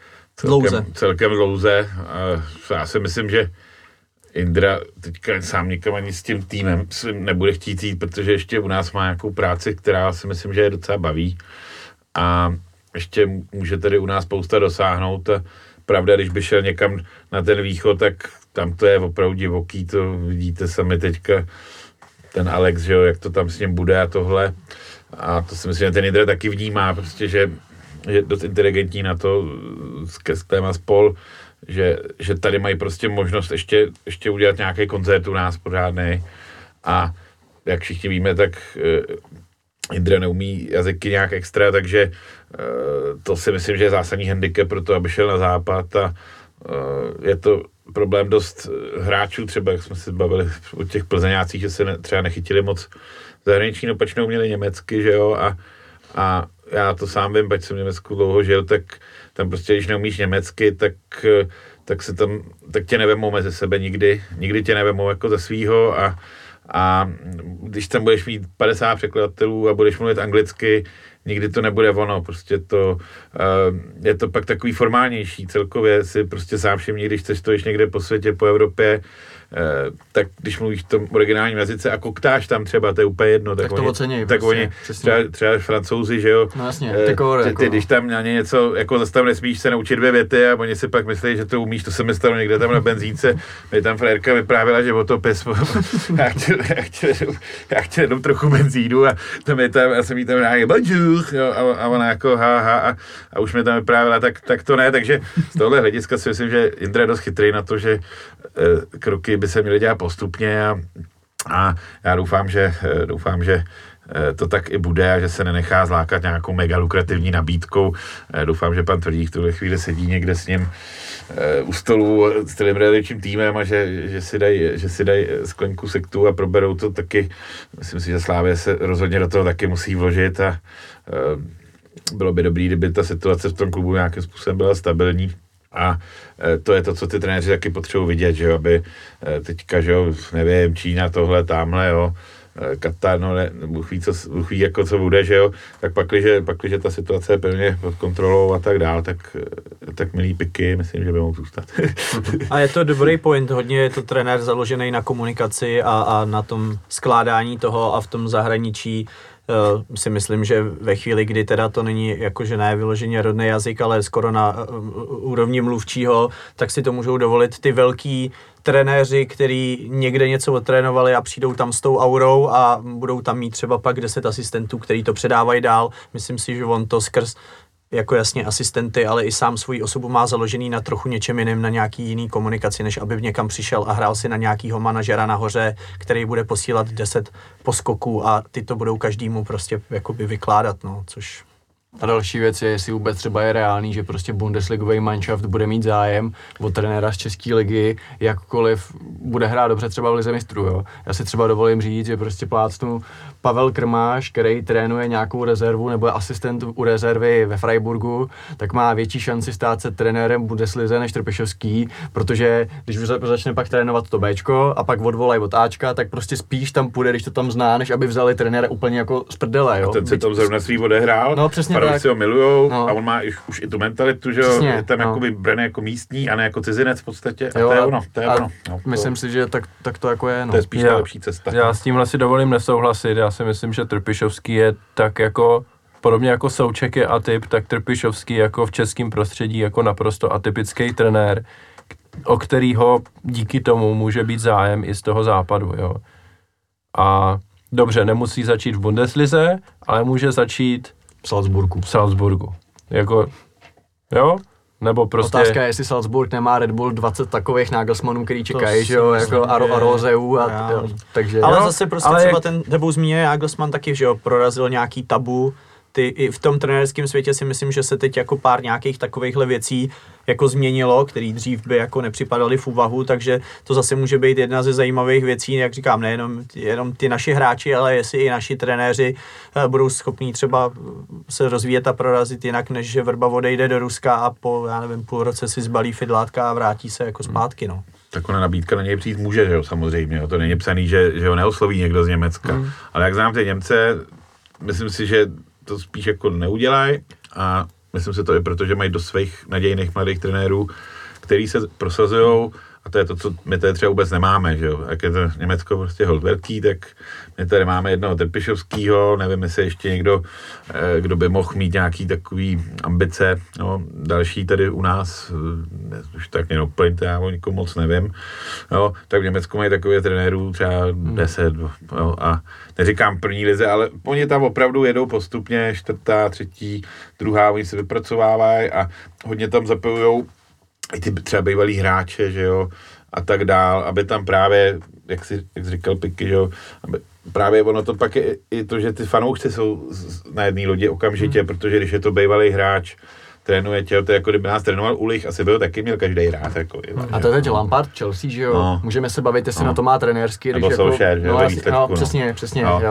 dlouze. Já si myslím, že Indra teďka sám nikam ani s tím týmem nebude chtít jít, protože ještě u nás má nějakou práci, která si myslím, že je docela baví a ještě může tady u nás spousta dosáhnout. A pravda, když by šel někam na ten východ, tak tam to je opravdu divoký, to vidíte sami teďka, ten Alex, že jo, jak to tam s ním bude a tohle. A to si myslím, že ten Indra taky vnímá, prostě, že je dost inteligentní na to, z téma spol, že tady mají prostě možnost ještě udělat nějaký koncert u nás pořádnej. A jak všichni víme, tak Indra neumí jazyky nějak extra, takže to si myslím, že je zásadní handicap pro to, aby šel na západ a je to problém dost hráčů, třeba jak jsme se bavili o těch plzeňácích, že se třeba nechytili moc zahraniční, no pač neuměli německy, že jo, a já to sám vím, pač jsem v Německu dlouho žil, tak tam prostě, když neumíš německy, tak tě nevemou mezi sebe nikdy tě nevemou jako za svýho a když tam budeš mít 50 překladatelů a budeš mluvit anglicky, nikdy to nebude ono, prostě to, je to pak takový formálnější celkově, si prostě sám všimni, když stojíš někde po světě, po Evropě, tak když mluvíš v tom originálním jazyce a koktáš tam třeba, to je úplně jedno. Tak to ocenějí. Tak oni, třeba Francouzi, že jo, no jasně, ty když tam na ně něco, jako zase tam nesmíš se naučit 2 věty a oni si pak myslí, že to umíš, to se mi stalo někde tam na benzínce, mi tam frérka vyprávěla, že o to pes, já chtěl jenom trochu benzínu a tam je tam, já jsem jí tam nějaký bonjour, a ona jako a už mi tam vyprávěla, tak to ne, takže z tohohle hlediska si myslím, že Indra je dost chytrý na to, že kroky by se měly dělat postupně a já doufám, že to tak i bude a že se nenechá zlákat nějakou mega lukrativní nabídkou. Doufám, že pan Tvrdík v tuhle chvíli sedí někde s ním u stolu s celým realičním týmem a že si dají sklenku sektu a proberou to taky. Myslím si, že Slavia se rozhodně do toho taky musí vložit a bylo by dobrý, kdyby ta situace v tom klubu nějakým způsobem byla stabilní. A to je to, co ty trenéři taky potřebují vidět, že jo, aby teďka, že jo, nevím, Čína, tohle, tamhle, jo, Katar, no ne, Bůh ví, jako co bude, že jo, tak pakliže ta situace je pevně pod kontrolou a tak dál, tak milý piky, myslím, že by mohl zůstat. A je to dobrý point, hodně je to trenér založený na komunikaci a na tom skládání toho a v tom zahraničí si myslím, že ve chvíli, kdy teda to není jakože ne vyloženě rodný jazyk, ale skoro na úrovni mluvčího, tak si to můžou dovolit ty velký trenéři, který někde něco odtrénovali a přijdou tam s tou aurou a budou tam mít třeba pak 10 asistentů, který to předávají dál. Myslím si, že on to skrz jako jasně asistenty, ale i sám svoji osobu má založený na trochu něčem jiném, na nějaký jiný komunikaci, než aby někam přišel a hrál si na nějakýho manažera nahoře, který bude posílat 10 poskoků a ty to budou každému prostě jakoby vykládat, no, což... A další věc je, jestli vůbec třeba je reálný, že prostě Bundesligový manšaft bude mít zájem o trenéra z České ligy, jakkoliv bude hrát dobře třeba v lize mistrů, jo. Já si třeba dovolím říct, že prostě plácnu Pavel Krmáš, který trénuje nějakou rezervu nebo je asistent u rezervy ve Freiburgu, tak má větší šanci stát se trenérem Bundeslize než Trpišovský, protože když začne pak trénovat to Bčko a pak odvolají od Ačka, tak prostě spíš tam půjde, když to tam zná, než aby vzali trenéra úplně jako z prdele, jo. A ten se tam zrovna svý odehrál. No přesně. Si ho milujou a on má už i tu mentalitu, že jo, je tam jakoby braný jako místní a ne jako cizinec v podstatě a jo, to je ono. No, myslím si, že tak to jako je, no. To je spíš ta lepší cesta. Já s tímhle si dovolím nesouhlasit, já si myslím, že Trpišovský je tak jako, podobně jako Souček je atyp, tak Trpišovský jako v českém prostředí jako naprosto atypický trenér, o kterýho díky tomu může být zájem i z toho západu, jo. A dobře, nemusí začít v Bundeslize, ale může začít v Salzburgu. Jako, jo? Nebo prostě... Otázka je, jestli Salzburg nemá Red Bull 20 takových Nagelsmannů, který čekají, že jo, jako Arozeu a jo, takže... Ale jo? zase prostě třeba ten tebou zmíněný Nagelsmann taky, že jo, prorazil nějaký tabu. I v tom trenérském světě si myslím, že se teď jako pár nějakých takovýchhle věcí jako změnilo, který dřív by jako nepřipadaly v úvahu, takže to zase může být jedna ze zajímavých věcí, jak říkám, nejenom jenom ty naši hráči, ale jestli i naši trenéři budou schopní třeba se rozvíjet a prorazit jinak, než že Vrba odejde do Ruska a po, já nevím, půl roce si zbalí fidlátka a vrátí se jako zpátky, no. Tak ona nabídka na něj přijít může, že jo, samozřejmě, jo. To není psaný, že ho neosloví někdo z Německa, ale jak znám ty Němce, myslím si, že to spíš jako neudělají a myslím si to i proto, že mají dost svých nadějných mladých trenérů, který se prosazujou a to je to, co my tady třeba vůbec nemáme, že jo. Jak je to Německo prostě holt velký, tak my tady máme jednoho Trpišovskýho, nevím, jestli ještě někdo, kdo by mohl mít nějaký takový ambice, no, další tady u nás, už tak mě doplňte, já o nikom moc nevím, no, tak v Německu mají takové trenérů třeba 10, no, a neříkám první lize, ale oni tam opravdu jedou postupně, 4., 3., 2., oni se vypracovávají a hodně tam zapojujou i ty třeba bývalý hráče, že jo, a tak dál, aby tam právě, jak říkal Piky, že jo, aby právě ono to pak je i to, že ty fanoušci jsou na jedné lodi okamžitě, protože když je to bývalý hráč, trénuje tě, to je jako kdyby nás trénoval Ulich, asi by ho taky měl každý rád. Jako, a to je teď Lampard, Chelsea, že jo, můžeme se bavit, jestli na to má trenérsky, nebo Solskjaer, že jo, no, přesně, no. jo.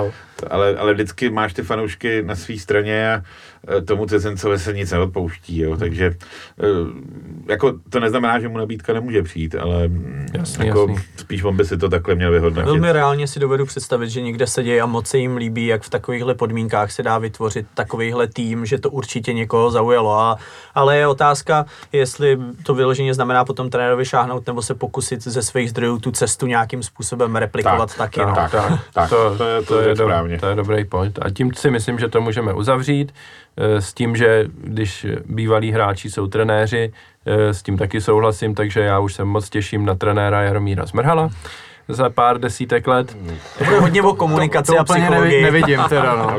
ale vždycky máš ty fanoušky na své straně a tomu cizincovi se nic neodpouští, jo, takže jako to neznamená, že mu nabídka nemůže přijít, ale jasný. spíš on by si to takhle měl vyhodnotit. Velmi reálně si dovedu představit, že někde sedějí a moc se jim líbí, jak v takovýchhle podmínkách se dá vytvořit takovýhle tým, že to určitě někoho zaujalo. Ale je otázka, jestli to vyloženě znamená potom trenérovi šáhnout nebo se pokusit ze svých zdrojů tu cestu nějakým způsobem replikovat taky. To je správně. To je dobrý point. A tím si myslím, že to můžeme uzavřít s tím, že když bývalí hráči jsou trenéři, s tím taky souhlasím, takže já už se moc těším na trenéra Jaromíra Zmrhala za pár desítek let. To bude hodně o komunikaci to a psychologii. nevidím teda, no.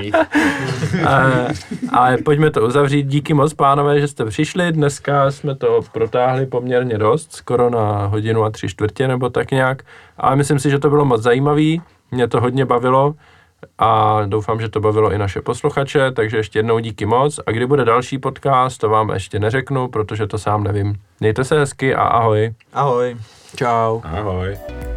Ale pojďme to uzavřít. Díky moc, pánové, že jste přišli. Dneska jsme to protáhli poměrně dost, skoro na 1:03 nebo tak nějak. Ale myslím si, že to bylo moc zajímavý. Mě to hodně bavilo a doufám, že to bavilo i naše posluchače, takže ještě jednou díky moc. A kdy bude další podcast, to vám ještě neřeknu, protože to sám nevím. Mějte se hezky a ahoj. Ahoj. Čau. Ahoj.